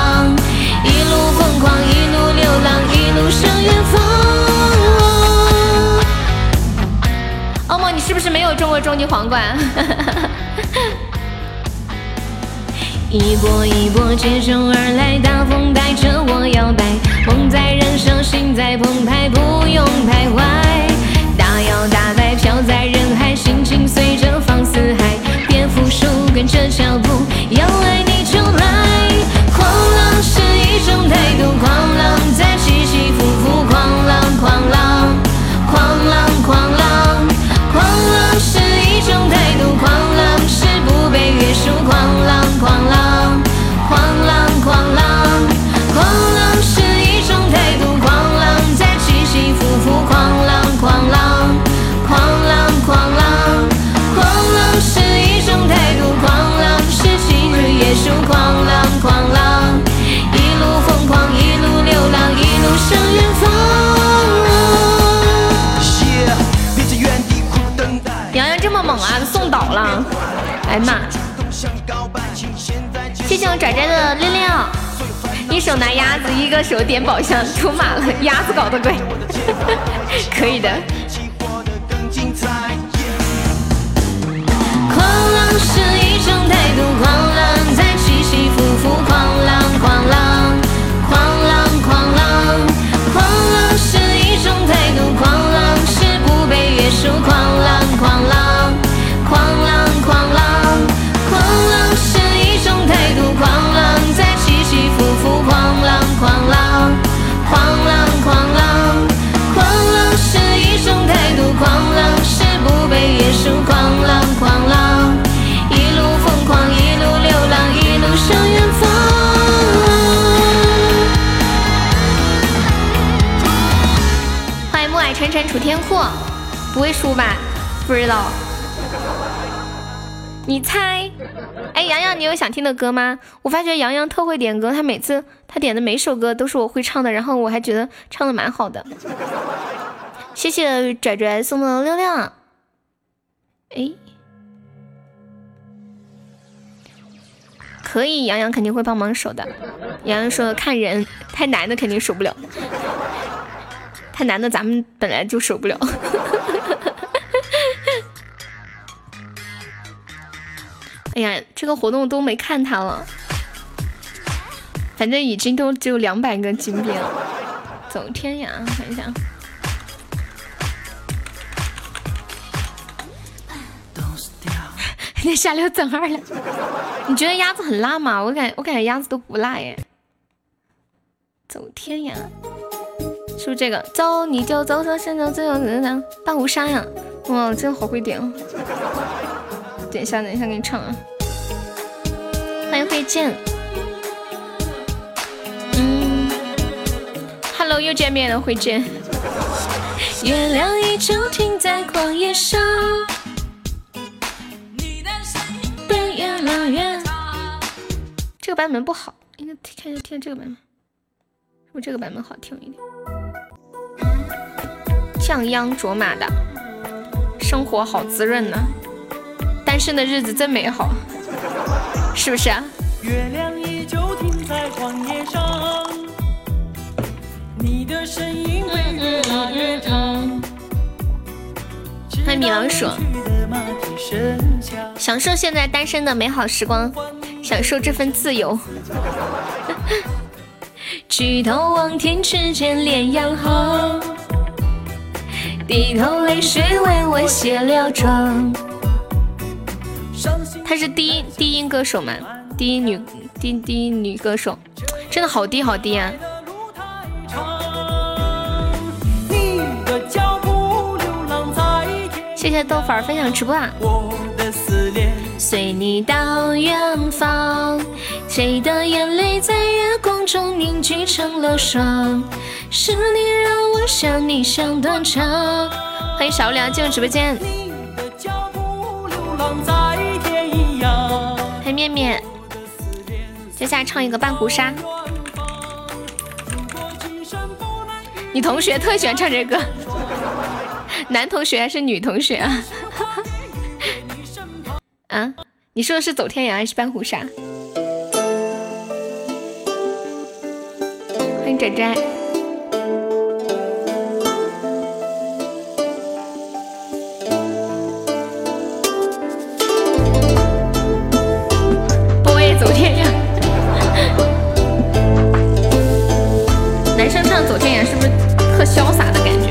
欧梦，你是不是没有中过终极皇冠？一波一波接踵而来，大风带着我摇摆，梦在燃烧，心在澎湃，不用徘徊。大摇大摆飘在人海，心情随着放肆嗨，别服输，跟着脚步，要来你就来。狂浪是一种态度，狂浪在起起伏伏，狂浪狂浪狂浪狂浪，狂浪是一种态度，狂浪是不被约束，狂浪狂浪狂浪狂浪，狂浪是一种态度，狂浪在起起伏伏，狂浪狂浪狂浪狂浪，狂浪是一种态度，狂浪是情侣约束，狂浪狂浪，一路疯狂，一路流浪，一路向远方。洋洋这么猛啊，送倒了！哎呀妈！谢谢我拽拽的六六，一手拿鸭子，一个手点宝箱，出马了，鸭子搞得贵，可以的。狂浪是一种态度，狂浪在起起伏伏，狂浪狂浪狂浪狂浪，狂浪是一种态度，狂浪是不被约束，狂浪狂浪狂浪狂浪，狂浪是一种态度，狂浪在起起伏伏，狂浪狂浪狂浪狂浪，狂浪是一种态度，狂浪是不被约束，狂浪狂浪，一路疯狂，一路流浪，一路向远方。欢迎暮霭沉沉楚天阔，不会输吧？不知道，你猜？哎，洋洋，你有想听的歌吗？我发觉洋洋特会点歌，他每次他点的每首歌都是我会唱的，然后我还觉得唱的蛮好的。谢谢拽拽送的六六。哎，可以，洋洋肯定会帮忙守的。洋洋说看人，太难的肯定守不了，太难的咱们本来就守不了。哎呀，这个活动都没看他了，反正已经都只有两百个金币了。走天涯，看一下。那下六整二了。你觉得鸭子很辣吗？我感我感觉鸭子都不辣耶。走天涯，是不是这个？走你就走，说伸手最后只能大湖山呀。 哇，真好会点哦！点一下，等一下给你唱啊！欢迎慧见，嗯 ，Hello， 又见面了，慧见。月亮依旧停在旷野上，边越拉越。这个版本不好，应该看一下听这个版本，是不是这个版本好听一点？降央卓玛的，生活好滋润呢、啊，单身的日子真美好，是不是啊？月亮依旧停在旷野上，你的身影被越拉越长。欢迎米老鼠，享受现在单身的美好时光，享受这份自由。举头望天，只见烈阳红，低头泪水为我卸了妆。她是低低音歌手吗？低音女低低音女歌手，真的好低好低啊！谢谢豆粉分享直播啊！随你到远方，谁的眼泪在月光中凝聚成了霜？是你让我想你想断肠。欢迎小无聊进入直播间。欢迎面面，接下来唱一个《半壶纱》。你同学特喜欢唱这歌，男同学还是女同学啊？啊，你说的是走天涯还是半壶纱？欢迎仔仔。波也走天涯。男生唱走天涯是不是特潇洒的感觉？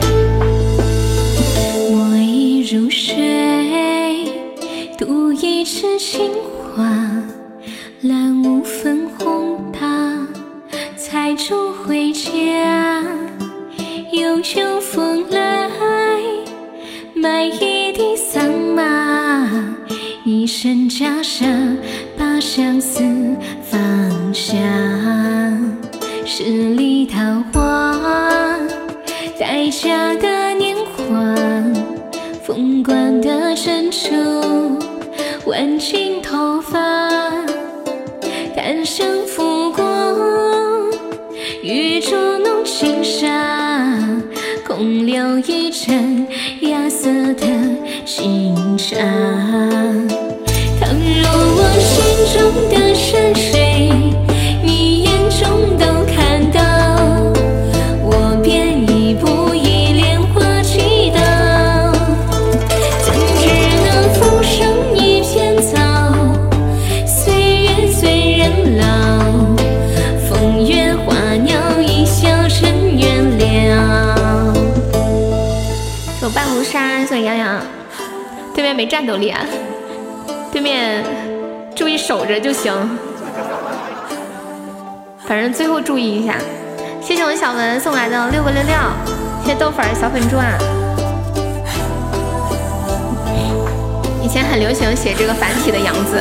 我已入睡，独一枝情花，蓝雾粉红塔，彩烛回家，悠悠风来，买一地桑麻，一身袈裟，把相思放下，十里桃花，待嫁的年华，凤冠的珍珠，挽进头发，单生浮光，玉镯弄轻纱，空留一盏芽色的清茶。倘若我心中的山水，你眼中都看到，我便一步一莲花祈祷。怎知那浮生一片草，岁月催人老，风月花鸟一笑尘缘了。手半壶纱送洋洋，对面没战斗力啊，对面注意守着就行，反正最后注意一下。谢谢我小文送来的六个六六，谢谢豆粉小粉猪啊。以前很流行写这个繁体的洋字。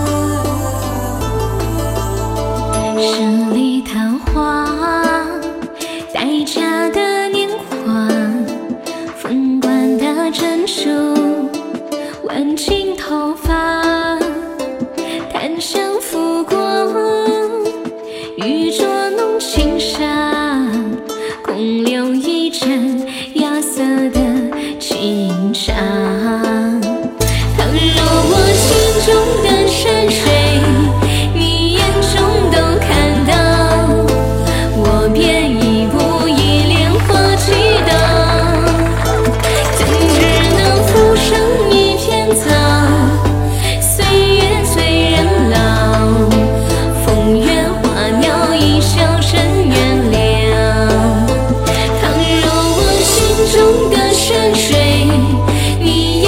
十里桃花，待嫁的年华，凤冠的珍珠，挽进头发，檀香浮光，玉镯弄轻纱，空留一盏芽色的清茶。倘若我心中的山水，你眼中都看到，我便一步一莲花祈祷。怎知那浮生一片草，岁月催人老，风月花鸟一笑尘缘了。倘若我心中的山水，你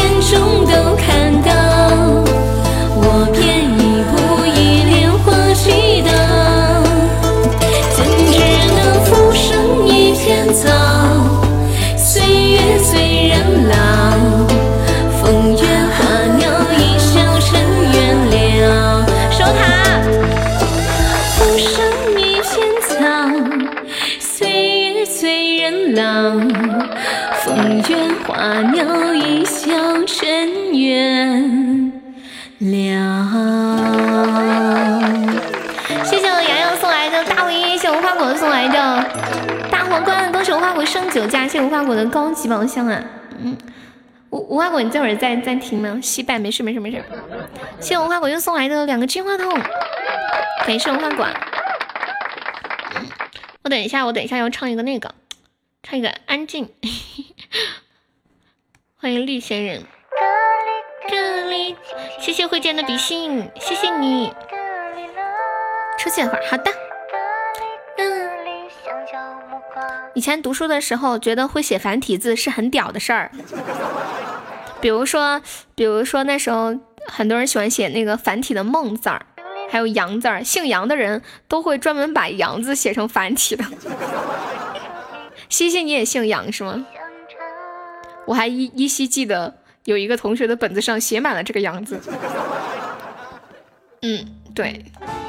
笑尘缘了。谢谢我洋洋送来的大 V， 谢谢无花果送来的大皇冠，恭喜无花果升九价，谢谢无花果的高级宝箱啊！嗯，无无花果，你这会儿在在听吗？惜败，没事没事没事。谢谢无花果又送来的两个金话筒，感谢无花果。我等一下，我等一下要唱一个那个，唱一个安静。欢迎绿仙人，谢谢慧见的比心，谢谢你。出去一会儿，好的。嗯，以前读书的时候，觉得会写繁体字是很屌的事儿。比如说，比如说那时候很多人喜欢写那个繁体的梦字儿，还有杨字儿，姓杨的人都会专门把杨字写成繁体的。西西，你也姓杨是吗？我还依依稀记得有一个同学的本子上写满了这个杨字。嗯，对。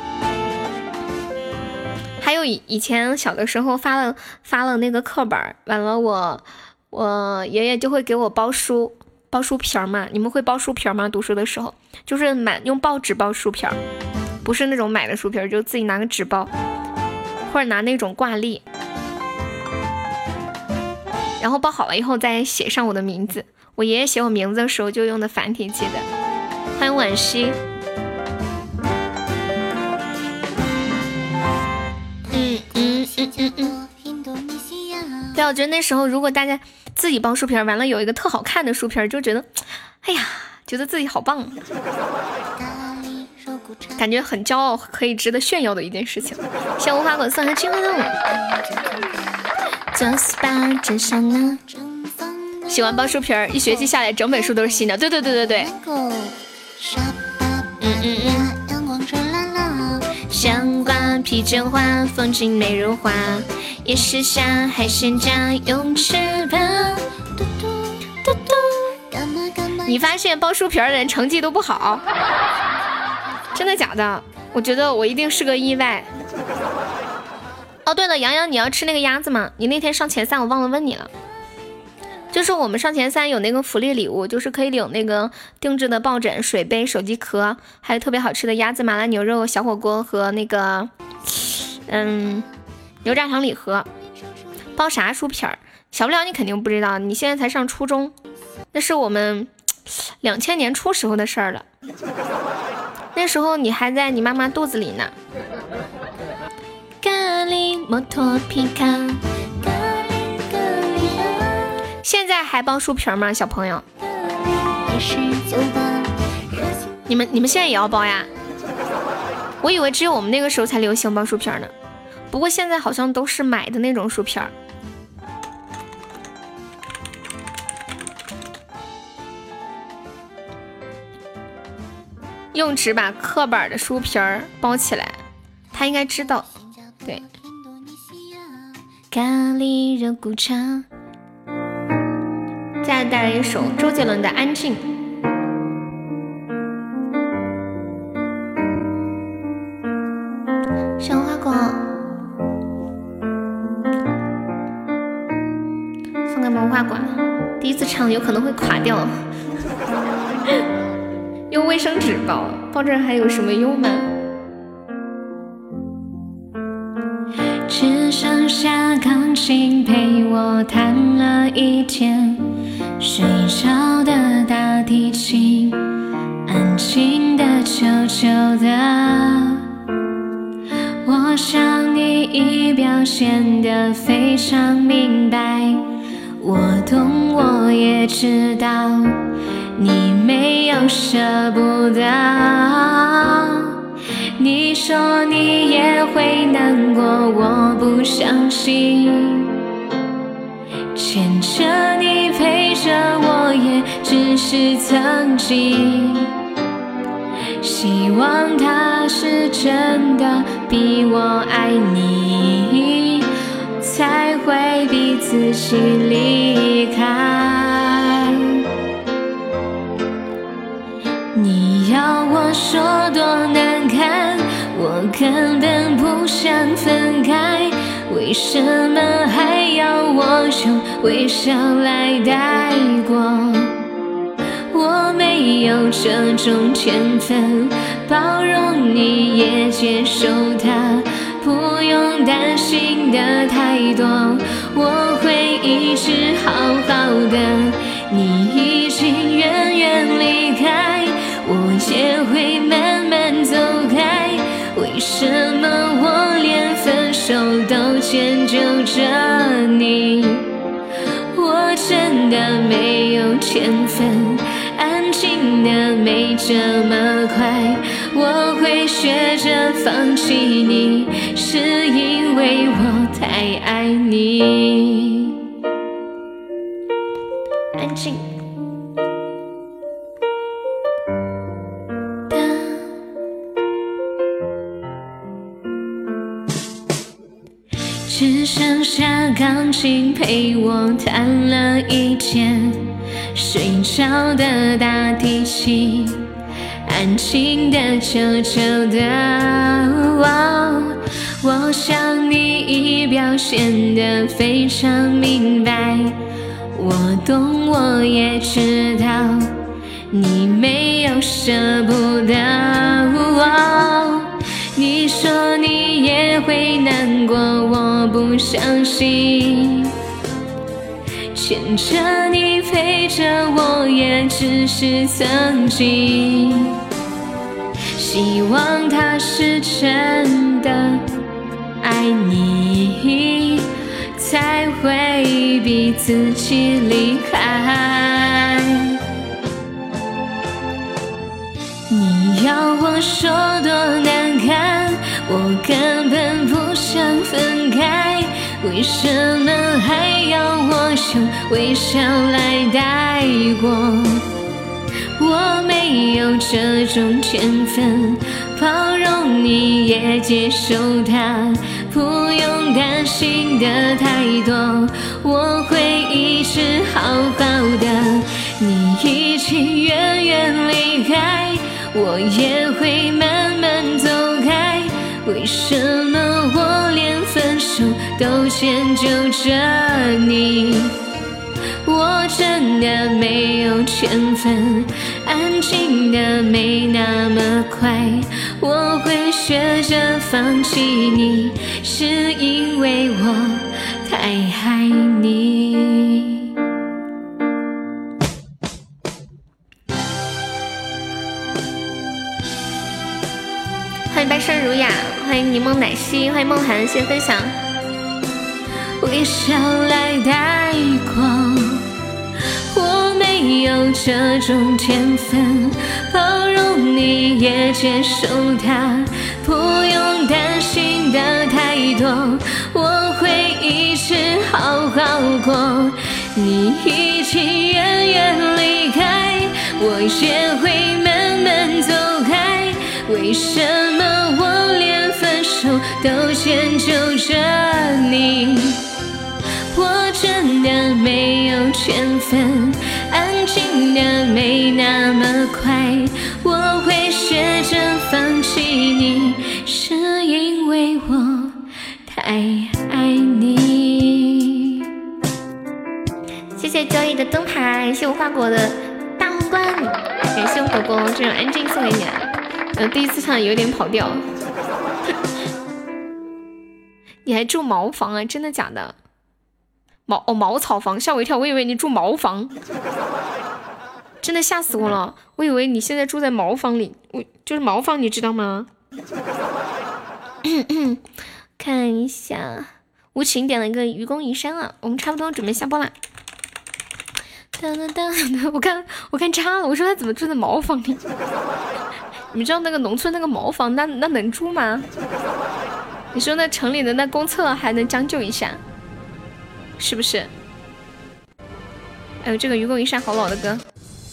还有以以前小的时候发了发了那个课本，完了我我爷爷就会给我包书包书皮儿嘛。你们会包书皮儿吗？读书的时候就是买用报纸包书皮儿，不是那种买的书皮儿，就自己拿个纸包，或者拿那种挂历，然后包好了以后再写上我的名字。我爷爷写我名字的时候就用的繁体记的。欢迎惋惜。嗯嗯嗯嗯嗯。对，我觉得那时候如果大家自己包书皮儿，完了有一个特好看的书皮儿，就觉得，哎呀，觉得自己好棒，感觉很骄傲，可以值得炫耀的一件事情。像无花果送的金话筒。做 S P A 真上呢。喜欢包书皮儿，一学期下来整本书都是新的。对对对对对。嗯嗯嗯。香瓜披着花，风景美如画。也是下海鲜家用翅膀。嘟嘟嘟嘟。你发现包书皮儿的人成绩都不好？真的假的？我觉得我一定是个意外。哦，对了，洋洋，你要吃那个鸭子吗？你那天上前三，我忘了问你了。就是我们上前三有那个福利礼物，就是可以领那个定制的抱枕、水杯、手机壳，还有特别好吃的鸭子麻辣牛肉小火锅和那个嗯牛轧糖礼盒。包啥书皮儿？小不了你肯定不知道，你现在才上初中，那是我们两千年初时候的事儿了。那时候你还在你妈妈肚子里呢。咖喱摩托皮卡。现在还包书皮吗，小朋友？你们你们现在也要包呀？我以为只有我们那个时候才流行包书皮呢。不过现在好像都是买的那种书皮。用纸把课本的书皮包起来，他应该知道。对。咖喱肉骨茶。再带来一首周杰伦的《安静》。小花果，送给无花果。第一次唱有可能会垮掉。用卫生纸包，包这还有什么用吗？只剩下钢琴陪我弹了一天。睡着的大提琴，安静的悄悄的。我想你已表现得非常明白，我懂我也知道，你没有舍不得。你说你也会难过，我不相信。牵着你陪着我也只是曾经，希望他是真的比我爱你，才会逼自己离开。你要我说多难堪，我根本不想分开，为什么还要我用微笑来带过？ 没有这种天分，包容你也接受它，不用担心的太多，我会一直好好的。你已经远远离开，我也会慢慢走开，为什么我连分手都迁就着你？我真的没有天分，安静的没这么快，我会学着放弃你，是因为我太爱你。安静的，只剩下钢琴陪我弹了一天，睡着的大提琴，安静的久久的、哦、我想你已表现得非常明白，我懂我也知道你没有舍不得、哦、你说你也会难过，我不相信，牵着你陪着我也只是曾经，希望他是真的爱你，才会逼自己离开。你要我说多难堪，我根本不想分开，为什么还要我用微笑来带过？我没有这种天分，包容你也接受它，不用担心的太多，我会一直好好的。你已经远远离开，我也会慢慢走开，为什么我连分手都迁就着你？我真的没有天分，安静的没那么快，我会学着放弃你，是因为我太爱你。欢迎半生如雅，欢迎柠檬奶昔，欢迎梦涵，谢谢分享。微笑来带过，我没有这种天分，包容你也接受它，不用担心的太多，我会一直好好过。你已经远远离开，我也会慢慢走开，为什么我连分手都迁就着你？我真的没有天分，安静的没那么快，我会学着放弃你，是因为我太爱你。谢谢交易的灯牌，谢谢无花果的大皇冠，感谢我狗狗这种安静送给你。呃，第一次唱有点跑调。你还住茅房啊？真的假的？茅哦茅草房，吓我一跳，我以为你住茅房，真的吓死我了，我以为你现在住在茅房里，我就是茅房，你知道吗？看一下，无情点了一个愚公移山啊，我们差不多准备下播啦。当当当，我看我看差了，我说他怎么住在茅房里？你们知道那个农村那个茅房，那那能住吗？你说那城里的那公厕还能将就一下？是不是？哎呦，这个愚公移山好老的歌。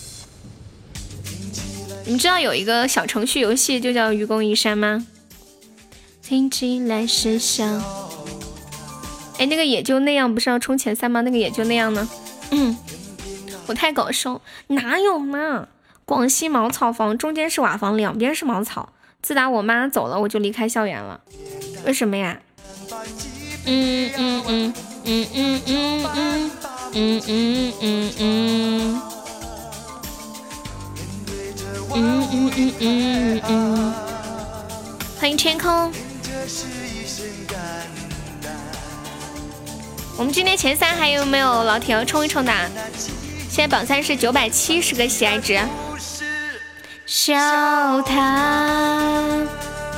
你们知道有一个小程序游戏就叫愚公移山吗？听起来是像……哎，那个也就那样，不是要冲前三吗？那个也就那样呢。嗯，我太搞笑，哪有嘛？广西茅草房中间是瓦房，两边是茅草。自打我妈走了，我就离开校园了。为什么呀？嗯嗯嗯。嗯嗯嗯嗯嗯嗯嗯嗯， 嗯嗯嗯嗯嗯，欢迎天空。我们今天前三还有没有老铁要冲一冲的？现在榜三是九百七十个喜爱值。笑谈，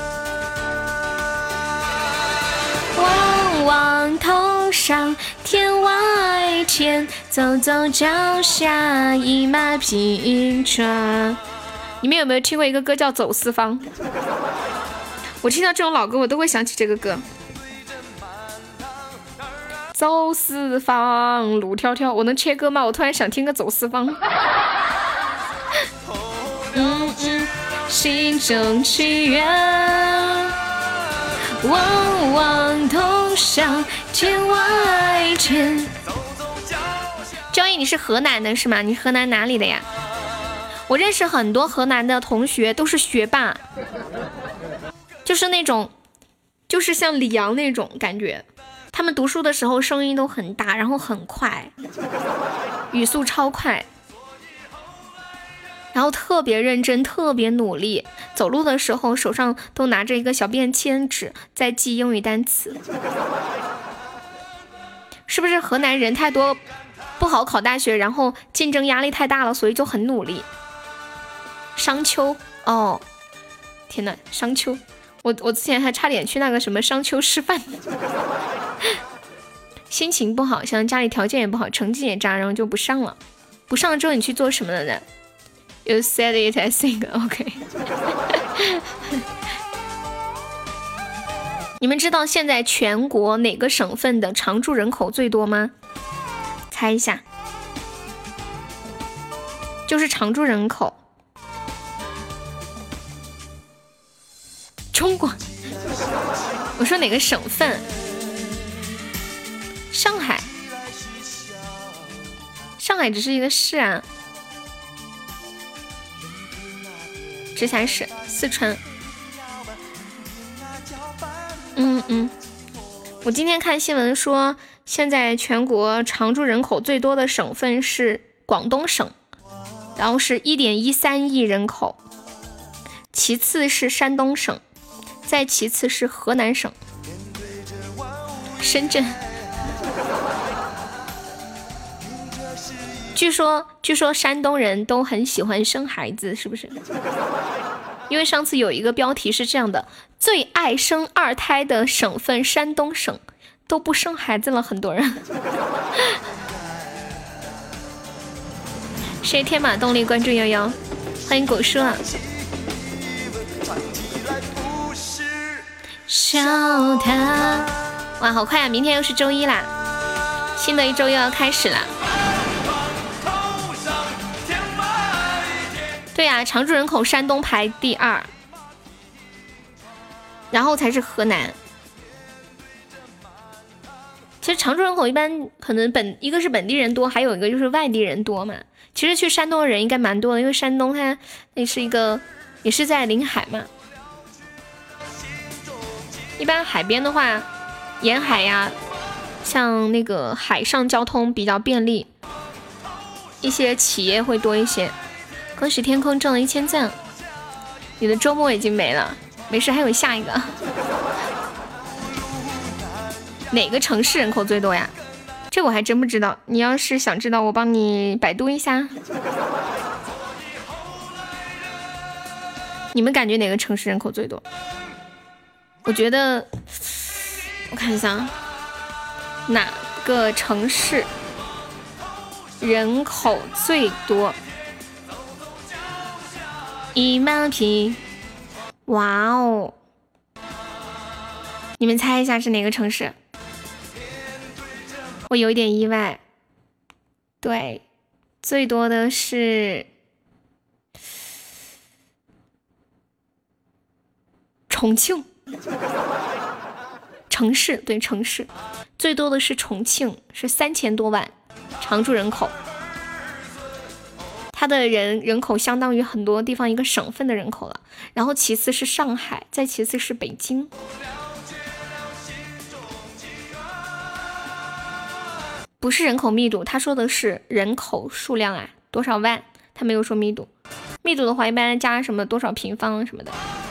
望望头上天外天，走走脚下一马平川。你们有没有听过一个歌叫《走四方》？我听到这种老歌，我都会想起这个歌。走四方，路迢迢。我能切歌吗？我突然想听个走四方。嗯嗯，心中祈愿，望望头上天外天。交易，你是河南的是吗？你河南哪里的呀？我认识很多河南的同学，都是学霸，就是那种，就是像李阳那种感觉。他们读书的时候声音都很大，然后很快，语速超快，然后特别认真，特别努力。走路的时候手上都拿着一个小便签纸，在记英语单词。是不是河南人太多，不好考大学，然后竞争压力太大了，所以就很努力？商丘，哦，天哪，商丘，我我之前还差点去那个什么商丘师范。心情不好，像家里条件也不好，成绩也渣，然后就不上了。不上了之后你去做什么了呢？ You said it, I think. OK 。你们知道现在全国哪个省份的常住人口最多吗？猜一下。就是常住人口。中国。我说哪个省份？上海，上海只是一个市啊。直辖市，四川。嗯嗯，我今天看新闻说，现在全国常住人口最多的省份是广东省，然后是 一点一三亿人口，其次是山东省，再其次是河南省，深圳。据说据说山东人都很喜欢生孩子，是不是？因为上次有一个标题是这样的，最爱生二胎的省份山东省，都不生孩子了，很多人。谢谢天马动力关注悠悠，欢迎果叔啊。笑他，哇，好快啊！明天又是周一啦，新的一周又要开始了。对呀、啊，常住人口山东排第二，然后才是河南。其实常住人口一般可能本一个是本地人多，还有一个就是外地人多嘛。其实去山东的人应该蛮多的，因为山东它那是一个也是在临海嘛。一般海边的话，沿海呀，像那个海上交通比较便利，一些企业会多一些。恭喜天空中了一千赞，你的周末已经没了，没事，还有下一个。哪个城市人口最多呀？这我还真不知道，你要是想知道，我帮你百度一下。你们感觉哪个城市人口最多？我觉得，我看一下，哪个城市人口最多？一马平，哇哦！你们猜一下是哪个城市？我有一点意外，对，最多的是重庆。城市，对，城市最多的是重庆，是三千多万常住人口。它的人人口相当于很多地方一个省份的人口了，然后其次是上海，再其次是北京。不是人口密度，他说的是人口数量啊，多少万，他没有说密度。 密度的话，一般加什么多少平方什么的。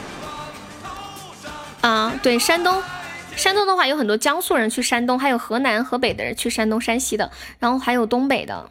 啊，对，山东，山东的话有很多江苏人去山东，还有河南、河北的人去山东、山西的，然后还有东北的。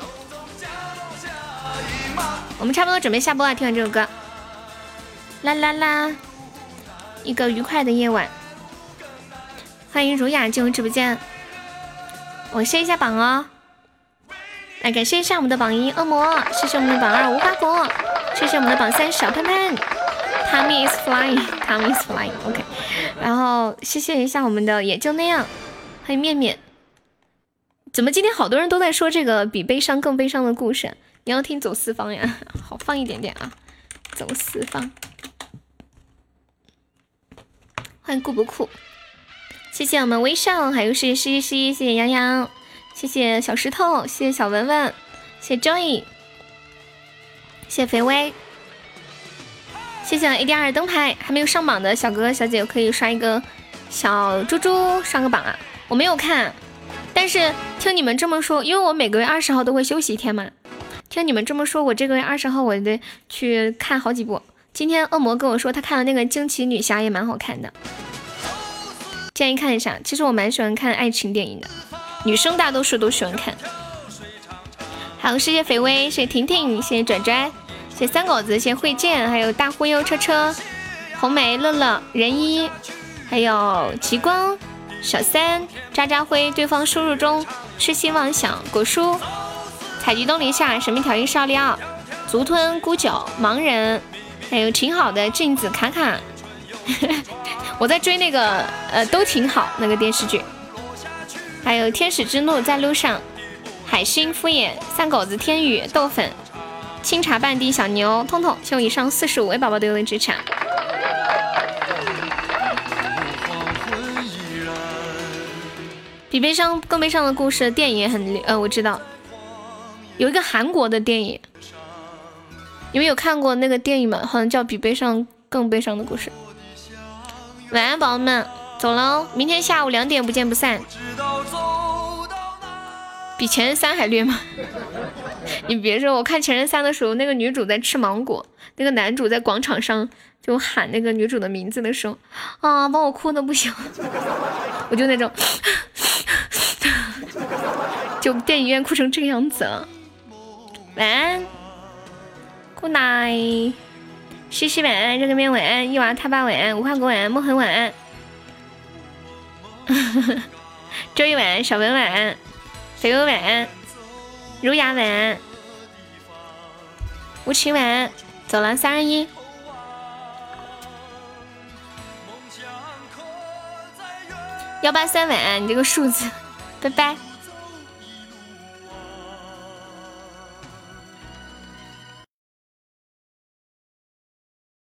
我们差不多准备下播了，听完这首歌，啦啦啦，一个愉快的夜晚。欢迎儒雅进入直播间，我试一下榜哦。来感谢一下我们的榜一恶魔，谢谢我们的榜二无花果，谢谢我们的榜三小潘潘 ，Tommy is flying，Tommy is flying，OK， 然后谢谢一下我们的也就那样，欢迎面面。怎么今天好多人都在说这个比悲伤更悲伤的故事？你要听走四方呀？好，放一点点啊，走四方。欢迎顾不酷。谢谢我们微笑，还有是诗诗，谢谢洋洋，谢谢小石头，谢谢小文文，谢谢 Joy， 谢谢肥威，谢谢 A D R 灯牌，还没有上榜的小哥哥小姐可以刷一个小猪猪上个榜啊！我没有看，但是听你们这么说，因为我每个月二十号都会休息一天嘛，听你们这么说，我这个月二十号我得去看好几部。今天恶魔跟我说他看了那个惊奇女侠也蛮好看的。建议看一下，其实我蛮喜欢看爱情电影的，女生大多数都喜欢看。好，谢谢肥威，谢谢婷婷，谢谢拽拽，谢谢三狗子，谢谢慧健，还有大忽悠车车，红梅乐乐仁一，还有极光小三渣渣灰，对方输入中，痴心妄想果蔬，采菊东篱下，神秘调音少利奥，足吞孤九盲人，还有挺好的镜子卡卡。我在追那个呃都挺好那个电视剧，还有天使之怒在路上，海星敷衍三狗子天宇豆粉清茶半地小牛通通，谢我以上四十五位宝宝的优惠支持。比悲伤更悲伤的故事电影也很呃我知道有一个韩国的电影，你们有看过那个电影吗？好像叫比悲伤更悲伤的故事。晚安宝宝们，走喽，明天下午两点不见不散。比前任三还虐吗？你别说，我看前任三的时候，那个女主在吃芒果，那个男主在广场上就喊那个女主的名字的时候，啊，把我哭的不行，我就那种就电影院哭成这个样子了。晚安 ，Good night。西西晚安，热个面晚安，一娃他爸晚安，无花果晚安，梦痕晚安，周一晚安，小文晚安，肥欧晚安，儒雅晚安，无情晚安，走了，三二一，幺八三晚安，你这个数字，拜拜。